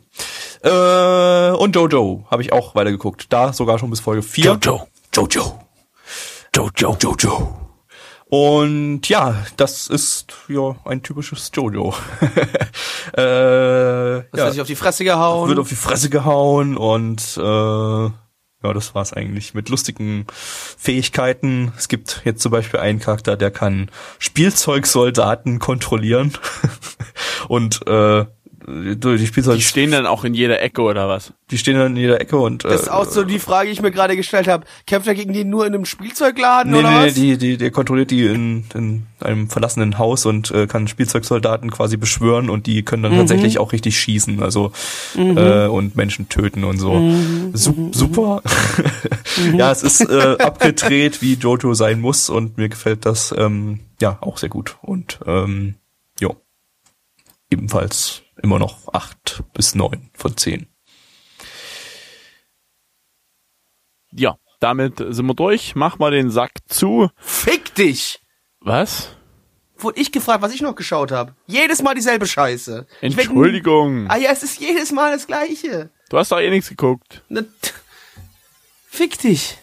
C: Äh, und Jojo habe ich auch weitergeguckt. Da sogar schon bis Folge vier.
D: Jojo.
C: Jojo. Jojo. Jojo. Und ja, das ist ja ein typisches Jojo. äh,
B: Das
C: ja,
B: hat sich auf die Fresse gehauen.
C: wird auf die Fresse gehauen und äh, ja, das war's eigentlich mit lustigen Fähigkeiten. Es gibt jetzt zum Beispiel einen Charakter, der kann Spielzeugsoldaten kontrollieren und äh, die, die Spielzeug.
D: Die stehen dann auch in jeder Ecke oder was?
C: Die stehen dann in jeder Ecke und.
B: Das ist auch so die Frage, die ich mir gerade gestellt habe. Kämpft er gegen die nur in einem Spielzeugladen
C: nee,
B: oder
C: nee,
B: was?
C: Nee, die, die, der kontrolliert die in, in einem verlassenen Haus und äh, kann Spielzeugsoldaten quasi beschwören und die können dann mhm. tatsächlich auch richtig schießen, also mhm. äh, und Menschen töten und so. Mhm. Sup- super. Mhm. Ja, es ist äh, abgedreht, wie Jojo sein muss und mir gefällt das ähm, ja auch sehr gut und ähm, jo. Ebenfalls immer noch acht bis neun von zehn.
D: Ja, damit sind wir durch. Mach mal den Sack zu.
B: Fick dich!
D: Was?
B: Wurde ich gefragt, was ich noch geschaut habe. Jedes Mal dieselbe Scheiße.
D: Entschuldigung.
B: Ich werd, ah ja, es ist jedes Mal das Gleiche.
D: Du hast doch eh nichts geguckt.
B: Ne, fick dich.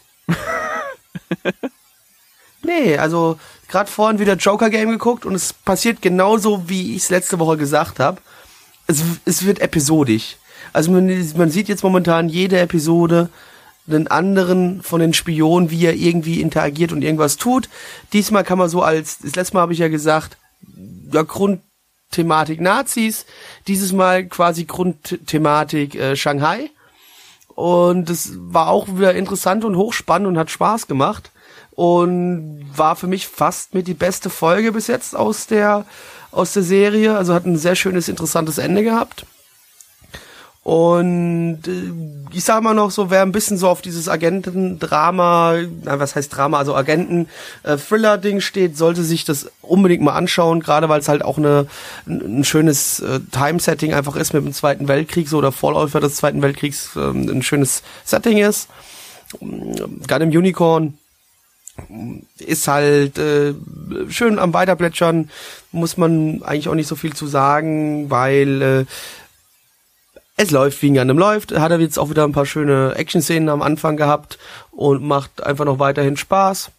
B: Nee, also gerade vorhin wieder Joker-Game geguckt und es passiert genauso, wie ich es letzte Woche gesagt habe. Es, es wird episodisch. Also man, man sieht jetzt momentan jede Episode einen anderen von den Spionen, wie er irgendwie interagiert und irgendwas tut. Diesmal kann man so als, das letzte Mal habe ich ja gesagt, ja, Grundthematik Nazis, dieses Mal quasi Grundthematik äh, Shanghai. Und das war auch wieder interessant und hochspannend und hat Spaß gemacht. Und war für mich fast mit die beste Folge bis jetzt aus der aus der Serie. Also hat ein sehr schönes, interessantes Ende gehabt. Und äh, ich sag mal noch so, wer ein bisschen so auf dieses Agentendrama, na, was heißt Drama, also Agenten-Thriller-Ding steht, sollte sich das unbedingt mal anschauen, gerade weil es halt auch eine, ein, ein schönes äh, Time-Setting einfach ist mit dem Zweiten Weltkrieg, so oder Vorläufer des Zweiten Weltkriegs, äh, ein schönes Setting ist. Gerade im Unicorn ist halt äh, schön am Weiterplätschern, muss man eigentlich auch nicht so viel zu sagen, weil äh, es läuft, wie ein Gundam läuft. Hat er jetzt auch wieder ein paar schöne Action-Szenen am Anfang gehabt und macht einfach noch weiterhin Spaß.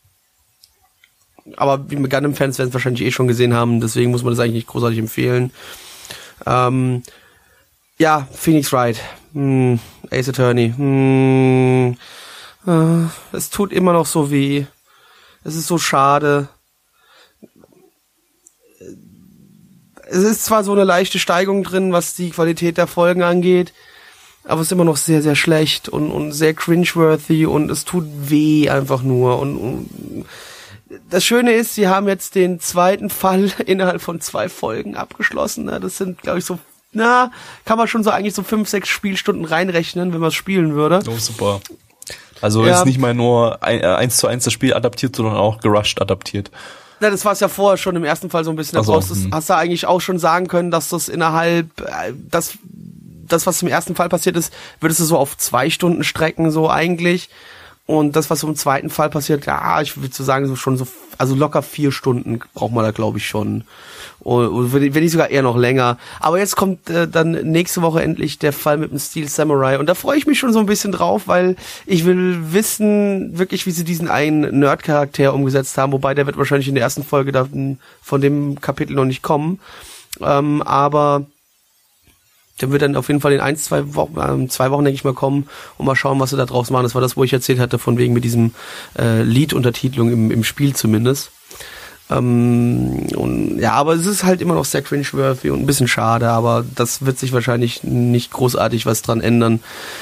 B: Aber wie Gundam-Fans werden es wahrscheinlich eh schon gesehen haben, deswegen muss man das eigentlich nicht großartig empfehlen. Ähm, ja, Phoenix Wright, hm, Ace Attorney, hm, äh, es tut immer noch so weh. Es ist so schade. Es ist zwar so eine leichte Steigung drin, was die Qualität der Folgen angeht, aber es ist immer noch sehr, sehr schlecht und, und sehr cringeworthy und es tut weh einfach nur. Und, und das Schöne ist, sie haben jetzt den zweiten Fall innerhalb von zwei Folgen abgeschlossen. Das sind, glaube ich, so, na, kann man schon so eigentlich so fünf, sechs Spielstunden reinrechnen, wenn man es spielen würde.
C: Oh, super. Also
B: ja.
C: Ist nicht mal nur ein, äh, eins zu eins das Spiel adaptiert, sondern auch gerusht adaptiert.
B: Na, das war es ja vorher schon im ersten Fall so ein bisschen.
C: Also,
B: das hast du eigentlich auch schon sagen können, dass das innerhalb, das, das, was im ersten Fall passiert ist, würdest du so auf zwei Stunden strecken, so eigentlich. Und das, was so im zweiten Fall passiert, ja, ich würde so sagen, so schon so, also locker vier Stunden braucht man da, glaube ich, schon. Und wenn nicht sogar eher noch länger. Aber jetzt kommt äh, dann nächste Woche endlich der Fall mit dem Steel Samurai. Und da freue ich mich schon so ein bisschen drauf, weil ich will wissen, wirklich, wie sie diesen einen Nerd-Charakter umgesetzt haben. Wobei, der wird wahrscheinlich in der ersten Folge da, von dem Kapitel noch nicht kommen. Ähm, aber der wird dann auf jeden Fall in ein, zwei Wochen, äh, zwei Wochen, denke ich mal, kommen und mal schauen, was sie da draus machen. Das war das, wo ich erzählt hatte, von wegen mit diesem äh, Lied-Untertitelung im, im Spiel zumindest. Ähm, und ja, aber es ist halt immer noch sehr cringeworthy und ein bisschen schade, aber das wird sich wahrscheinlich nicht großartig was dran ändern.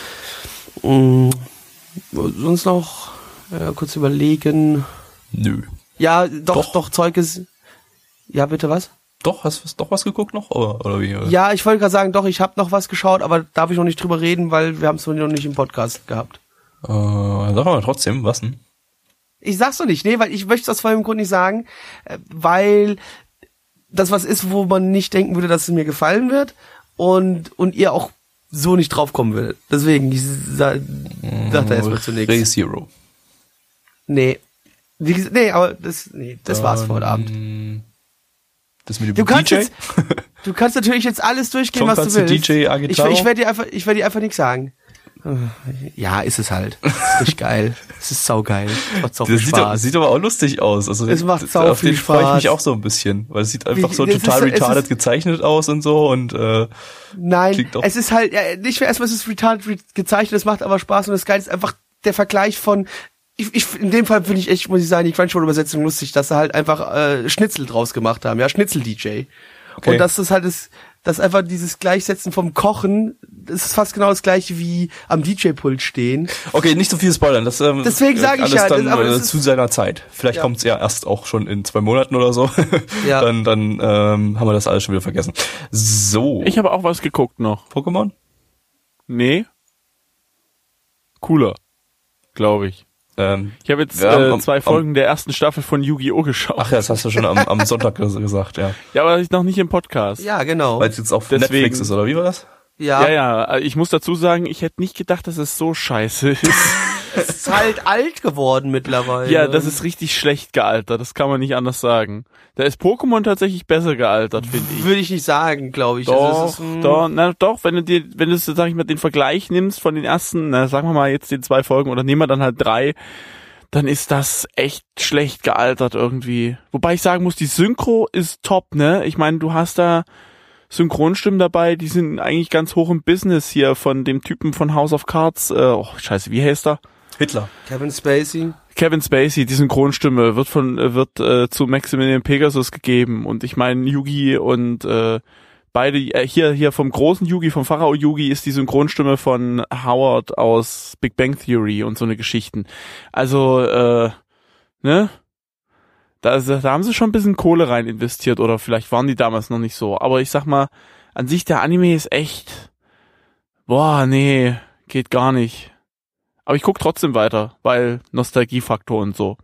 B: Ähm, sonst noch ja, kurz überlegen.
C: Nö.
B: Ja, doch,
C: Doch.
B: doch, Zeug ist. Ja, bitte was?
C: Doch, hast du doch was geguckt noch? Oder, oder wie? Oder?
B: Ja, ich wollte gerade sagen, doch, ich habe noch was geschaut, aber darf ich noch nicht drüber reden, weil wir haben es noch nicht im Podcast gehabt.
C: Äh, sag mal trotzdem, was denn?
B: Ich sag's doch nicht, nee, weil ich möchte das vor dem Grund nicht sagen, weil das was ist, wo man nicht denken würde, dass es mir gefallen wird und und ihr auch so nicht draufkommen würdet. Deswegen, ich sag, sag da erstmal zunächst.
C: Ray Zero.
B: Nee. Wie gesagt, nee, aber das, nee, das
C: Dann,
B: war's für heute Abend.
C: Das mit dem
B: Du kannst
C: D J?
B: jetzt, du kannst natürlich jetzt alles durchgehen,
C: Schon
B: was du
C: kannst du
B: willst.
C: D J
B: Ich,
C: Agitaro?
B: ich werde dir einfach, ich werde dir einfach nichts sagen. Ja, ist es halt. Das ist richtig geil. Es ist saugeil. Es macht sau viel
C: Das sieht, aber-
B: Spaß.
C: sieht aber auch lustig aus. Also
B: Es macht
C: das-
B: sau
C: auf
B: viel
C: den freue ich
B: Spaß.
C: mich auch so ein bisschen, weil es sieht einfach
B: Wie-
C: so
B: das
C: total
B: ist- es
C: retarded
B: ist-
C: gezeichnet aus und so und äh,
B: Nein,
C: klingt auch-
B: es ist halt, ja, nicht für erstmal, es ist retarded re- gezeichnet, es macht aber Spaß und das Geile ist einfach der Vergleich von, ich, ich, in dem Fall finde ich echt, muss ich sagen, die Crunchyroll-Übersetzung lustig, dass sie halt einfach äh, Schnitzel draus gemacht haben, ja, Schnitzel-D J.
C: Okay.
B: Und dass das halt ist, dass einfach dieses Gleichsetzen vom Kochen, das ist fast genau das gleiche wie am D J-Pult stehen.
C: Okay, nicht so viel spoilern. Das, ähm,
B: Deswegen sage ich
C: alles
B: ja,
C: dann
B: das, aber
C: äh,
B: das
C: zu
B: ist,
C: seiner Zeit. Vielleicht
B: ja.
C: kommt's ja erst auch schon in zwei Monaten oder so.
B: Ja.
C: Dann, dann ähm, haben wir das alles schon wieder vergessen. So.
D: Ich habe auch was geguckt noch.
C: Pokémon?
D: Nee. Cooler. Glaube ich.
C: Ähm,
D: Ich habe jetzt
C: wir haben
D: äh,
C: am-
D: zwei
C: am-
D: Folgen der ersten Staffel von Yu-Gi-Oh! Geschaut.
C: Ach ja, das hast du schon am, am Sonntag ges- gesagt, ja.
D: Ja, aber noch nicht im Podcast.
B: ja, genau.
C: Weil es jetzt auf
D: Deswegen.
C: Netflix ist, oder wie war das?
B: Ja,
D: Ja, ja, ich muss dazu sagen, ich hätte nicht gedacht, dass es so scheiße ist.
B: es ist halt alt geworden mittlerweile.
D: Ja, das ist richtig schlecht gealtert, das kann man nicht anders sagen. Da ist Pokémon tatsächlich besser gealtert, finde ich.
B: Würde ich nicht sagen, glaube ich.
D: Doch,
B: Also es ist ein-
D: doch, na doch, wenn du dir, wenn du, sag ich mal, den Vergleich nimmst von den ersten, na, sagen wir mal jetzt den zwei Folgen oder nehmen wir dann halt drei, dann ist das echt schlecht gealtert irgendwie. Wobei ich sagen muss, die Synchro ist top, ne? Ich meine, du hast da Synchronstimmen dabei, die sind eigentlich ganz hoch im Business hier von dem Typen von House of Cards. Äh, oh, scheiße, wie heißt er?
C: Hitler.
B: Kevin Spacey.
D: Kevin Spacey, die Synchronstimme wird von äh, wird äh, zu Maximilian Pegasus gegeben und ich meine Yugi und äh, beide äh, hier hier vom großen Yugi, vom Pharao Yugi ist die Synchronstimme von Howard aus Big Bang Theory und so eine Geschichten. Also äh, ne? Da, da haben sie schon ein bisschen Kohle rein investiert oder vielleicht waren die damals noch nicht so, aber ich sag mal, an sich der Anime ist echt boah, nee, geht gar nicht. Aber ich guck trotzdem weiter, weil Nostalgiefaktor und so.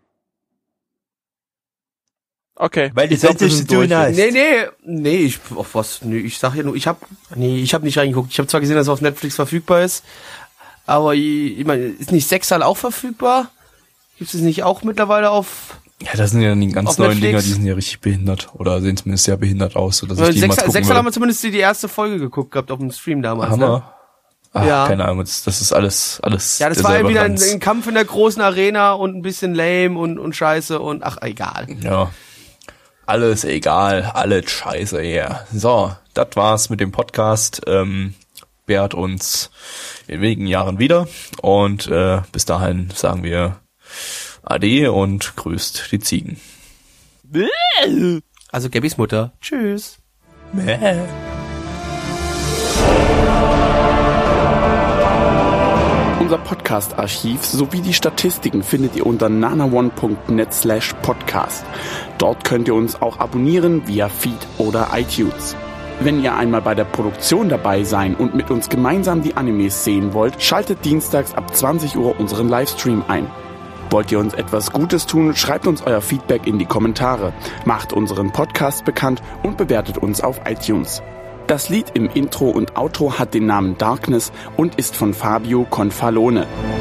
D: Okay.
C: Weil
D: ich glaub, wir sind durch jetzt.
B: Nee, nee, nee, ich, auf was, nee, ich sag ja nur, ich hab, nee, ich hab nicht reingeguckt. Ich habe zwar gesehen, dass es auf Netflix verfügbar ist, aber ich, ich meine, ist nicht Sexal auch verfügbar? Gibt es nicht auch mittlerweile auf,
C: Ja, das sind ja die ganz
B: Auf
C: neuen
B: Netflix?
C: Dinger, die sind ja richtig behindert. Oder sehen zumindest sehr behindert aus, sodass ich die mal
B: Sexal,
C: gucken
B: Sexal haben wir
C: würde.
B: zumindest die, die erste Folge geguckt gehabt auf dem Stream damals,
C: Haben
B: ne?
C: wir? Ach,
B: Ja.
C: keine Ahnung, das, das ist alles, alles.
B: Ja, das war ja
C: derselbe
B: wieder ein,
C: Ranz.
B: ein Kampf in der großen Arena und ein bisschen lame und, und scheiße und ach, egal.
C: Ja. Alles egal, alles scheiße, ja. Yeah. So, das war's mit dem Podcast. Ähm, Bert uns in wenigen Jahren wieder. Und äh, bis dahin sagen wir Ade und grüßt die Ziegen.
B: Also Gabbys Mutter. Tschüss.
C: Mäh.
D: Unser Podcast-Archiv sowie die Statistiken findet ihr unter nanaone punkt net slash podcast. Dort könnt ihr uns auch abonnieren via Feed oder iTunes. Wenn ihr einmal bei der Produktion dabei sein und mit uns gemeinsam die Animes sehen wollt, schaltet dienstags ab zwanzig Uhr unseren Livestream ein. Wollt ihr uns etwas Gutes tun, schreibt uns euer Feedback in die Kommentare, macht unseren Podcast bekannt und bewertet uns auf iTunes. Das Lied im Intro und Outro hat den Namen Darkness und ist von Fabio Confalone.